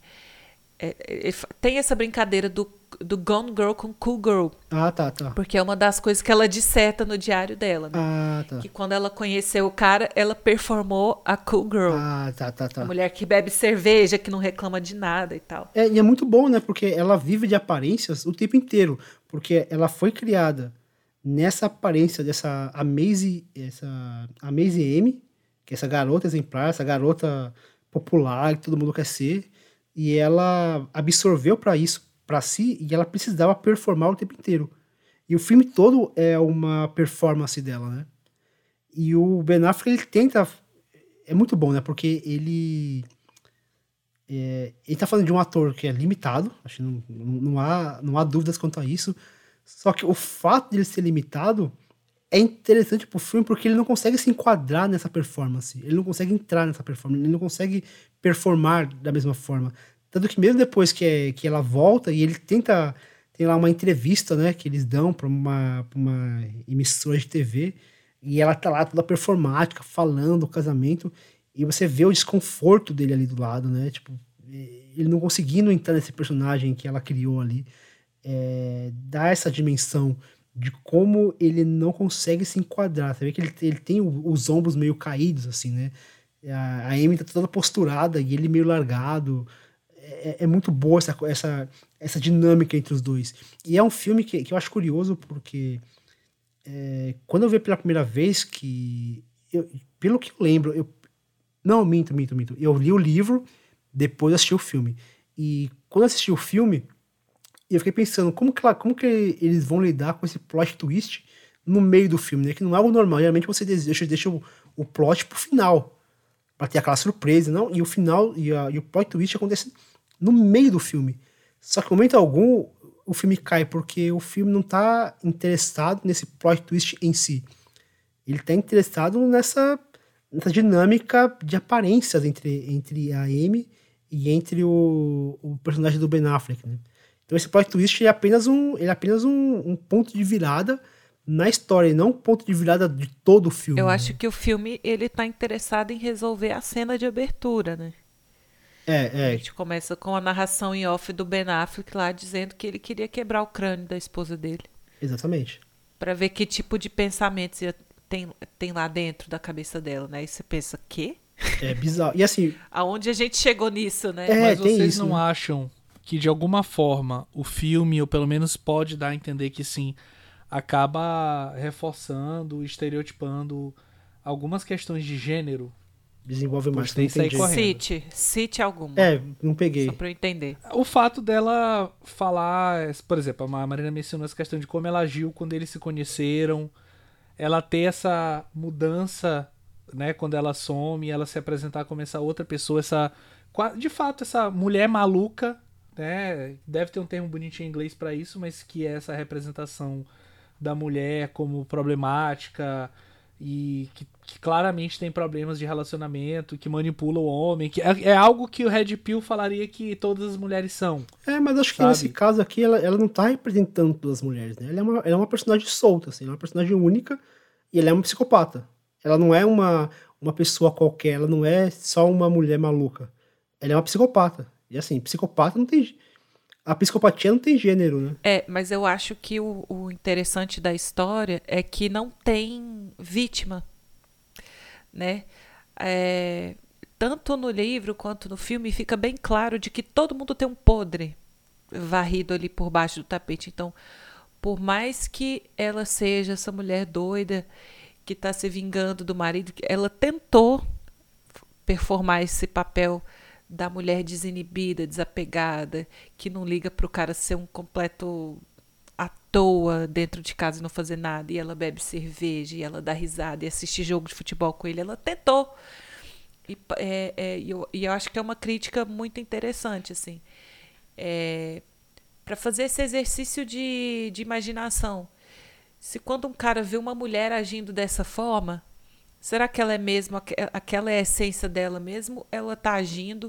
Tem essa brincadeira do Gone Girl com Cool Girl. Tá. Porque é uma das coisas que ela disserta no diário dela, né? Tá. Que quando ela conheceu o cara, ela performou a Cool Girl. Tá. A mulher que bebe cerveja, que não reclama de nada e tal. E é muito bom, né? Porque ela vive de aparências o tempo inteiro. Porque ela foi criada nessa aparência dessa Amazing Amy, que é essa garota exemplar, essa garota popular que todo mundo quer ser. E ela absorveu para si, e ela precisava performar o tempo inteiro. E o filme todo é uma performance dela, né? E o Ben Affleck, ele tenta... É muito bom, né? Porque ele tá falando de um ator que é limitado, acho que não há dúvidas quanto a isso. Só que o fato de ele ser limitado é interessante pro filme porque ele não consegue se enquadrar nessa performance. Ele não consegue entrar nessa performance. Ele não consegue performar da mesma forma. Tanto que mesmo depois que ela volta e ele tenta... Tem lá uma entrevista, né, que eles dão pra uma emissora de TV, e ela tá lá toda performática, falando do casamento, e você vê o desconforto dele ali do lado, né? Tipo, ele não conseguindo entrar nesse personagem que ela criou ali. Dá essa dimensão de como ele não consegue se enquadrar. Você vê que ele tem os ombros meio caídos, assim, né? A Amy tá toda posturada e ele meio largado. É muito boa essa dinâmica entre os dois. E é um filme que eu acho curioso porque quando eu vi pela primeira vez pelo que eu lembro, não, minto. Eu li o livro, depois assisti o filme. E quando eu assisti o filme, eu fiquei pensando como que eles vão lidar com esse plot twist no meio do filme, né? Que não é algo normal. Geralmente você deixa o plot pro final, pra ter aquela surpresa, não? E o final, e o plot twist acontece no meio do filme. Só que, em momento algum, o filme cai, porque o filme não tá interessado nesse plot twist em si. Ele tá interessado nessa dinâmica de aparências entre a Amy e entre o personagem do Ben Affleck, né? Então esse plot twist é apenas um ponto de virada na história, e não um ponto de virada de todo o filme. Eu acho que o filme, ele tá interessado em resolver a cena de abertura, né? A gente começa com a narração em off do Ben Affleck lá, dizendo que ele queria quebrar o crânio da esposa dele. Exatamente. Pra ver que tipo de pensamentos tem lá dentro da cabeça dela, né? E você pensa, quê? É bizarro. E assim... Aonde a gente chegou nisso, né? Mas vocês não acham que, de alguma forma, o filme, ou pelo menos pode dar a entender que sim, acaba reforçando, estereotipando algumas questões de gênero? Desenvolve mais. Cite alguma. Não peguei. Só pra eu entender. O fato dela falar, por exemplo, a Marina mencionou essa questão de como ela agiu quando eles se conheceram, ela ter essa mudança, né, quando ela some, ela se apresentar como essa outra pessoa, de fato, essa mulher maluca, né, deve ter um termo bonitinho em inglês pra isso, mas que é essa representação da mulher como problemática e que claramente tem problemas de relacionamento, que manipula o homem, que é algo que o Red Pill falaria que todas as mulheres são. Mas acho que nesse caso aqui, ela não tá representando todas as mulheres, né? Ela é uma personagem solta, assim, ela é uma personagem única, e ela é uma psicopata. Ela não é uma uma pessoa qualquer, ela não é só uma mulher maluca. Ela é uma psicopata. E assim, psicopata não tem... A psicopatia não tem gênero, né? Mas eu acho que o interessante da história é que não tem vítima, né? Tanto no livro quanto no filme fica bem claro de que todo mundo tem um podre varrido ali por baixo do tapete. Então, por mais que ela seja essa mulher doida que está se vingando do marido, ela tentou performar esse papel da mulher desinibida, desapegada, que não liga pro cara ser um completo à toa dentro de casa e não fazer nada, e ela bebe cerveja, e ela dá risada e assiste jogo de futebol com ele. Ela tentou. E eu acho que é uma crítica muito interessante, assim, para fazer esse exercício de imaginação. Se quando um cara vê uma mulher agindo dessa forma, será que ela é mesmo, aquela é a essência dela mesmo? Ela está agindo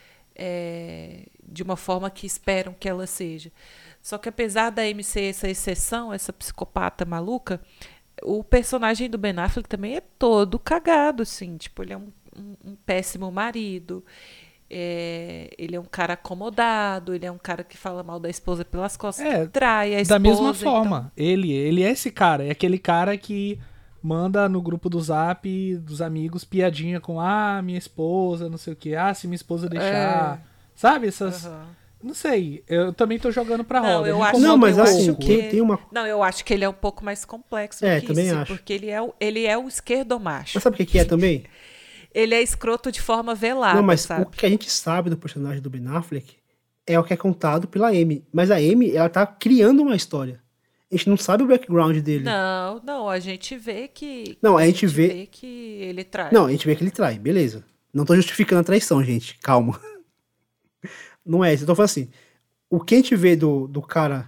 de uma forma que esperam que ela seja. Só que apesar da Amy ser essa exceção, essa psicopata maluca, o personagem do Ben Affleck também é todo cagado, assim. Tipo, ele é um péssimo marido, ele é um cara acomodado, ele é um cara que fala mal da esposa pelas costas, que trai a esposa. Da mesma forma, então... ele é esse cara, é aquele cara que manda no grupo do Zap dos amigos piadinha com minha esposa, não sei o que, se minha esposa deixar, sabe, essas... Não sei, eu também tô jogando pra roda. Eu acho, mas assim, tem uma... Não, eu acho que ele é um pouco mais complexo do que também isso, acho. porque ele é o esquerdomacho. Mas sabe o que é também? Ele é escroto de forma velada, não, mas sabe? O que a gente sabe do personagem do Ben Affleck é o que é contado pela Amy. Mas a Amy, ela tá criando uma história. A gente não sabe o background dele. Não, a gente vê que... Não, a gente vê que ele trai. Não, a gente vê que ele trai, beleza. Não tô justificando a traição, gente, calma. Não é isso, eu tô falando assim, o que a gente vê do cara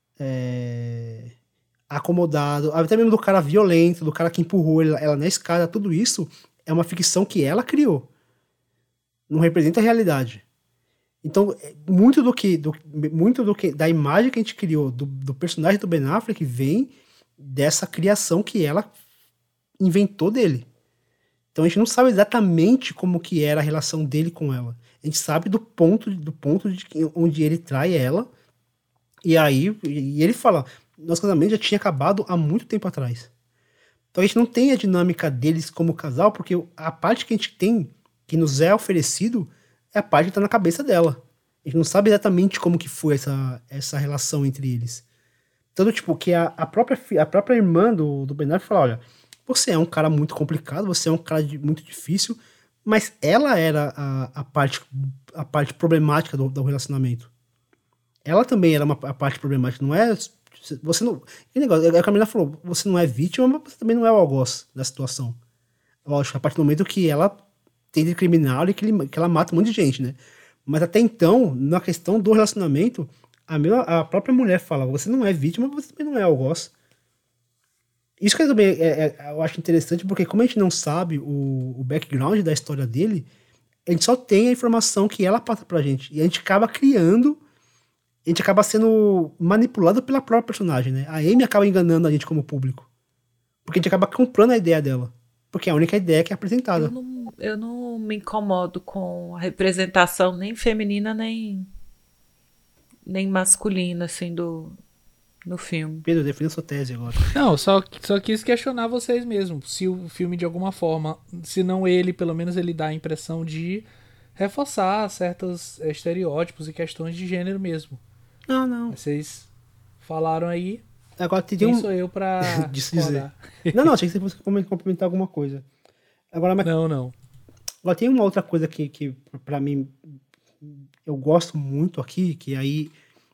acomodado, até mesmo do cara violento, do cara que empurrou ela na escada, tudo isso é uma ficção que ela criou. Não representa a realidade. Então, muito do que da imagem que a gente criou do personagem do Ben Affleck vem dessa criação que ela inventou dele. Então a gente não sabe exatamente como que era a relação dele com ela. A gente sabe do ponto de onde ele trai ela. E aí ele fala, nosso casamento já tinha acabado há muito tempo atrás. Então a gente não tem a dinâmica deles como casal, porque a parte que a gente tem, que nos é oferecido, é a parte que está na cabeça dela. A gente não sabe exatamente como que foi essa relação entre eles. Tanto tipo que a própria irmã do Ben Affleck fala, olha, você é um cara muito complicado, você é um cara muito difícil, mas ela era a parte problemática do relacionamento. Ela também era a parte problemática, não é... Você não... Que negócio, a Camila falou, você não é vítima, mas você também não é o algoz da situação. Lógico, a partir do momento que ela tem de criminal e que ela mata um monte de gente, né? Mas até então, na questão do relacionamento, a própria mulher fala, você não é vítima, mas você também não é algoz. Isso que eu também eu acho interessante, porque como a gente não sabe o background da história dele, a gente só tem a informação que ela passa pra gente. E a gente acaba criando, a gente acaba sendo manipulado pela própria personagem, né? A Amy acaba enganando a gente como público. Porque a gente acaba comprando a ideia dela. Porque é a única ideia que é apresentada. Eu não me incomodo com a representação nem feminina, nem masculina, assim, no filme. Pedro, defina sua tese agora. Não, só quis questionar vocês mesmo. Se o filme, de alguma forma, se não ele, pelo menos ele dá a impressão de reforçar certos estereótipos e questões de gênero mesmo. Não. Vocês falaram aí. Agora tem quem sou eu pra dizer. Não, achei que você complementar alguma coisa. Agora, Não. Agora tem uma outra coisa que pra mim eu gosto muito aqui, que aí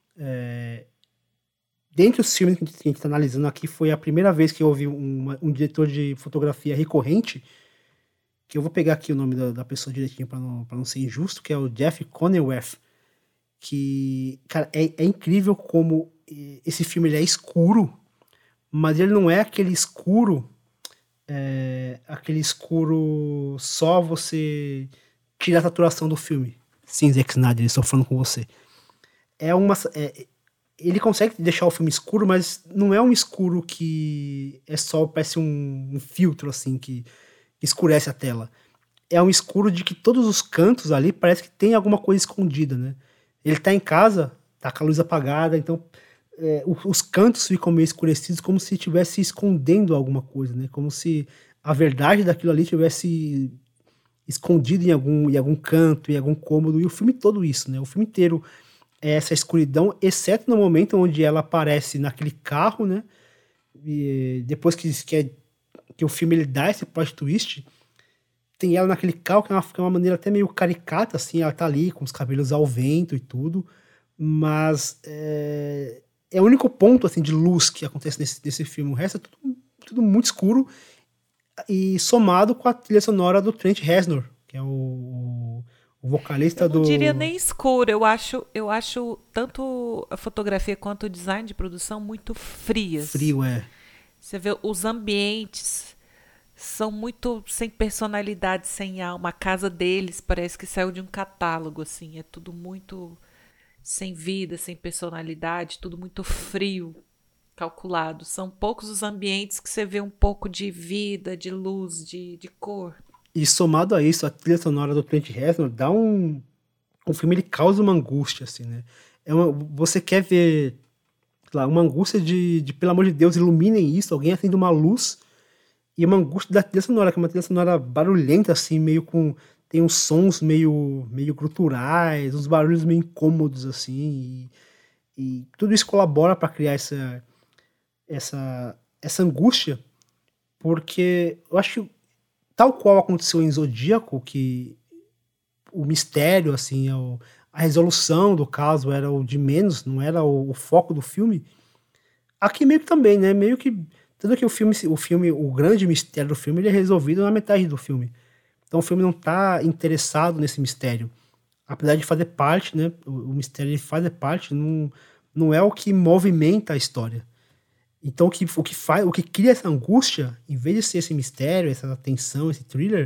dentre os filmes que a gente tá analisando aqui, foi a primeira vez que eu ouvi um diretor de fotografia recorrente, que eu vou pegar aqui o nome da pessoa direitinho pra não ser injusto, que é o Jeff Cronenweth, que, cara, é incrível como esse filme ele é escuro, mas ele não é aquele escuro só você tirar a saturação do filme. Sim, Zack Snyder, estou falando com você. Ele consegue deixar o filme escuro, mas não é um escuro que é só, parece um filtro, assim, que escurece a tela. É um escuro de que todos os cantos ali parece que tem alguma coisa escondida, né? Ele tá em casa, tá com a luz apagada, então os cantos ficam meio escurecidos, como se estivesse escondendo alguma coisa, né? Como se a verdade daquilo ali tivesse escondido em algum canto, em algum cômodo, e o filme todo isso, né? O filme inteiro é essa escuridão, exceto no momento onde ela aparece naquele carro, né? E depois que o filme ele dá esse plot twist, tem ela naquele carro que é uma maneira até meio caricata, assim, ela tá ali com os cabelos ao vento e tudo, mas é o único ponto, assim, de luz que acontece nesse filme. O resto é tudo muito escuro, e somado com a trilha sonora do Trent Reznor, que é o vocalista do... Eu não diria nem escuro, eu acho tanto a fotografia quanto o design de produção muito frias. Frio, é. Você vê, os ambientes são muito sem personalidade, sem alma. A casa deles parece que saiu de um catálogo, assim. É tudo muito sem vida, sem personalidade, tudo muito frio, calculado. São poucos os ambientes que você vê um pouco de vida, de luz, de cor. E somado a isso, a trilha sonora do Trent Reznor dá o filme, ele causa uma angústia, assim, né? Você quer ver, lá, uma angústia de pelo amor de Deus, iluminem isso, alguém acende uma luz, e uma angústia da trilha sonora, que é uma trilha sonora barulhenta, assim, meio com... Tem uns sons meio guturais, uns barulhos meio incômodos, assim, e tudo isso colabora para criar essa angústia, porque eu acho que, tal qual aconteceu em Zodíaco, que o mistério, assim, a resolução do caso era o de menos, não era o foco do filme, aqui meio que também, né? Meio que... Tanto que o grande mistério do filme, ele é resolvido na metade do filme. Então o filme não está interessado nesse mistério. Apesar de fazer parte, né? O mistério ele faz parte, não é o que movimenta a história. Então o que cria essa angústia, em vez de ser esse mistério, essa tensão, esse thriller,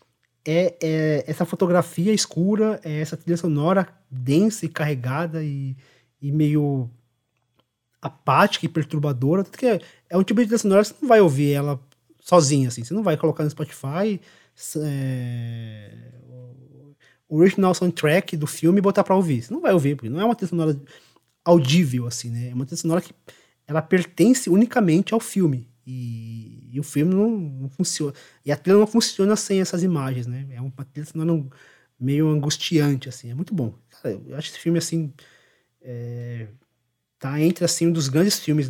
é essa fotografia escura, é essa trilha sonora densa e carregada e meio apática e perturbadora. Tanto que é um tipo de trilha sonora que você não vai ouvir ela sozinha, assim. Você não vai colocar no Spotify o original soundtrack do filme e botar pra ouvir. Você não vai ouvir, porque não é uma trilha sonora audível, assim, né? É uma trilha sonora que ela pertence unicamente ao filme. E o filme não funciona. E a trilha não funciona sem essas imagens, né? É uma trilha sonora meio angustiante, assim. É muito bom. Cara, eu acho esse filme, assim... tá entre, assim, um dos grandes filmes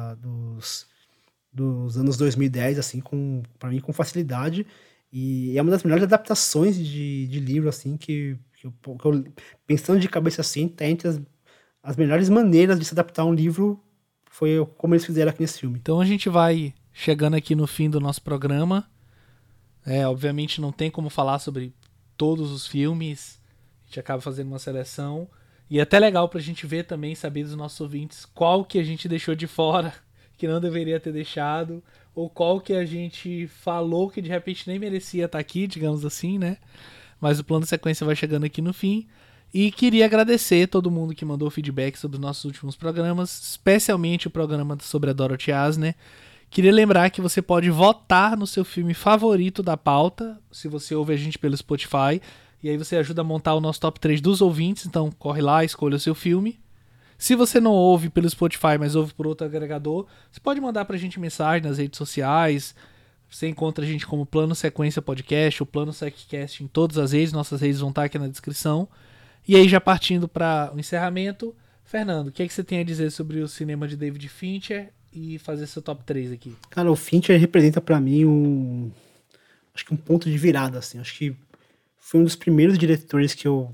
dos anos 2010, assim, pra mim, com facilidade. E é uma das melhores adaptações de livro, assim, que eu, pensando de cabeça assim, tá entre as melhores maneiras de se adaptar a um livro, foi como eles fizeram aqui nesse filme. Então a gente vai chegando aqui no fim do nosso programa. Obviamente não tem como falar sobre todos os filmes, a gente acaba fazendo uma seleção. E é até legal pra gente ver também, saber dos nossos ouvintes, qual que a gente deixou de fora, que não deveria ter deixado, ou qual que a gente falou que de repente nem merecia estar aqui, digamos assim, né? Mas o plano de sequência vai chegando aqui no fim. E queria agradecer todo mundo que mandou feedback sobre os nossos últimos programas, especialmente o programa sobre a Dorothy Asner. Queria lembrar que você pode votar no seu filme favorito da pauta, se você ouve a gente pelo Spotify, e aí você ajuda a montar o nosso top 3 dos ouvintes, então corre lá, escolha o seu filme. Se você não ouve pelo Spotify, mas ouve por outro agregador, você pode mandar pra gente mensagem nas redes sociais. Você encontra a gente como Plano Sequência Podcast ou Plano Seccast em todas as redes, nossas redes vão estar aqui na descrição. E aí, já partindo para o encerramento, Fernando, o que você tem a dizer sobre o cinema de David Fincher e fazer seu top 3 aqui? Cara, o Fincher representa para mim acho que um ponto de virada, assim. Acho que foi um dos primeiros diretores que eu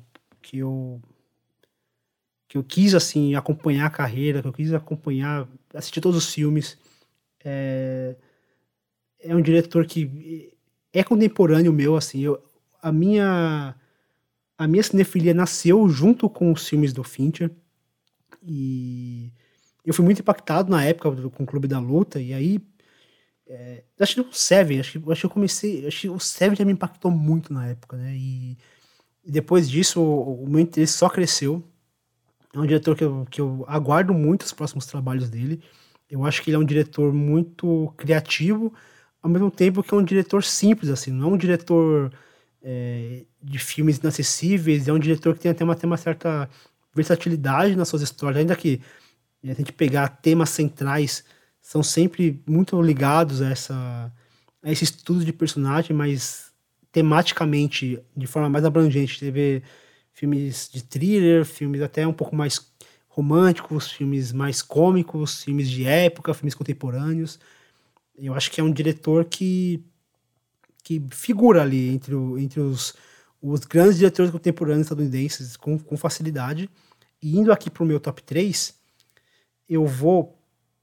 quis, assim, acompanhar a carreira, que eu quis assistir todos os filmes. É um diretor que é contemporâneo meu, assim. A minha cinefilia nasceu junto com os filmes do Fincher, e eu fui muito impactado na época com o Clube da Luta, e aí acho que o Seven, acho que o Seven já me impactou muito na época, né, e depois disso o meu interesse só cresceu. É um diretor que eu aguardo muito os próximos trabalhos dele. Eu acho que ele é um diretor muito criativo, ao mesmo tempo que é um diretor simples, assim, não é um diretor de filmes inacessíveis, é um diretor que tem até uma certa versatilidade nas suas histórias, ainda que a gente pegar temas centrais, são sempre muito ligados a esse estudo de personagem, mas tematicamente, de forma mais abrangente. Teve filmes de thriller, filmes até um pouco mais românticos, filmes mais cômicos, filmes de época, filmes contemporâneos. Eu acho que é um diretor que figura ali entre os grandes diretores contemporâneos estadunidenses com facilidade. E indo aqui para o meu top 3, eu vou...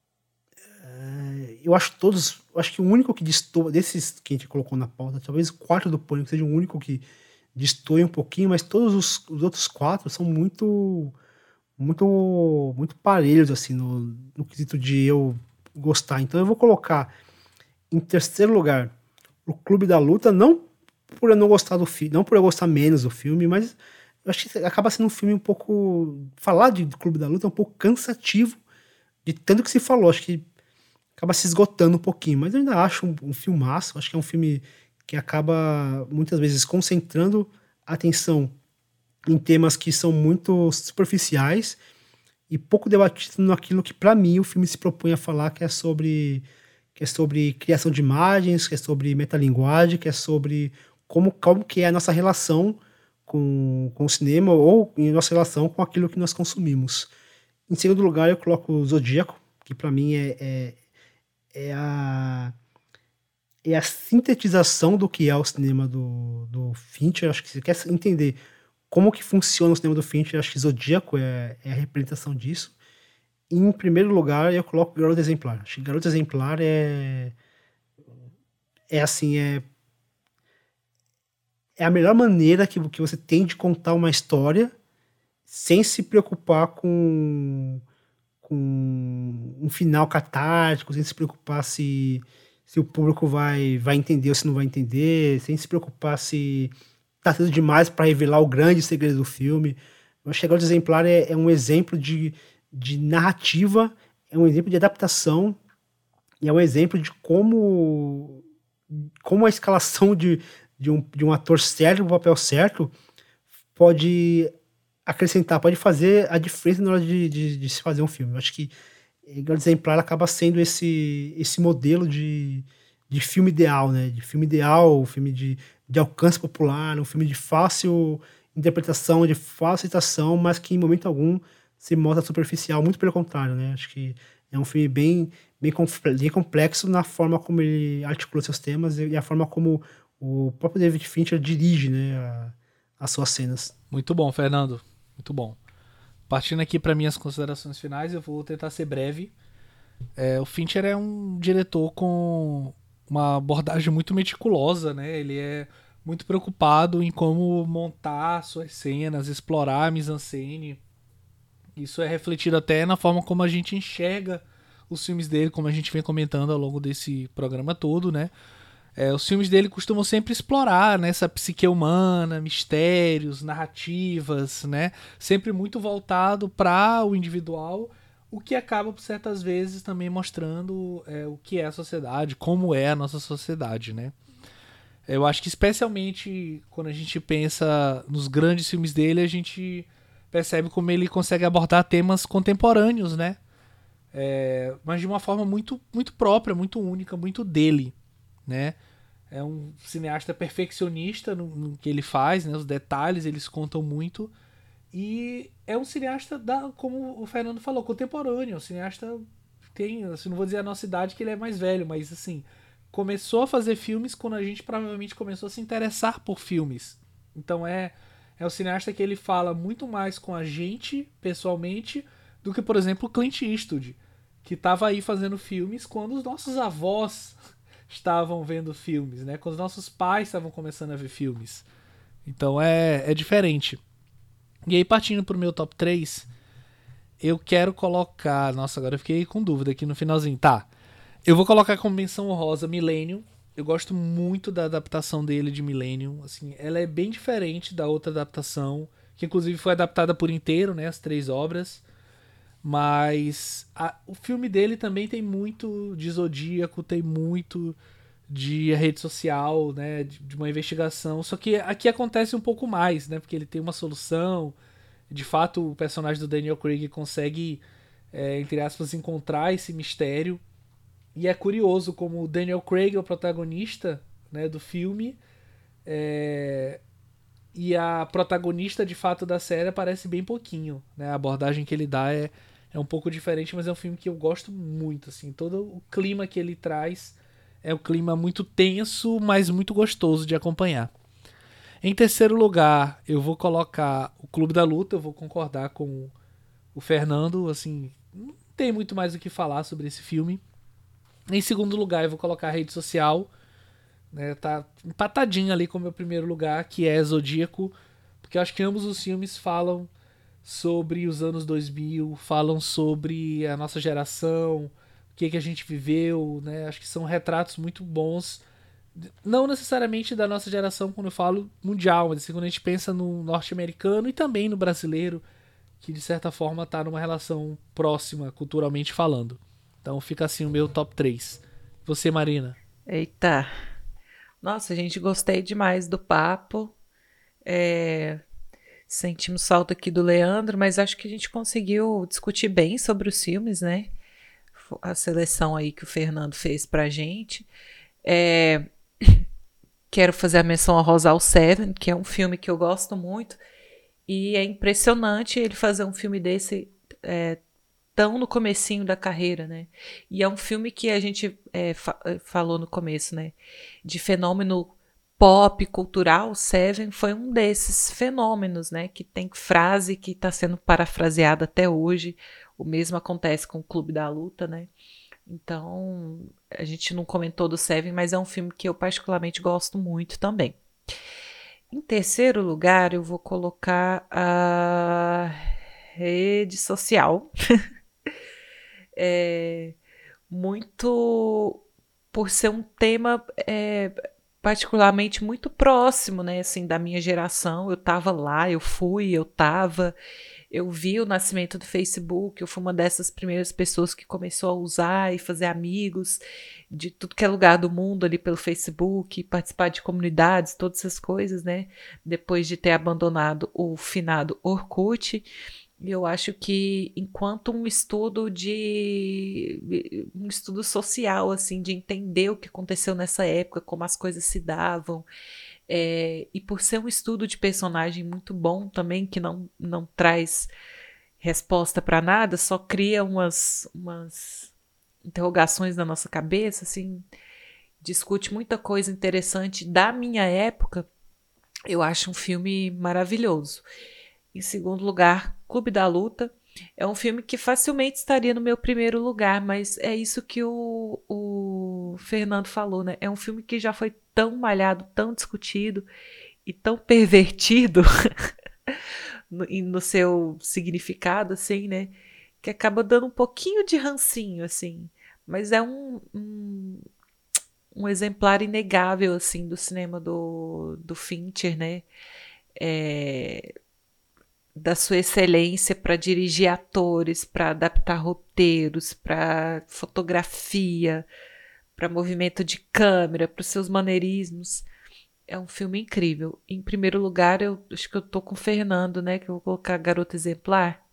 eu acho que o único que destoa, desses que a gente colocou na pauta, talvez o quarto do Pânico seja o único que destoe um pouquinho, mas todos os outros 4 são muito parelhos, assim, no quesito de eu gostar. Então eu vou colocar em terceiro lugar o Clube da Luta, não por eu não gostar do filme, não por eu gostar menos do filme, mas eu acho que acaba sendo um filme um pouco... Falar de Clube da Luta é um pouco cansativo, de tanto que se falou. Acho que acaba se esgotando um pouquinho, mas eu ainda acho um filmaço. Acho que é um filme que acaba muitas vezes concentrando a atenção em temas que são muito superficiais e pouco debatidos naquilo que, para mim, o filme se propõe a falar, que é sobre criação de imagens, que é sobre metalinguagem, que é sobre como que é a nossa relação com o cinema ou em nossa relação com aquilo que nós consumimos. Em segundo lugar, eu coloco o Zodíaco, que para mim é a sintetização do que é o cinema do Fincher. Acho que se você quer entender como que funciona o cinema do Fincher, acho que Zodíaco é a representação disso. E, em primeiro lugar, eu coloco Garoto Exemplar. Acho que Garoto Exemplar é a melhor maneira que você tem de contar uma história sem se preocupar com um final catártico, sem se preocupar se o público vai entender ou se não vai entender, sem se preocupar se tá sendo demais para revelar o grande segredo do filme. Eu acho que Garoto Exemplar é um exemplo de narrativa, é um exemplo de adaptação, e é um exemplo de como a escalação de um ator certo, no papel certo, pode acrescentar, pode fazer a diferença na hora de se fazer um filme. Eu acho que Garoto Exemplar acaba sendo esse modelo de filme ideal, né? De filme ideal, filme de alcance popular, um filme de fácil interpretação, de fácil citação, mas que em momento algum se mostra superficial, muito pelo contrário, né? Acho que é um filme bem complexo na forma como ele articula seus temas e a forma como o próprio David Fincher dirige, né, as suas cenas. Muito bom, Fernando. Muito bom. Partindo aqui para minhas considerações finais, eu vou tentar ser breve. O Fincher é um diretor com uma abordagem muito meticulosa, né? Ele é muito preocupado em como montar suas cenas, explorar a mise-en-scène. Isso é refletido até na forma como a gente enxerga os filmes dele, como a gente vem comentando ao longo desse programa todo, né? Os filmes dele costumam sempre explorar, né, essa psique humana, mistérios, narrativas, né? Sempre muito voltado para o individual, o que acaba, por certas vezes, também mostrando o que é a sociedade, como é a nossa sociedade, né? Eu acho que especialmente quando a gente pensa nos grandes filmes dele, a gente percebe como ele consegue abordar temas contemporâneos, né? Mas de uma forma muito, muito própria, muito única, muito dele, né? É um cineasta perfeccionista no que ele faz, né? Os detalhes eles contam muito, e é um cineasta, como o Fernando falou, contemporâneo. Um cineasta tem, assim, não vou dizer a nossa idade, que ele é mais velho, mas assim, começou a fazer filmes quando a gente provavelmente começou a se interessar por filmes. Então é um cineasta que ele fala muito mais com a gente, pessoalmente, do que, por exemplo, Clint Eastwood, que estava aí fazendo filmes quando os nossos avós estavam vendo filmes, né? Quando os nossos pais estavam começando a ver filmes. Então é diferente. E aí, partindo pro meu top 3, eu quero colocar... Nossa, agora eu fiquei com dúvida aqui no finalzinho. Tá, eu vou colocar como menção honrosa Millennium. Eu gosto muito da adaptação dele de Millennium. Assim, ela é bem diferente da outra adaptação, que inclusive foi adaptada por inteiro, né? As 3 obras. Mas o filme dele também tem muito de Zodíaco, tem muito de rede social, né, de uma investigação. Só que aqui acontece um pouco mais, né, porque ele tem uma solução. De fato, o personagem do Daniel Craig consegue, entre aspas, encontrar esse mistério. E é curioso como o Daniel Craig é o protagonista, né, do filme, e a protagonista, de fato, da série aparece bem pouquinho, né? A abordagem que ele dá é um pouco diferente, mas é um filme que eu gosto muito, assim. Todo o clima que ele traz é um clima muito tenso, mas muito gostoso de acompanhar. Em terceiro lugar, eu vou colocar o Clube da Luta. Eu vou concordar com o Fernando, assim, não tem muito mais o que falar sobre esse filme. Em segundo lugar, eu vou colocar a Rede Social, né, tá empatadinho ali com o meu primeiro lugar, que é Zodíaco, porque eu acho que ambos os filmes falam sobre os anos 2000, falam sobre a nossa geração, o que a gente viveu, né? Acho que são retratos muito bons, não necessariamente da nossa geração quando eu falo mundial, mas assim, quando a gente pensa no norte-americano e também no brasileiro, que de certa forma está numa relação próxima, culturalmente falando. Então fica assim o meu top 3. Você, Marina? Eita! Nossa, gente, gostei demais do papo. Sentimos falta aqui do Leandro, mas acho que a gente conseguiu discutir bem sobre os filmes, né? A seleção aí que o Fernando fez pra gente. Quero fazer a menção honrosa ao Seven, que é um filme que eu gosto muito. E é impressionante ele fazer um filme desse tão no comecinho da carreira, né? E é um filme que a gente falou no começo, né? De fenômeno pop, cultural. Seven foi um desses fenômenos, né? Que tem frase que está sendo parafraseada até hoje. O mesmo acontece com o Clube da Luta, né? Então, a gente não comentou do Seven, mas é um filme que eu particularmente gosto muito também. Em terceiro lugar, eu vou colocar a Rede Social. Muito por ser um tema particularmente muito próximo, né, assim, da minha geração. Eu estava lá, eu vi o nascimento do Facebook, eu fui uma dessas primeiras pessoas que começou a usar e fazer amigos de tudo que é lugar do mundo ali pelo Facebook, participar de comunidades, todas essas coisas, né, depois de ter abandonado o finado Orkut. E eu acho que enquanto um estudo social, assim, de entender o que aconteceu nessa época, como as coisas se davam, e por ser um estudo de personagem muito bom também, que não traz resposta para nada, só cria umas interrogações na nossa cabeça, assim, discute muita coisa interessante da minha época. Eu acho um filme maravilhoso. Em segundo lugar, Clube da Luta. É um filme que facilmente estaria no meu primeiro lugar, mas é isso que o Fernando falou, né? É um filme que já foi tão malhado, tão discutido e tão pervertido no seu significado, assim, né? Que acaba dando um pouquinho de rancinho, assim. Mas é um exemplar inegável, assim, do cinema do Fincher, né? Da sua excelência para dirigir atores, para adaptar roteiros, para fotografia, para movimento de câmera, para os seus maneirismos. É um filme incrível. Em primeiro lugar, eu acho que eu tô com o Fernando, né? Que eu vou colocar Garota Exemplar.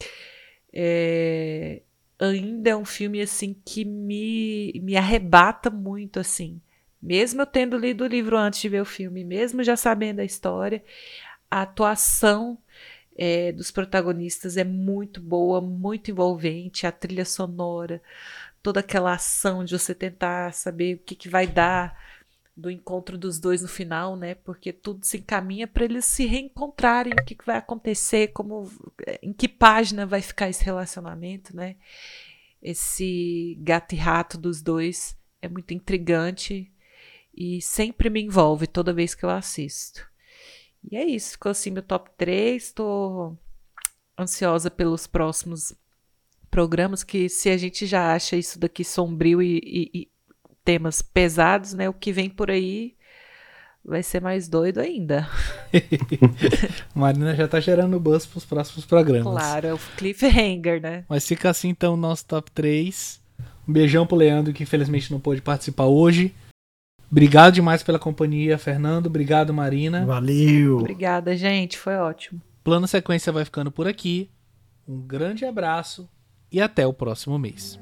Ainda é um filme assim que me arrebata muito, assim. Mesmo eu tendo lido o livro antes de ver o filme, mesmo já sabendo a história, a atuação dos protagonistas é muito boa, muito envolvente, a trilha sonora, toda aquela ação de você tentar saber o que vai dar do encontro dos dois no final, né? Porque tudo se encaminha para eles se reencontrarem, o que vai acontecer, em que página vai ficar esse relacionamento, né? Esse gato e rato dos dois é muito intrigante e sempre me envolve toda vez que eu assisto. E é isso, ficou assim meu top 3, estou ansiosa pelos próximos programas, que se a gente já acha isso daqui sombrio e temas pesados, né, o que vem por aí vai ser mais doido ainda. Marina já tá gerando buzz pros próximos programas. Claro, é o cliffhanger, né? Mas fica assim então o nosso top 3. Um beijão pro Leandro, que infelizmente não pôde participar hoje. Obrigado demais pela companhia, Fernando. Obrigado, Marina. Valeu. Obrigada, gente. Foi ótimo. Plano Sequência vai ficando por aqui. Um grande abraço e até o próximo mês.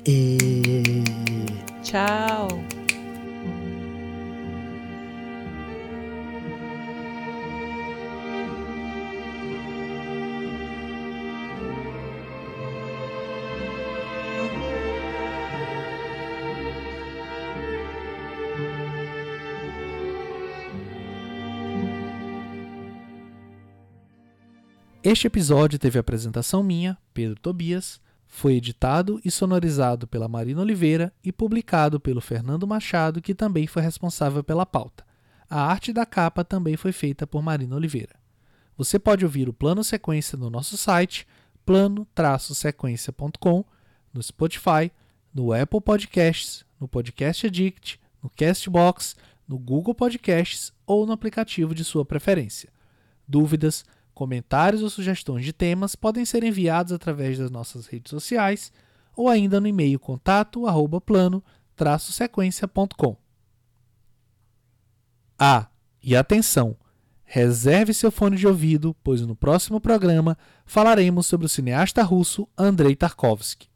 Tchau. Este episódio teve a apresentação minha, Pedro Tobias, foi editado e sonorizado pela Marina Oliveira e publicado pelo Fernando Machado, que também foi responsável pela pauta. A arte da capa também foi feita por Marina Oliveira. Você pode ouvir o Plano Sequência no nosso site, plano-sequência.com, no Spotify, no Apple Podcasts, no Podcast Addict, no Castbox, no Google Podcasts ou no aplicativo de sua preferência. Dúvidas, comentários ou sugestões de temas podem ser enviados através das nossas redes sociais ou ainda no e-mail contato@plano-sequência.com. E atenção! Reserve seu fone de ouvido, pois no próximo programa falaremos sobre o cineasta russo Andrei Tarkovsky.